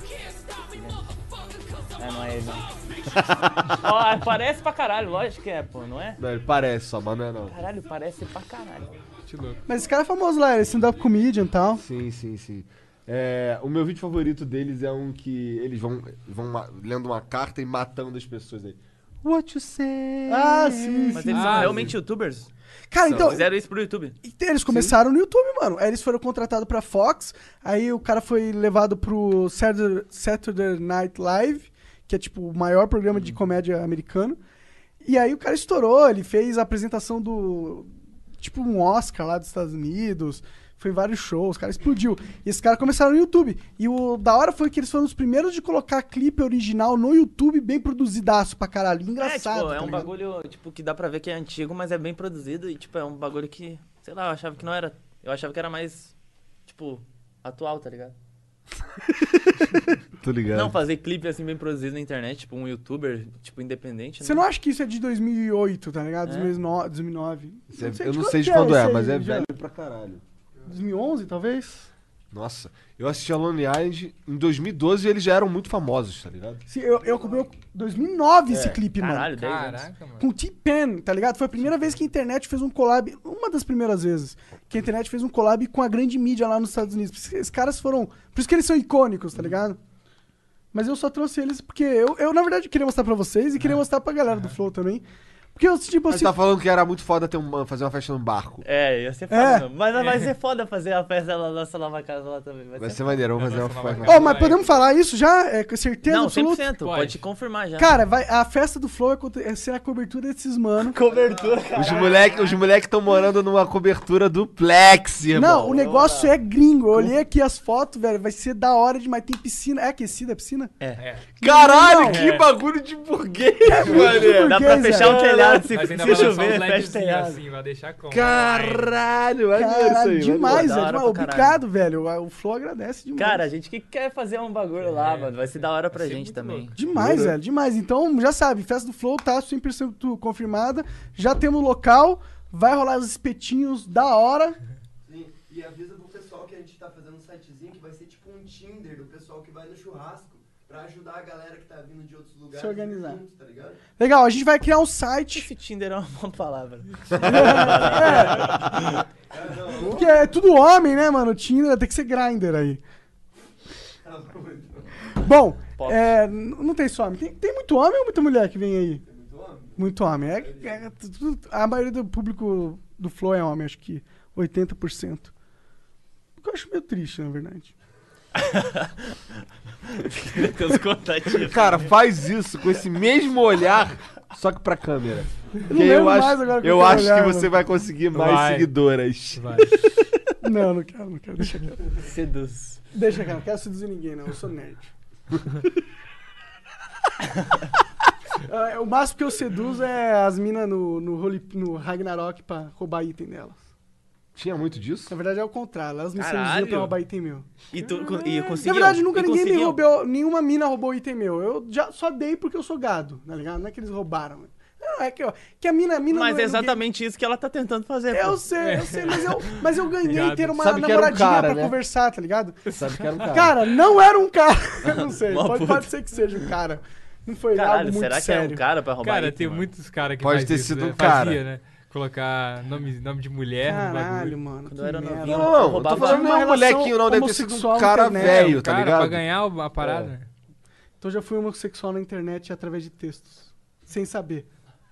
É, não é ele, não. Ó, parece pra caralho, lógico que é, pô, não é? Não, ele parece só, mas não é não. Caralho, parece pra caralho. Que louco. Mas esse cara é famoso lá, ele é stand-up comedian e tal. Sim, sim, sim. É, o meu vídeo favorito deles é um que eles vão, vão ma- lendo uma carta e matando as pessoas aí. What you say? Ah, sim, Mas sim. eles Ah, são sim. realmente youtubers? Cara, São, então. Fizeram isso pro YouTube. Eles começaram no YouTube, mano. Aí eles foram contratados pra Fox. Aí o cara foi levado pro Saturday, Saturday Night Live, que é tipo o maior programa de comédia americano. E aí o cara estourou, ele fez a apresentação do. tipo um Oscar lá dos Estados Unidos. Foi em vários shows, o cara explodiu. E esses caras começaram no YouTube. E o da hora foi que eles foram os primeiros de colocar clipe original no YouTube, bem produzidaço pra caralho. Engraçado. É, tipo, é tá um ligado? bagulho, tipo, que dá pra ver que é antigo, mas é bem produzido. E, tipo, é um bagulho que, sei lá, eu achava que não era... Eu achava que era mais, tipo, atual, tá ligado? Tô ligado. Não, fazer clipe assim bem produzido na internet, tipo, um youtuber, tipo, independente. Você né? não acha que isso é de dois mil e oito, tá ligado? É. dois mil e nove. dois mil e nove. Isso é- sei eu de não quando sei de que quando é, esse mas aí, é já. velho pra caralho. dois mil e onze, talvez? Nossa, eu assisti a Lonely Island em dois mil e doze e eles já eram muito famosos, tá ligado? Sim, eu, eu comprei dois mil e nove esse clipe, Caralho, mano. dez anos. Caraca, mano. Com T-Pen, tá ligado? Foi a primeira vez que a internet fez um collab, uma das primeiras vezes, que a internet fez um collab com a grande mídia lá nos Estados Unidos. Esses caras foram... Por isso que eles são icônicos, tá ligado? Mas eu só trouxe eles porque eu, eu na verdade, queria mostrar pra vocês e queria mostrar pra galera do Flow também. Porque eu, tipo Mas assim... tá falando que era muito foda ter um, fazer uma festa num barco. É, ia ser foda. É. mesmo. Mas vai ser foda fazer a festa lá na nossa nova casa lá também. Vai, Vai ser ser maneiro, vamos fazer Nossa, uma não festa. Ó, mas podemos falar isso já? É com certeza Não, cem por absoluta? cento. Pode. Pode. te confirmar já. Cara, vai, a festa do Flow é conte- é ser a cobertura desses mano. cobertura, cara. Os moleques os moleque estão morando numa cobertura duplex, irmão. Não, o negócio é gringo. Eu olhei aqui as fotos, velho. Vai ser da hora demais. Tem piscina. É aquecida a piscina? É. Caralho, Não, que é. bagulho de burguês, muito mano. Dá pra burguês, fechar velho. um telhado se, Mas ainda se vai lançar chover, uns fecha LEDzinhos telhado. assim, vai deixar como? Caralho, maneiro isso Caralho, aí. demais, Da velho. hora demais. pra Obrigado, velho. O Flow agradece demais. Cara, a gente que quer fazer um bagulho lá, mano. Vai ser da hora pra vai ser gente muito também. louco. Demais, velho, demais. Então, já sabe, festa do Flow tá cem por cento confirmada. Já temos o local. Vai rolar os espetinhos da hora. Sim, e avisa pro pessoal que a gente tá fazendo um sitezinho que vai ser tipo um Tinder do pessoal que vai no churrasco pra ajudar a galera que tá vindo de outros lugares. Se organizar. junto, tá ligado? Legal, a gente vai criar um site. Esse Tinder é uma boa palavra. É, não, Porque é tudo homem, né, mano? O Tinder tem que ser Grindr aí. tá bom, então. Bom, Pop. é, n- não tem só homem. Tem, tem muito homem ou muita mulher que vem aí? Tem muito homem? Muito homem. É, é- tudo- a maioria do público do Flow é homem, acho que oitenta por cento. O que eu acho meio triste, na verdade. Tem os contatinhos. Cara, faz isso com esse mesmo olhar, só que pra câmera. não Porque eu lembro acho, mais agora com eu aquele acho olhar, que você mano. vai conseguir mais Vai. seguidoras. Vai. Não, não quero, não quero. Deixa quieto. Seduz. Deixa quieto, não quero seduzir ninguém, não. Eu sou nerd. Ah, o máximo que eu seduzo é as minas no, no, Holy- no Ragnarok pra roubar item delas. Tinha muito disso? Na verdade é o contrário, elas me Caralho. seduziam pra roubar item meu. E tu e Na conseguiu? verdade, nunca E ninguém me conseguiu? roubou, nenhuma mina roubou item meu. Eu já só dei porque eu sou gado, tá ligado? Não é que eles roubaram. Não, é que, ó, que a mina, a mina Mas no- é no exatamente isso que ela tá tentando fazer. game- pô. Eu sei, eu sei, mas eu, mas eu ganhei Obrigado. ter uma Sabe que era um namoradinha cara, pra né? conversar, tá ligado? Sabe que era um cara. Cara, não era um cara. Eu não sei, Uma pode, puta. pode ser que seja um cara. Não foi Caralho, algo muito será que sério. é um cara pra roubar Cara, item, tem mano? muitos caras que Pode faz ter isso, sido né? um cara. Fazia, né? Colocar nome, nome de mulher no Caralho, bagulho. mano. Quando que eu era merda. novinho, Não, não, eu tô roubava falando uma não é um relação molequinho, não. Deve ter sido um homossexual cara na internet. velho, tá cara, ligado? pra ganhar a parada. né? Então eu já fui homossexual na internet através de textos. Sem saber.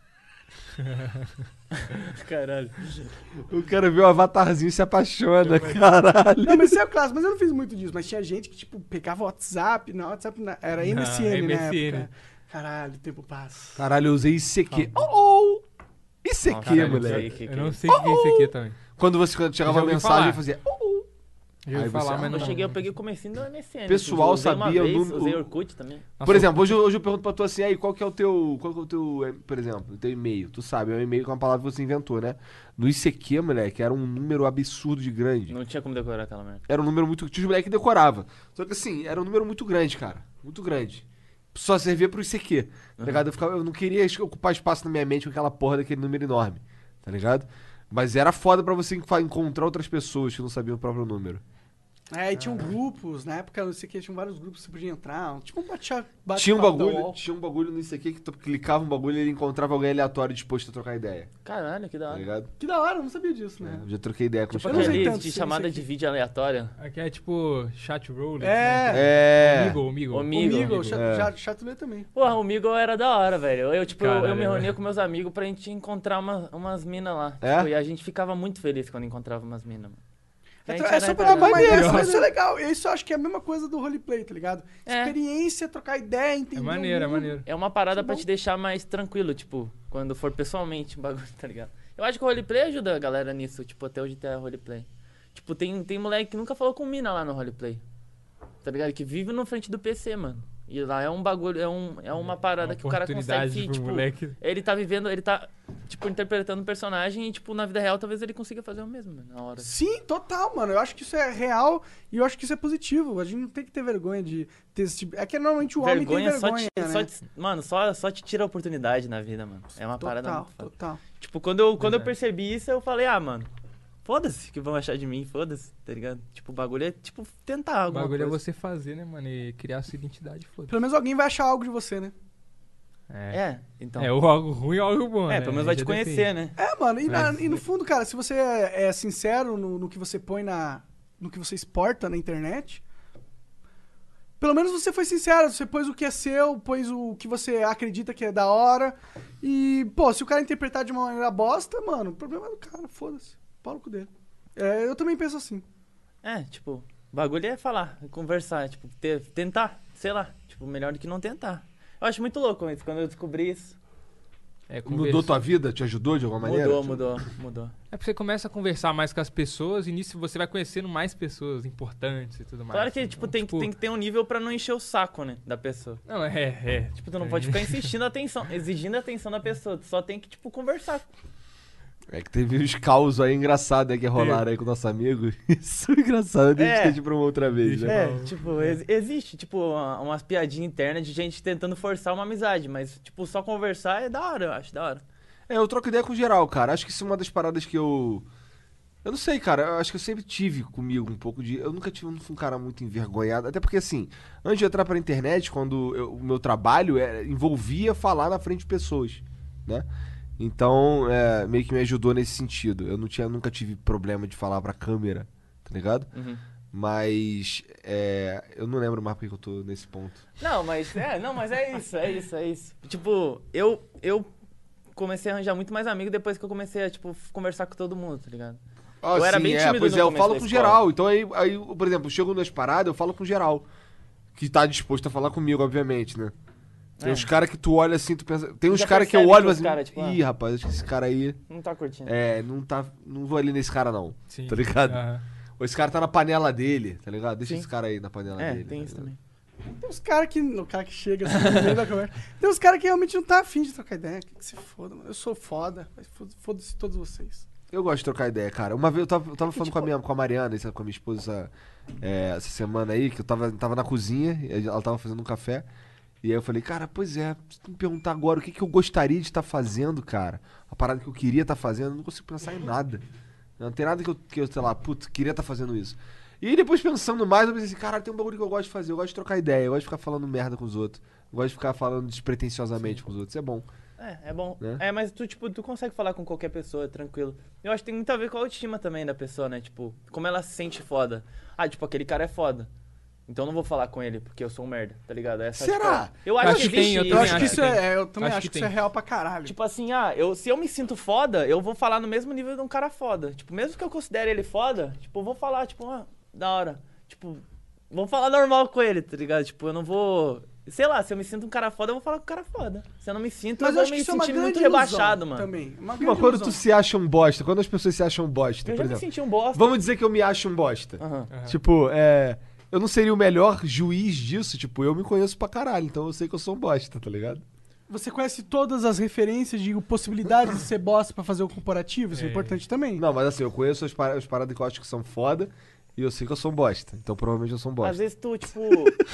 Caralho. O cara vê o avatarzinho e se apaixona, caralho. Não, mas isso é o clássico. Mas eu não fiz muito disso. Mas tinha gente que, tipo, pegava o WhatsApp. Não, WhatsApp não, era M S N, Não, na M S N. época. Caralho, o tempo passa. Caralho, eu usei I C Q. Oh, oh. I C Q, Caralho, moleque. que- Eu não sei o que é isso aqui também. Quando você quando chegava Já uma ouvi mensagem falar. e fazia. Oh, oh. Já ouvi Aí falar, você- mas não. Eu cheguei, eu peguei o comecinho do M S N. Pessoal usei uma sabia o vez, número- Usei Orkut também. Nossa, Por exemplo, hoje, eu- hoje eu pergunto pra tu assim, aí, qual que é o teu. Qual que é o teu. eh, Por exemplo, o teu e-mail? Tu sabe, é um e-mail com uma palavra que você inventou, né? No I C Q, moleque, era um número absurdo de grande. Não tinha como decorar aquela merda. Era um número muito. Tinha os moleques que decorava. Só que assim, era um número muito grande, cara. Muito grande. Só servia pro I C Q. Tá ligado? Eu, ficava, eu não queria es- ocupar espaço na minha mente com aquela porra daquele número enorme. Tá ligado? Mas era foda pra você enfa- encontrar outras pessoas que não sabiam o próprio número. É, e tinham grupos. Na época, não sei o que, tinham vários grupos que você podia entrar. Tipo um bate bate Tinha um bagulho, tinha um bagulho no I C Q que tu clicava um bagulho e ele encontrava alguém aleatório disposto a trocar ideia. Caralho, que da Tá hora. ligado? Que da hora, eu não sabia disso, né? Eu já troquei ideia com os Tipo Eu não sei caras. aquele tanto de sim, chamada isso de aqui. vídeo aleatória. Aqui é tipo chat roller. É. É. Amigo, amigo. Omigo. Comigo, Amigo. chato, É. já, chato ler também. Porra, o Migo era da hora, velho. Eu, tipo, eu- eu, Caralho, me é. reunia com meus amigos pra gente encontrar uma, umas minas lá. É? Tipo, e a gente ficava muito feliz quando encontrava umas minas, mano. A É, gente é era só pra retardado. dar uma ideia, maneiro. isso é legal. Isso eu acho que é a mesma coisa do roleplay, tá ligado? É. Experiência, trocar ideia, entender. É o maneiro, é mundo. maneiro. É uma parada Isso é pra bom. te deixar mais tranquilo, tipo, quando for pessoalmente o bagulho, tá ligado? Eu acho que o roleplay ajuda a galera nisso, tipo, até hoje tem roleplay. Tipo, tem, tem moleque que nunca falou com mina lá no roleplay. Tá ligado? Que vive na frente do P C, mano. E lá é um bagulho, é, um, é uma parada Uma que o cara consegue, oportunidade pro tipo, moleque. ele tá vivendo, ele tá, tipo, interpretando um personagem e, tipo, na vida real talvez ele consiga fazer o mesmo, mano, na hora. Sim, total, mano. Eu acho que isso é real e eu acho que isso é positivo. A gente não tem que ter vergonha de ter esse tipo... É que normalmente o homem Vergonha, tem só vergonha, te, né? só te- mano, só, só te tira a oportunidade na vida, mano. É uma parada Total, muito foda. total. Tipo, quando eu, quando eu Verdade. percebi isso, eu falei, ah, mano, foda-se o que vão achar de mim, foda-se, tá ligado? Tipo, o bagulho é, tipo, tentar O alguma bagulho é coisa. você fazer, né, mano? E criar a sua identidade, foda. Pelo menos alguém vai achar algo de você, né? É. É, então. É, ou algo ruim ou algo bom, É, né? pelo menos vai Aí te já conhecer, depende. né? É, mano, e, na- É. e no fundo, cara, se você é, é sincero no, no que você põe na... no que você exporta na internet, pelo menos você foi sincero, você pôs o que é seu, pôs o que você acredita que é da hora. E, pô, se o cara interpretar de uma maneira bosta, mano, o problema é do cara, foda-se. Pau no cu dele. É, eu também penso assim. É, tipo, o bagulho é falar, é conversar, tipo, ter- tentar, sei lá, tipo, melhor do que não tentar. Eu acho muito louco isso, quando eu descobri isso. É, Mudou conversa- tua vida? Te ajudou de alguma maneira? Mudou, mudou, mudou. É porque você começa a conversar mais com as pessoas e nisso você vai conhecendo mais pessoas importantes e tudo mais. Claro que, assim. tipo, Então, tem, que- tem que ter um nível pra não encher o saco, né, da pessoa. Não, é, é. Tipo, tu não pode ficar insistindo a atenção, exigindo a atenção da pessoa, tu só tem que, tipo, conversar. É que teve uns causos aí engraçados aí que rolaram aí com o nosso amigo. Isso é engraçado, deixa É. eu te pra uma outra vez, né? É, tipo, ex- existe, tipo, uma- umas piadinhas internas de gente tentando forçar uma amizade, mas, tipo, só conversar é da hora, eu acho, da hora. É, eu troco ideia com geral, cara. Acho que isso é uma das paradas que eu. Eu não sei, cara. Eu acho que eu sempre tive comigo um pouco de. Eu nunca tive um, um cara muito envergonhado. Até porque, assim, antes de entrar pra internet, quando eu- o meu trabalho é, envolvia falar na frente de pessoas, né? Então, é, meio que me ajudou nesse sentido. Eu não tinha, nunca tive problema de falar pra câmera, tá ligado? Uhum. Mas. É, eu não lembro mais porque que eu tô nesse ponto. Não, mas é, não, mas é isso, é isso, é isso. Tipo, eu, eu comecei a arranjar muito mais amigo depois que eu comecei a, tipo, conversar com todo mundo, tá ligado? Ah, Eu era bem é, tímido pois no é, eu começo falo da com escola. geral. Então aí, aí, por exemplo, eu chego nas paradas, eu falo com geral. Que tá disposto a falar comigo, obviamente, né? Tem É. uns caras que tu olha assim, tu pensa. Tem uns já caras que eu percebe olho que os assim. cara, tipo, ah. Ih, rapaz, acho que esse cara aí. Não tá curtindo. É, não tá. Não vou ali nesse cara, não. Sim. Tá ligado? Aham. Ou esse cara tá na panela dele, tá ligado? Deixa Sim. esse cara aí na panela É, dele. tem tá isso ligado? também. Tem uns caras que... O cara que chega assim no meio da conversa. Tem uns caras que realmente não tá afim de trocar ideia. Que, que se foda, mano. Eu sou foda. Mas foda- foda-se todos vocês. Eu gosto de trocar ideia, cara. Uma vez eu tava, eu tava falando tipo- com, a minha, com a Mariana, essa- com a minha esposa, é, essa semana aí, que eu tava, tava na cozinha, e ela tava fazendo um café. E aí eu falei, cara, pois é, se tu me perguntar agora o que, que eu gostaria de estar fazendo, cara, a parada que eu queria estar fazendo, eu não consigo pensar em nada. Não tem nada que eu, que eu sei lá, putz, queria estar fazendo isso. E aí depois pensando mais, eu pensei assim, cara, tem um bagulho que eu gosto de fazer, eu gosto de trocar ideia, eu gosto de ficar falando merda com os outros. Eu gosto de ficar falando despretensiosamente com os outros, isso é bom. É, é bom. Né? É, mas tu, tipo, tu consegue falar com qualquer pessoa, tranquilo. Eu acho que tem muito a ver com a autoestima também da pessoa, né? Tipo, como ela se sente foda. Ah, tipo, aquele cara é foda. Então eu não vou falar com ele, porque eu sou um merda, tá ligado? Essa, Será? tipo, eu acho, Acho que que tem, existe eu Eu isso. também acho que acho isso que é... Eu também Acho acho que que isso é tem. real pra caralho. Tipo assim, ah, eu, se eu me sinto foda, eu vou falar no mesmo nível de um cara foda. Tipo, mesmo que eu considere ele foda, tipo, eu vou falar, tipo, ah, da hora. Tipo, vou falar normal com ele, tá ligado? Tipo, eu não vou... Sei lá, se eu me sinto um cara foda, eu vou falar com o cara foda. Se eu não me sinto, Mas eu eu vou acho que me isso é uma sentindo grande muito ilusão rebaixado, mano. também. Uma Mas grande quando ilusão. tu se acha um bosta, quando as pessoas se acham bosta, Eu por já me exemplo. senti um bosta. Vamos dizer que eu me acho um bosta. Aham. Tipo, é. Eu não seria o melhor juiz disso, tipo, eu me conheço pra caralho, então eu sei que eu sou um bosta, tá ligado? Você conhece todas as referências de possibilidades de ser bosta pra fazer o corporativo? Isso é, É. importante também. Não, mas assim, eu conheço as, par- as paradas que eu acho que são foda e eu sei que eu sou um bosta. Então provavelmente eu sou um bosta. Às vezes tu, tipo...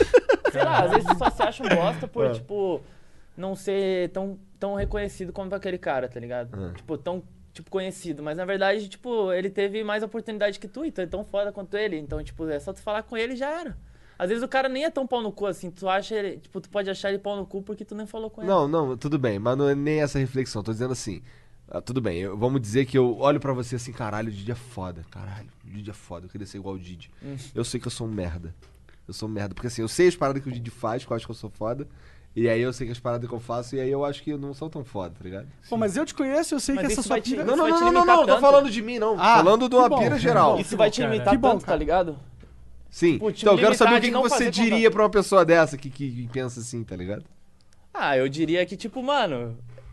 sei lá, às vezes tu só se acha um bosta por, Ah. tipo, não ser tão, tão reconhecido como aquele cara, tá ligado? Ah. Tipo, tão, tipo, conhecido. Mas na verdade, tipo, ele teve mais oportunidade que tu, então é tão foda quanto ele. Então, tipo, é só tu falar com ele e já era. Às vezes o cara nem é tão pau no cu assim, tu acha ele, tipo, tu pode achar ele pau no cu porque tu nem falou com ele. Não, não, tudo bem, mas não é nem essa reflexão. Tô dizendo assim, ah, tudo bem, eu- vamos dizer que eu olho pra você assim, caralho, o Didi é foda, caralho, o Didi é foda, eu queria ser igual o Didi. Hum. Eu sei que eu sou um merda. Eu sou um merda, porque assim, eu sei as paradas que o Didi faz, que eu acho que eu sou foda, e aí eu sei que as paradas que eu faço, e aí eu acho que não são tão foda, tá ligado? Pô, mas eu te conheço, eu sei Mas que essa isso sua vai te- pira... Isso Não, não, vai não, te não, não, limitar não, tô tanto. falando de mim, não. Ah, falando de que uma bom, pira que geral. bom. Isso vai te cara. limitar Que bom, tanto, tá cara. ligado? Sim, Tipo, te então eu quero saber o limitar que, de que não você fazer diria contato. pra uma pessoa dessa que, que, que pensa assim, tá ligado? Ah, eu diria que, tipo, mano,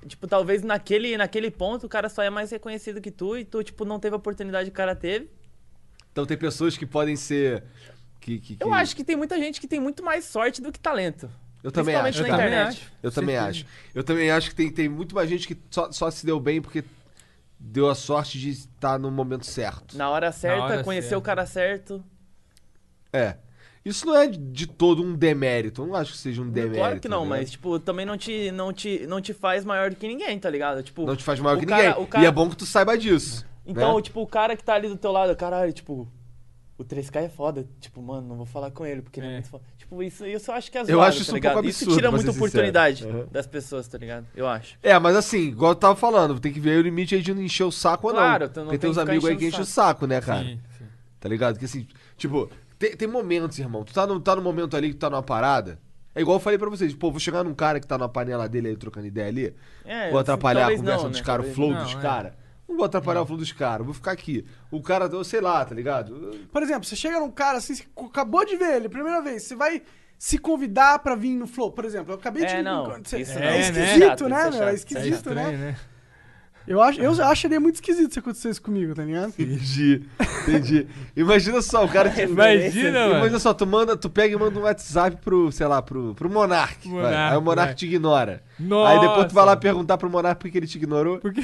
tipo, talvez naquele, naquele ponto o cara só é mais reconhecido que tu e tu, tipo, não teve a oportunidade que o cara teve. Então tem pessoas que podem ser... Que, que, que... Eu acho que tem muita gente que tem muito mais sorte do que talento. Eu também acho. Principalmente Eu na também internet. acho. Eu também Certeza. acho. Eu também acho que tem, tem muito mais gente que só, só se deu bem porque deu a sorte de estar no momento certo. Na hora certa, hora conhecer certa. o cara certo. É. Isso não é de, de todo um demérito. Eu não acho que seja um demérito. Claro que não, tá ligado? mas, tipo, também não te, não, te, não te faz maior do que ninguém, tá ligado? Tipo, Não te faz maior o que cara- ninguém. o cara- E é bom que tu saiba disso. Então, né? tipo, o cara que tá ali do teu lado, caralho, tipo, o três K é foda. Tipo, mano, não vou falar com ele, porque ele é É. muito foda. Tipo, isso, isso eu acho que é Eu zoado, acho isso tá um ligado? pouco Isso absurdo, tira pra muita ser sincero. oportunidade Uhum. das pessoas, tá ligado? Eu acho. É, mas assim, igual eu tava falando, tem que ver o limite aí de não encher o saco Claro, ou não. tu não Porque tem tem uns que ficar amigos aí enchendo que o enchem o saco, né, cara? Sim, sim. Tá ligado? Que assim, tipo, tem, tem momentos, irmão. Tu tá no, tá no momento ali que tu tá numa parada. É igual eu falei pra vocês, pô, vou chegar num cara que tá na panela dele aí trocando ideia ali. É, Vou atrapalhar a talvez conversa não, dos né? caras, o Talvez flow não, dos é. caras. Não vou atrapalhar o flow dos caras, vou ficar aqui. O cara, eu sei lá, tá ligado? Por exemplo, você chega num cara assim, você acabou de ver ele, primeira vez, você vai se convidar pra vir no Flow, por exemplo. Eu acabei É, de... não, Você- isso é, não. É, né? esquisito, Chato, né, isso é meu? É chato. É esquisito, estranho, né? né? Eu, acho, eu acharia muito esquisito se acontecesse comigo, tá ligado? Entendi, entendi. Imagina só, o cara te... Imagina, mano. Imagina só, tu manda, tu pega e manda um WhatsApp pro, sei lá, pro, pro Monark. vai. Monark, Aí o Monark vai. te ignora. Nossa. Aí depois tu vai lá perguntar pro Monark por que ele te ignorou. Porque...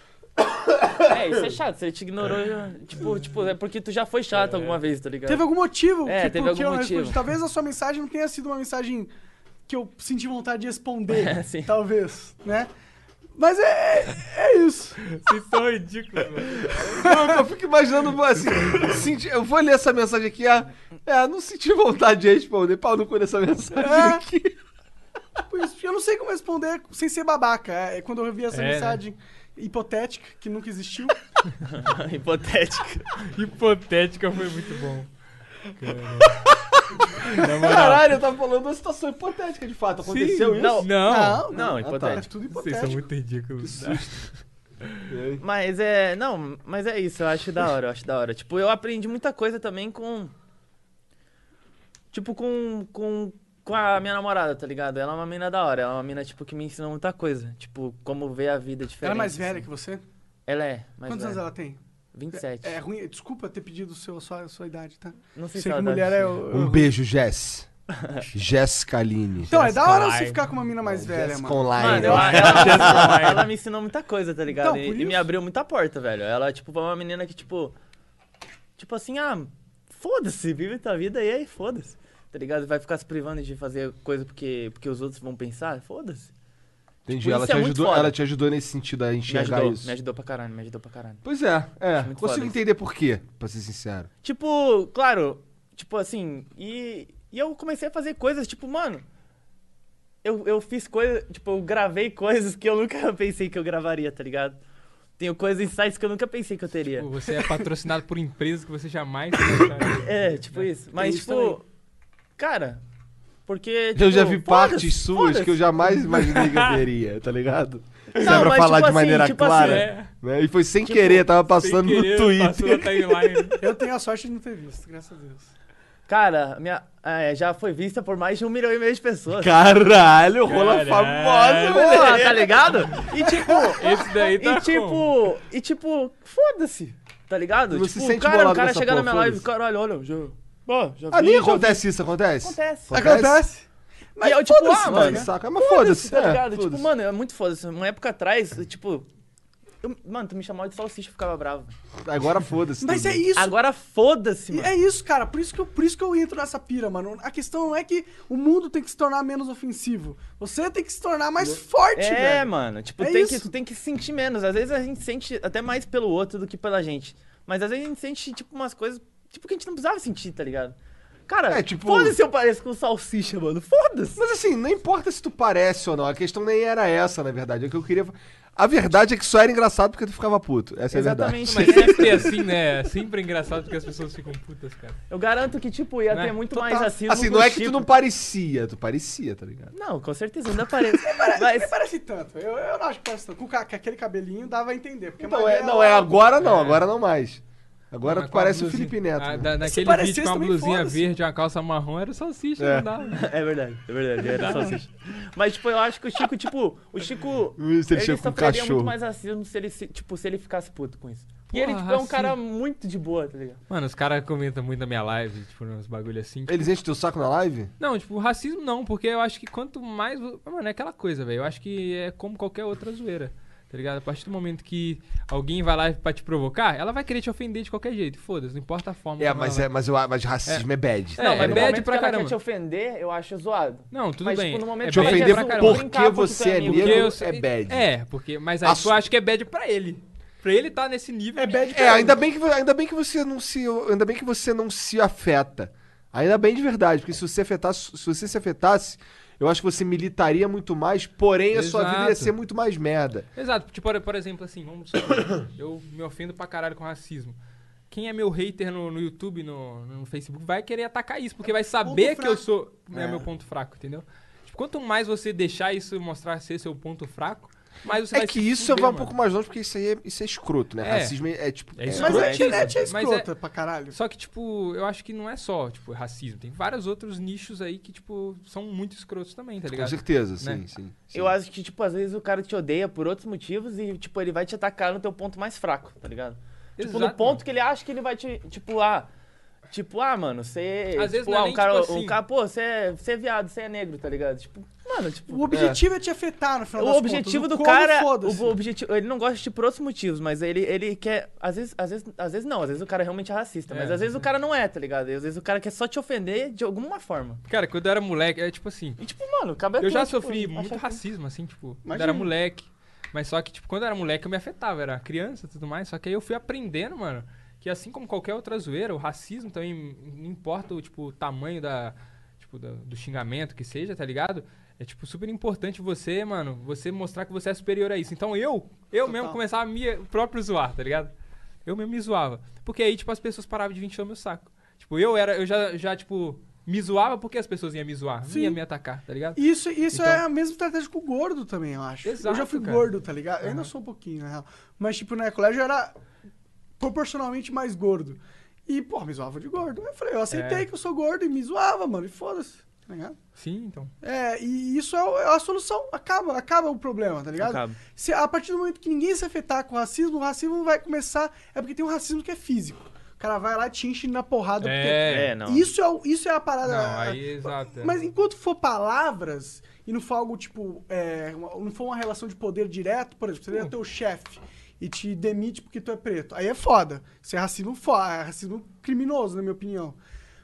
É, isso é chato. Se ele te ignorou, já- tipo, tipo, é porque tu já foi chato alguma vez, tá ligado? Teve algum motivo É, que, teve por algum que eu não motivo. respondi. Talvez a sua mensagem não tenha sido uma mensagem que eu senti vontade de responder, É, sim. talvez, né? Mas é, é isso. Vocês são ridículos, mano. Não, eu fico imaginando, assim, senti- eu vou ler essa mensagem aqui, ah, é, não senti vontade de responder, pau no cu nessa mensagem É. aqui. Tipo isso. Eu não sei como responder sem ser babaca. É quando eu vi essa É, né? mensagem hipotética, que nunca existiu. Hipotético. Hipotética foi muito bom. Na moral. Caralho, eu tava falando uma situação hipotética, de fato. Aconteceu Sim. isso? Não, Não, não, É hipotético. tudo vocês hipotético. são muito ridículos. Mas é, não, mas é isso, eu acho da hora, eu acho da hora. Tipo, eu aprendi muita coisa também com, tipo, com, com, com a minha namorada, tá ligado? Ela é uma mina da hora, ela é uma mina, tipo, que me ensinou muita coisa. Tipo, como ver a vida diferente. Ela é mais velha assim. que você? Ela é, mais Quantos anos velha. ela tem? vinte e sete. É, é ruim, desculpa ter pedido o seu, a, sua, a sua idade, tá? Não sei, Sei se que ela mulher dá- é... o- Um beijo, Jess. Jessica Aline. Então, é da hora Jessica você ficar com uma mina mais velha, Jessica mano. Online. Mano, né? ela, ela, ela me ensinou muita coisa, tá ligado? Então, e, por e me isso. abriu muita porta, velho. Ela, tipo, foi uma menina que, tipo... Tipo assim, ah, foda-se, vive tua vida e aí, foda-se. Tá ligado? Vai ficar se privando de fazer coisa porque, porque os outros vão pensar? Foda-se. Entendi, Tipo, ela isso te, é muito ajudou, foda. ela te ajudou nesse sentido a Me enxergar ajudou, isso. me ajudou pra caralho, me ajudou pra caralho. Pois é, é. muito Consigo foda isso. entender por quê, pra ser sincero. Tipo, claro, tipo assim, e, e eu comecei a fazer coisas, tipo, mano, eu, eu fiz coisas, tipo, eu gravei coisas que eu nunca pensei que eu gravaria, tá ligado? Tenho coisas, insights que eu nunca pensei que eu teria. Tipo, você é patrocinado por empresas que você jamais acharia. É, tipo isso. Mas, isso também. tipo, cara, porque, tipo, Eu já vi foda-se, partes suas foda-se. que eu jamais imaginei que eu veria, tá ligado? Se é Não, pra mas falar tipo de maneira assim, tipo clara. assim, né? E foi sem tipo, querer, tava passando Sem querer, no Twitter. Passou na timeline. Eu tenho a sorte de não ter visto, graças a Deus. Cara, minha, é, já foi vista por mais de um milhão e meio de pessoas. Caralho, rola Caralho. famosa, Porra, velho. tá ligado? E tipo, Esse daí tá e tipo, e tipo, foda-se, tá ligado? Não tipo, se sente o cara, bolado o cara com essa chega na porra, minha live, foda-se. caralho, olha, já, ó, já vi, Ali já acontece isso, acontece? vi. Acontece. Acontece. Mas eu, tipo, Foda-se, ah, mano, mano, saca? Mas foda-se, tá é, ligado? Tipo, foda-se. mano, é muito foda-se. Uma época atrás, tipo, eu- mano, tu me chamava de salsicha, eu ficava bravo. Agora foda-se. Mas tudo. é isso. Agora foda-se, E mano. é isso, cara. Por isso, que eu, por isso que eu entro nessa pira, mano. A questão não é que o mundo tem que se tornar menos ofensivo. Você tem que se tornar mais forte, É, velho. mano, tipo, É tem isso. que, tu tem que sentir menos. Às vezes a gente sente até mais pelo outro do que pela gente. Mas às vezes a gente sente, tipo, umas coisas, tipo, que a gente não precisava sentir, tá ligado? Cara, É, tipo- foda-se eu pareço com salsicha, mano. Foda-se. Mas assim, não importa se tu parece ou não. A questão nem era essa, na verdade. É que eu queria. A verdade é que só era engraçado porque tu ficava puto. Essa é a verdade. Exatamente. Mas sempre é assim, né? É sempre engraçado porque as pessoas ficam putas, cara. Eu garanto que, tipo, ia Né? ter muito Total. mais assim. Assim, não é que tu não parecia, tu parecia, tá ligado? Não, com certeza, ainda parece. Parece, Mas, Nem parece tanto. Eu, eu não acho que parece tanto. Com ca- com aquele cabelinho dava a entender. Porque Não é, Magrela- não é agora não, agora não mais. Agora Mas tu com a parece o blusinha- Felipe Neto. Ah, né? da- Se naquele parecesse vídeo com uma também, blusinha foda-se. verde e uma calça marrom, era salsicha, É. não dava. É verdade, é verdade, era salsicha. Mas, tipo, eu acho que o Chico, tipo, o Chico. Se ele chega com um sofreria cachorro. muito mais racismo se ele, se- tipo, se ele ficasse puto com isso. E Porra, ele, tipo, é um racismo. cara muito de boa, tá ligado? Mano, os caras comentam muito na minha live, tipo, uns bagulho assim. tipo- Eles enchem teu saco na live? Não, tipo, racismo não, porque eu acho que quanto mais. vo- Mano, é aquela coisa, velho. Eu acho que é como qualquer outra zoeira. Tá ligado? A partir do momento que alguém vai lá pra te provocar, ela vai querer te ofender de qualquer jeito. Foda-se, não importa a forma. É, como mas, ela é, mas, eu, mas racismo é, bad. É, não, é mas no bad momento pra que ela caramba. quer te ofender, eu acho zoado. Não, tudo Mas, bem. tipo, no momento é Te ela bad ofender quer pra zoar, caramba. porque brincar com você teu é amigo. negro Porque eu sei- é bad. É, porque. Mas aí A tu acha que é bad pra ele. Pra ele tá nesse nível. É bad É, ainda bem, que, vo- ainda bem que você não se. Ainda bem que você não se afeta. Ainda bem de verdade, porque se você afetasse, se você se afetasse, eu acho que você militaria muito mais, porém a sua vida ia Exato. ser muito mais merda. Exato, tipo, por, por exemplo, assim, vamos supor, eu me ofendo pra caralho com racismo. Quem é meu hater no, no YouTube, no, no Facebook, vai querer atacar isso, porque vai saber Ponto que eu fraco. sou é. É. meu ponto fraco, entendeu? Tipo, quanto mais você deixar isso mostrar ser seu ponto fraco, mais você É vai que se isso fuder, vai um mano. pouco mais longe, porque isso aí é, isso é escroto, né? É. Racismo é, é tipo. É Mas escroto. a internet é Mas é- escrota pra caralho. Só que, tipo, eu acho que não é só, tipo, racismo. Tem vários outros nichos aí que, tipo, são muito escrotos também, tá Com ligado? certeza, sim, Né? sim, sim. Eu acho que, tipo, às vezes o cara te odeia por outros motivos e, tipo, ele vai te atacar no teu ponto mais fraco, tá ligado? Tipo, no Exato, ponto mano. que ele acha que ele vai te, tipo, ah... Tipo, ah, mano, você... Às vezes tipo, não é ah, um nem, cara, tipo um assim. cara, pô, você é, você é viado, você é negro, tá ligado? Tipo, mano, tipo... O objetivo é, te afetar no final O das objetivo contas. do O como, cara, foda-se. o objetivo, ele não gosta de ti por outros motivos, mas ele, ele quer, às vezes, às vezes, às vezes não, às vezes o cara realmente é racista, É, mas às vezes é. o cara não é, tá ligado? E às vezes o cara quer só te ofender de alguma forma. Cara, quando eu era moleque, é tipo assim, E tipo, mano, cabe a eu tu, já tipo, sofri achar muito que- racismo, assim, tipo, quando Imagina. eu era moleque. Mas só que, tipo, quando eu era moleque eu me afetava, era criança e tudo mais. Só que aí eu fui aprendendo, mano, que assim como qualquer outra zoeira, o racismo também, não importa o, tipo, o tamanho da, tipo, da- do xingamento que seja, tá ligado? É, tipo, super importante você, mano, você mostrar que você é superior a isso. Então eu, eu mesmo começava a me próprio zoar, tá ligado? Eu mesmo me zoava. Porque aí, tipo, as pessoas paravam de vir encher o meu saco. Tipo, eu era, eu já, já tipo, me zoava porque as pessoas iam me zoar, não Sim. iam me atacar, tá ligado? Isso, isso Então- é a mesma estratégia com o gordo também, eu acho. eu Exato, já fui cara. gordo, tá ligado? Eu ainda Aham. sou um pouquinho, na real. Mas, tipo, no colégio eu era proporcionalmente mais gordo. E, pô, me zoava de gordo. Eu falei, eu aceitei É. que eu sou gordo e me zoava, mano. E foda-se, tá ligado? Sim, então. É, e isso é, o- é a solução. Acaba, acaba o problema, tá ligado? Acaba. Se, a partir do momento que ninguém se afetar com o racismo, o racismo vai começar... É porque tem um racismo que é físico. O cara vai lá e te enche na porrada. É, É, não. Porque isso é, o- isso é a parada... Não, aí, exato. é. Mas enquanto for palavras e não for algo tipo. É, uma- não for uma relação de poder direto, por exemplo, você é teu chefe e te demite porque tu é preto. Aí é foda. Isso é racismo foda, é racismo criminoso, na minha opinião.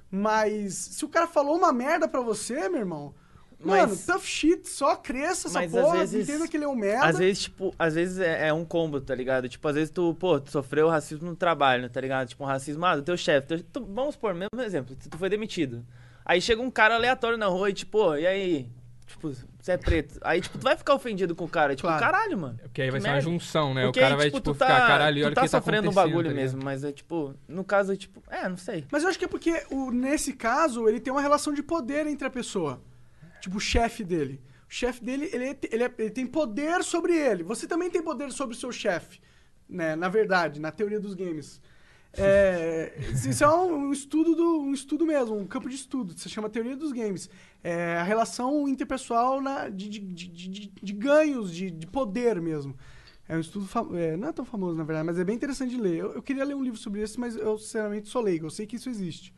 Mas se o cara falou uma merda pra você, meu irmão. Mano, Mas- tough shit, só cresça essa Mas porra, às vezes- entenda que ele é um merda. Às vezes, tipo, às vezes é, é um combo, tá ligado? Tipo, às vezes tu, pô, tu sofreu racismo no trabalho, tá ligado? Tipo, um racismo, ah, do teu chefe. teu- tu- vamos supor, mesmo exemplo, tu foi demitido. Aí chega um cara aleatório na rua e, tipo, pô, e aí? Tipo, você é preto. Aí, tipo, tu vai ficar ofendido com o cara. Tipo, Claro. caralho, mano. Porque aí vai Que ser uma merda. junção, né? Porque o cara aí, vai, tipo, tipo, tu ficar, tá, caralho, tu olha o tá que tá sofrendo um acontecendo, bagulho tá ligado? mesmo, mas é tipo, no caso, é tipo, é, não sei. Mas eu acho que é porque, o, nesse caso, ele tem uma relação de poder entre a pessoa. Tipo, o chefe dele. O chefe dele, ele, é- ele, é- ele tem poder sobre ele. Você também tem poder sobre o seu chefe, né? Na verdade, na teoria dos games. É, isso é um, um estudo do, um estudo mesmo, um campo de estudo. Se chama teoria dos games. É a relação interpessoal na, de, de, de, de- de ganhos, de, de poder mesmo. É um estudo, fam- é, não é tão famoso, na verdade, mas é bem interessante de ler. Eu, eu queria ler um livro sobre isso, mas eu, sinceramente, sou leigo. Eu sei que isso existe.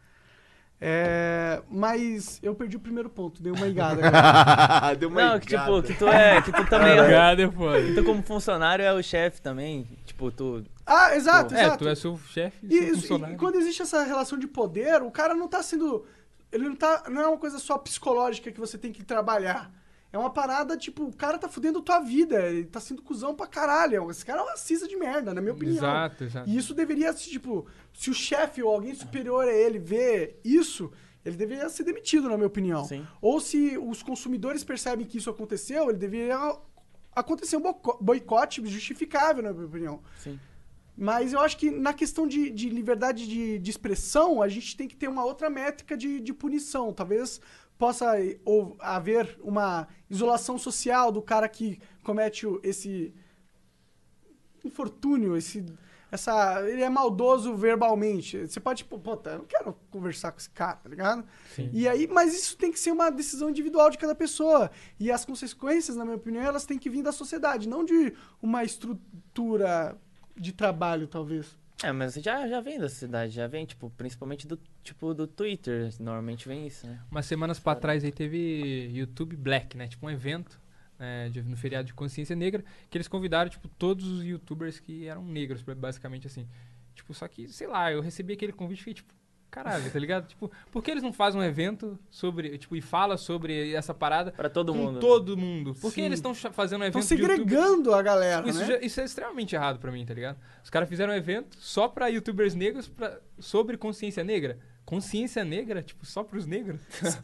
É, mas eu perdi o primeiro ponto, dei uma igada agora. Deu uma Não, que tipo, igada. que tu é, que tu também é. Obrigado, é foda. Que tu como funcionário é o chefe também. Tipo, tu. Ah, exato, É, exato. tu é seu chefe E, e seu isso- funcionário. e quando existe essa relação de poder, o cara não tá sendo. Ele não tá. Não é uma coisa só psicológica que você tem que trabalhar. É uma parada, tipo, o cara tá fudendo tua vida. Ele tá sendo cuzão pra caralho. Esse cara é um racista de merda, na minha opinião. Exato, exato. E isso deveria, tipo, se o chefe ou alguém superior a ele vê isso, ele deveria ser demitido, na minha opinião. Sim. Ou se os consumidores percebem que isso aconteceu, ele deveria acontecer um boico- boicote justificável, na minha opinião. Sim. Mas eu acho que na questão de, de liberdade de, de expressão, a gente tem que ter uma outra métrica de, de punição. Talvez possa ou, haver uma isolação social do cara que comete o- esse infortúnio, esse essa... Ele é maldoso verbalmente. Você pode, tipo, puta, eu não quero conversar com esse cara, tá ligado? Sim. E aí, mas isso tem que ser uma decisão individual de cada pessoa. E as consequências, na minha opinião, elas têm que vir da sociedade, não de uma estrutura de trabalho, talvez. É, mas já, já vem da cidade, já vem, tipo, principalmente do, tipo, do Twitter, normalmente vem isso, né? Umas semanas pra trás aí teve YouTube Black, né? Tipo um evento é, de- no feriado de consciência negra, que eles convidaram, tipo, todos os youtubers que eram negros, basicamente assim. Tipo, só que, sei lá, eu recebi aquele convite e fiquei, tipo, caralho, tá ligado? Tipo, por que eles não fazem um evento sobre, tipo, e fala sobre essa parada Pra todo com mundo. todo mundo? Por que Sim. eles estão fazendo um evento Estão de youtuber? segregando a galera, Isso, né? já- isso é extremamente errado pra mim, tá ligado? Os caras fizeram um evento só pra youtubers negros pra- sobre consciência negra. Consciência negra, tipo, só pros negros.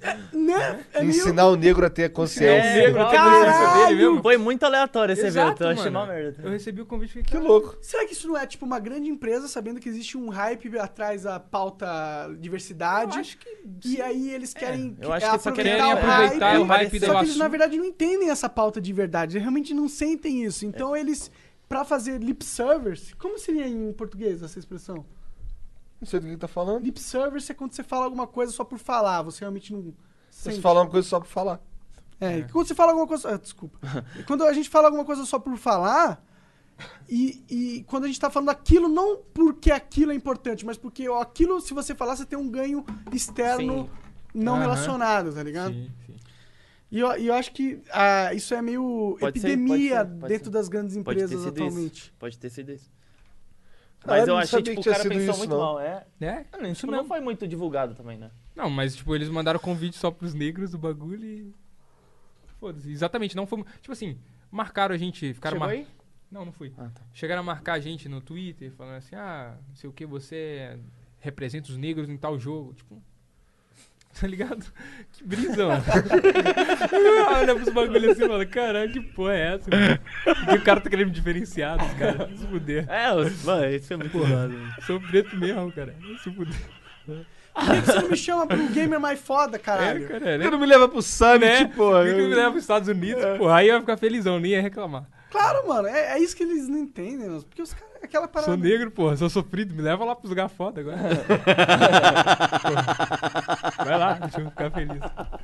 Né? É meio... Ensinar o negro a ter consciência. É, negro a ter caralho! consciência dele mesmo. Foi muito aleatório esse Exato, evento, eu achei mano. uma merda. Eu recebi o convite e fiquei, Que "Caralho." louco. Será que isso não é, tipo, uma grande empresa sabendo que existe um hype atrás da pauta diversidade? Eu acho que E aí eles querem eu acho que eles só querem Querem aproveitar o hype Só do que eles, na assunto. verdade, não entendem essa pauta de verdade. Eles realmente não sentem isso. Então, eles, pra fazer lip service... Como seria em português essa expressão? Não sei do que que tá falando. Lip service é quando você fala alguma coisa só por falar. Você realmente não Você sente. falar uma coisa só pra falar. É, quando você fala alguma coisa... Ah, desculpa. Quando a gente fala alguma coisa só por falar... E, e quando a gente tá falando aquilo, não porque aquilo é importante, mas porque ó, aquilo, se você falar, você tem um ganho externo Sim. não Aham. relacionado, tá ligado? Sim, sim. E eu, e eu acho que ah, isso é meio Pode ser, epidemia pode ser, pode dentro ser. das grandes Pode ter empresas sido atualmente. isso. Pode ter sido isso. Caralho, Mas eu não achei, sabia tipo, que o tinha cara sido pensou isso, muito não. mal, é. É? Ah, não, Isso tipo, mesmo. não foi muito divulgado também, né? Não, mas, tipo, eles mandaram convite só pros negros do bagulho e... Foda-se. Exatamente, não foi... Tipo assim, marcaram a gente, ficaram... Chegou mar- aí? Não, não fui. Ah, tá. Chegaram a marcar a gente no Twitter, falando assim, ah, não sei o que, você representa os negros em tal jogo. Tipo, tá ligado? Que brisa, mano. Olha pros bagulhos assim e fala, caralho, que porra é essa, mano? Porque o cara tá querendo me diferenciar dos caras. Se fuder. É, os- mano, isso é muito errado. Sou preto mesmo, cara. Se fuder. Por que, que você não me chama pro gamer mais foda, É, caralho? cara, Por que né? não me leva pro Summit, Né? pô? Por que que me leva pros Estados Unidos, pô? Aí eu ia ficar felizão, nem ia reclamar. Claro, mano, é, é isso que eles não entendem, mano. Porque os caras, aquela parada... Sou negro, pô, sou sofrido, me leva lá pros lugares foda agora. Pô, vai lá, deixa eu ficar feliz.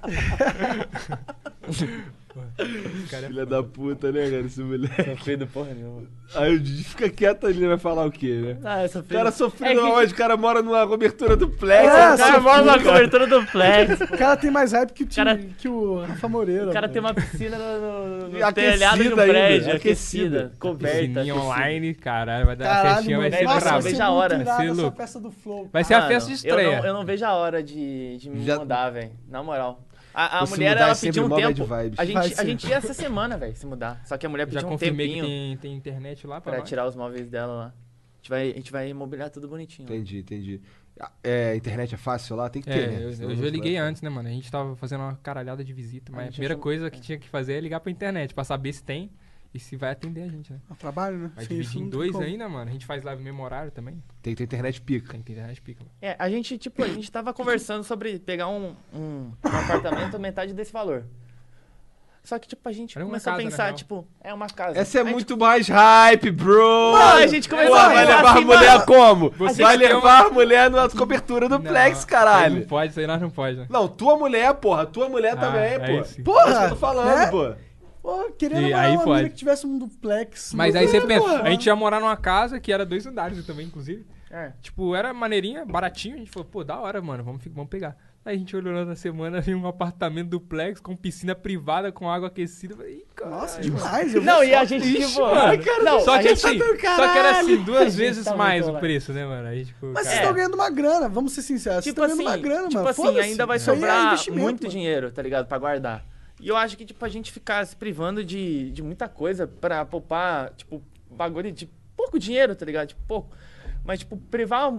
Pô, o cara é Filha da puta, né, cara, esse moleque. Sofrido porra nenhuma. Aí o Didi fica quieto ali, vai falar o quê, né? Ah, é O sofrido. cara sofrendo É que- onde? O cara mora numa cobertura do Plex. É, o O cara cara mora na fica- cobertura do Flex. O cara tem mais hype que o, time, Cara- que o Rafa Moreira. O cara mano. tem uma piscina no, no, no Aquecida telhado de um ainda, prédio, aquecida. aquecida, coberta. Piscininha aquecida. online, caralho, vai dar a Caralho, festinha, vai mano. ser Nossa, brabo. vai ser veja a muito hora. irado Vai ser essa louco. festa do Flow. Vai ser a Mano, festa de Eu estreia. não, eu não vejo a hora de, de me Já- mudar, velho. Na moral. A, a Pô, se mulher, mudar é ela sempre pediu um mó bad tempo. vibes. A Vai gente, a ser. gente ia essa semana, velho, se mudar. Só que a mulher Já pediu um confirmei tempinho que tem, tem internet lá pra, pra nós. tirar os móveis dela lá. A gente vai, a gente vai imobiliar tudo bonitinho. lá. Entendi, entendi. Ah, É, a internet é fácil lá? Tem que ter, É, né? eu, Senão eu não já liguei vai- antes, né, mano? A gente tava fazendo uma caralhada de visita, mas a, gente primeira achou- coisa que tinha que fazer é ligar pra internet, pra saber se tem e se vai atender a gente, né? É um trabalho, né? Vai Sem isso dividir em não tem dois como. ainda, mano. A gente faz live no mesmo horário também. Tem que ter internet pica. Tem que ter internet pica, mano. É, a gente, tipo, a gente tava conversando sobre pegar um, um, um apartamento metade desse valor. Só que, tipo, a gente Era uma começou casa, a na pensar, real. tipo, é uma casa. Essa é A gente- muito mais hype, bro! Mano, a gente começou Pô, a vai pensar levar a assim, mulher mano, como? Você Vai que tem levar a mulher na cobertura do Não, Plex, Aí caralho. Não pode, isso aí nós não pode, né? Não, tua mulher, porra. Tua mulher Ah, também, aí pô. sim. Porra! É isso que eu tô falando, né? pô. Pô, querendo E morar aí uma pode. mina que tivesse um duplex. Mas Meu aí você Deus, pensa, porra. a gente ia morar numa casa que era dois andares também, inclusive. É. Tipo, era maneirinha, baratinho. A gente falou, pô, da hora, mano, vamos, fi- vamos pegar. Aí a gente olhou na semana, viu um apartamento duplex com piscina privada, com água aquecida. Eu falei, Ih, caralho, Nossa, mano. demais. Eu Não, vou e só- a gente, Ixi, tipo... mano. não, Só a que, gente... assim, só que era assim, A duas gente vezes tá mais muito o lá. preço, né, mano? Aí, tipo, Mas cara, vocês estão ganhando uma grana, vamos ser sinceros. Tipo vocês estão assim, ganhando uma grana, tipo mano. assim, Foda-se. ainda vai Isso aí é sobrar investimento, muito mano. dinheiro, tá ligado? Pra guardar. E eu acho que, tipo, a gente ficar se privando de, de muita coisa pra poupar, tipo, bagulho de pouco dinheiro, tá ligado? Tipo, pouco. Mas, tipo, privar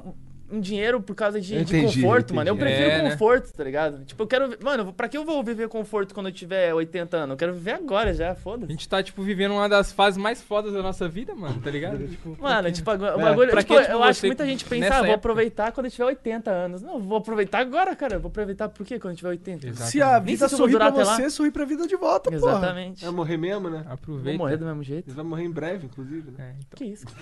em dinheiro por causa de, Eu de entendi, conforto, eu mano. Eu entendi. prefiro É, né? conforto, tá ligado? Tipo, eu quero... Mano, pra que eu vou viver conforto quando eu tiver oitenta anos? Eu quero viver agora já, A foda-se. gente tá, tipo, vivendo uma das fases mais fodas da nossa vida, mano, tá ligado? Tipo, Mano, tipo, agora- o É, bagulho... pra tipo, que, tipo, eu acho que você- muita gente pensa, nessa ah, vou época- aproveitar quando eu tiver oitenta anos. Não, vou aproveitar agora, cara. Vou aproveitar por quê quando eu tiver oitenta? Exato. Se a Nem vida sei se eu vou sorrir pra durar até você, lá. sorri pra vida de volta, porra. Exatamente. Vai morrer mesmo, né? Vou aproveita. morrer do mesmo jeito. Ele vai morrer em breve, inclusive, né? É, então. Que isso?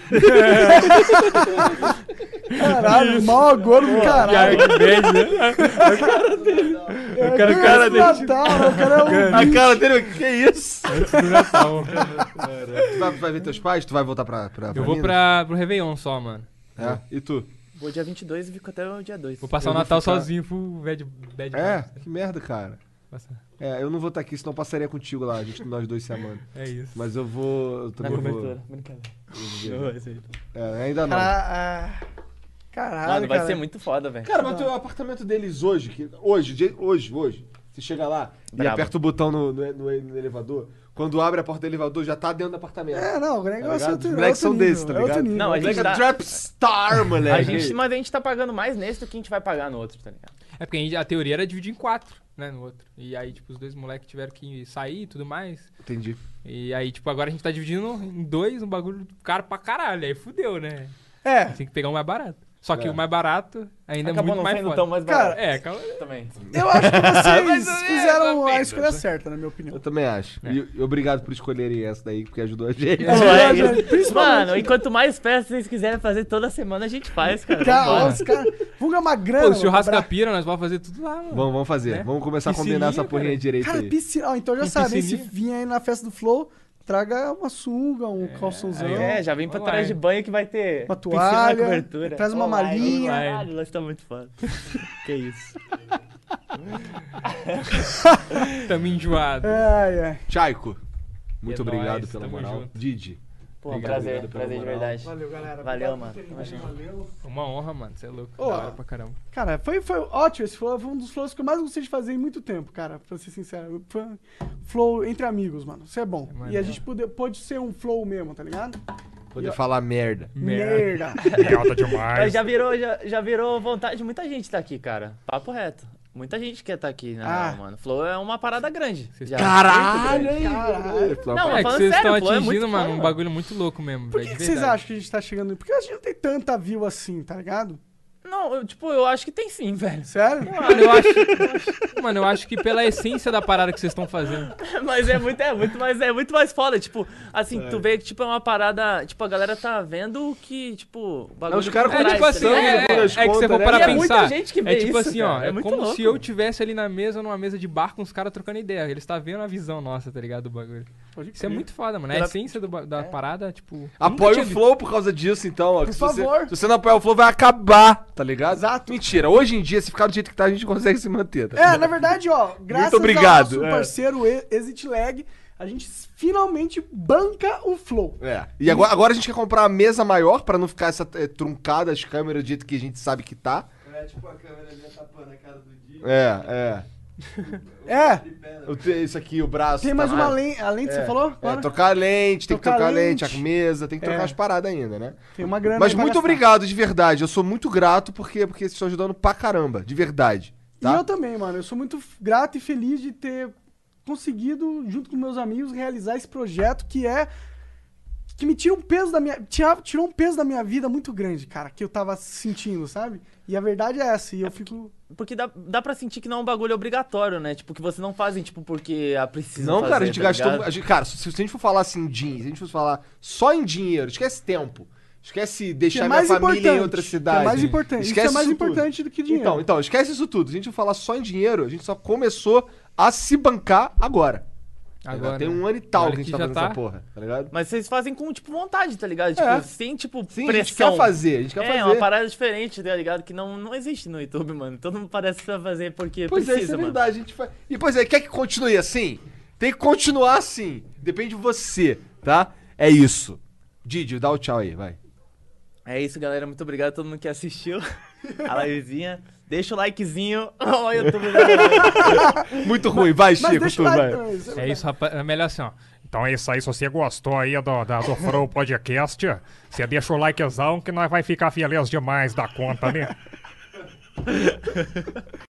Caralho, mal gordo do caralho. que bad, né? É, O cara- o que cara esse dele- Natal, o cara é um... A cara dele, que isso? Do Natal. Tu vai, vai ver teus pais? Tu vai voltar pra, pra Eu vou Minas? pra, pro Réveillon só, mano. É? E tu? Vou dia vinte e dois e fico até o dia dois. Vou passar Eu o vou Natal ficar- sozinho, full bad, bad É? vibes. Que merda, cara. Passar. É, eu não vou estar aqui, senão eu passaria contigo lá, a gente, nós dois se amando. É isso. Mas eu vou... Eu Na também vou... cobertura. Brincadeira. eu vou ver. Não, esse aí. É, ainda não. Ah, ah, caralho, Mano, vai cara. ser muito foda, velho. Cara, mas o apartamento deles hoje, que, hoje, de- hoje, hoje, você chega lá e Brabo. aperta o botão no, no- no- no elevador, quando abre a porta do elevador, já tá dentro do apartamento. É, não, o negócio é ligado? outro, Os moleques outro são nível, desses, tá é outro ligado? nível. Não, a gente Moleque tá- é Trapstar, moleque. A gente, mas a gente tá pagando mais nesse do que a gente vai pagar no outro, tá ligado? É porque a, gente- a teoria era dividir em quatro, né, no outro. E aí, tipo, os dois moleques tiveram que sair e tudo mais. Entendi. E aí, tipo, agora a gente tá dividindo em dois, um bagulho caro pra caralho. Aí fudeu, né? É, Tem que pegar um mais barato. Só que É. o mais barato ainda é Acabou muito não mais sendo foda. tão mais Cara, barato. É, calma. Também. eu acho que vocês Mais ou menos, fizeram mais a ou escolha menos. certa, na minha opinião. Eu também acho. É. E, e obrigado por escolherem essa daí, porque ajudou a gente. É. Ué, gente, principalmente- Mano, e quanto mais festas vocês quiserem fazer toda semana, a gente faz, cara. Cara, Vambora. os caras vão ganhar uma grana. Pô, o mano, churrasco pra- da pira, nós vamos fazer tudo lá, mano. Vamos, vamos fazer. Né? Vamos começar a combinar essa Piscininha, porrinha cara. direito Cara, aí. piscina. Ó, então já Com sabem, se piscininha? vir aí na festa do Flow, traga uma sunga, um calçãozão. aí, ó. É, já vem pra Vai. trás de banho que vai ter Uma piscina na toalha, cobertura. traz uma Vai, malinha. vai. Caralho, nós tá muito foda. Que isso. Tamo enjoado. Ai, ai. Chaico, muito É obrigado nóis, pela tamo moral. junto. Didi. Pô, Obrigado, prazer, obrigado pela prazer de moral. verdade. Valeu, galera. Valeu, Obrigado mano. por terem Tamo vindo, junto. valeu. Uma honra, mano. Você é louco. Ô, Da hora pra caramba. Cara, foi, foi ótimo. Esse flow foi um dos flows que eu mais gostei de fazer em muito tempo, cara. Pra ser sincero. Foi um flow entre amigos, mano. Isso é bom. É e a maneiro. gente pode, pode ser um flow mesmo, tá ligado? Poder E- falar merda. Merda. Merda Mas demais. já virou, já, já virou vontade de muita gente estar aqui, cara. Papo reto. Muita gente quer estar aqui, na Ah. real, mano. Flow é uma parada grande. Vocês- Já. Caralho, Muito grande. hein? Caralho. Não, Não, É que falando vocês sério, estão Flow é atingindo, muito mano, foda, um mano. bagulho muito louco mesmo, Por velho. que, de que vocês verdade. acham que a gente tá chegando? Porque a gente não tem tanta view assim, tá ligado? Não, eu, tipo, eu acho que tem sim, velho. Sério? Mano, eu acho, mano, eu acho que pela essência da parada que vocês estão fazendo. Mas é muito, é muito mais, é muito mais foda. Tipo, assim, tu vê que tipo, é uma parada. Tipo, a galera tá vendo o que, tipo, o bagulho. Os caras por É trás, tipo tá assim, ligado? no é, fim é, das é que você contas, for né? parar E pra é muita pensar. gente que É vê tipo isso, assim, ó. cara. É É muito como louco. se eu tivesse ali na mesa, numa mesa de bar com os caras trocando ideia. Eles tá vendo a visão nossa, tá ligado? Do bagulho. Pode Isso é crer. muito foda, mano. É a Pela- essência do ba- da parada, tipo. eu nunca Apoia tinha o visto. Flow por causa disso, então. Ó, Por que se você- favor. se você não apoiar o Flow, vai acabar, tá ligado? Exato. Mentira. Hoje em dia, se ficar do jeito que tá, a gente consegue se manter, tá É, ligado? na verdade, ó, graças obrigado, ao nosso é. parceiro E- Exit Lag, a gente finalmente banca o Flow. É. E agora, agora a gente quer comprar a mesa maior pra não ficar essa é, truncada as câmeras do jeito que a gente sabe que tá. É tipo a câmera ali tapando a cara do Didi. É, é. É, Eu te- Isso aqui, o braço. tem mais tá uma mais- lente, a lente que É, você falou? É, Agora? trocar a lente, tem que Trocar trocar a a lente, a lente. mesa, tem que trocar É. as paradas ainda, né? Tem uma grana Mas aí pra muito gastar. obrigado, de verdade. Eu sou muito grato porque, porque vocês estão ajudando pra caramba, de verdade. E Tá? eu também, mano. Eu sou muito f- grato e feliz de ter conseguido, junto com meus amigos, realizar esse projeto que é. Que me tira um peso da minha. Tira, tirou um peso da minha vida muito grande, cara, que eu tava sentindo, sabe? E a verdade é essa. E eu fico. Porque dá, dá pra sentir que não é um bagulho obrigatório, né? Tipo, que vocês não fazem, tipo, porque a precisa Não, fazer, cara, a gente tá gastou. ligado? a gente- cara, se, se a gente for falar assim, din, se a gente for falar só em dinheiro, esquece tempo. Esquece Que deixar é minha mais família importante. em outra que cidade. é mais importante. Esquece Isso é mais isso tudo. importante do que dinheiro. Então, então, esquece isso tudo. Se a gente for falar só em dinheiro, a gente só começou a se bancar agora. Agora, Tem né? um ano e tal Olha que a gente que tá já fazendo tá- essa porra, tá ligado? Mas vocês fazem com, tipo, vontade, tá ligado? Tipo, É. sem, tipo, Sim, pressão. a gente quer fazer, a gente quer é, fazer. uma parada diferente, tá ligado? Que não, não existe no YouTube, mano. Todo mundo parece que vai fazer porque Pois é, precisa, isso é mano. verdade. A gente faz... E, pois é, quer que continue assim? Tem que continuar assim. Depende de você, tá? É isso. Didi, dá o tchau aí, vai. É isso, galera. Muito obrigado a todo mundo que assistiu a livezinha. Deixa o likezinho. Ó, o YouTube. Muito ruim, vai, Mas Chico, deixa tu lá, vai. então, isso É isso, rapaz. É melhor assim, ó. Então é isso aí, se você gostou aí do, da, do Flow Podcast, você deixa o likezão que nós vai ficar feliz demais da conta, né?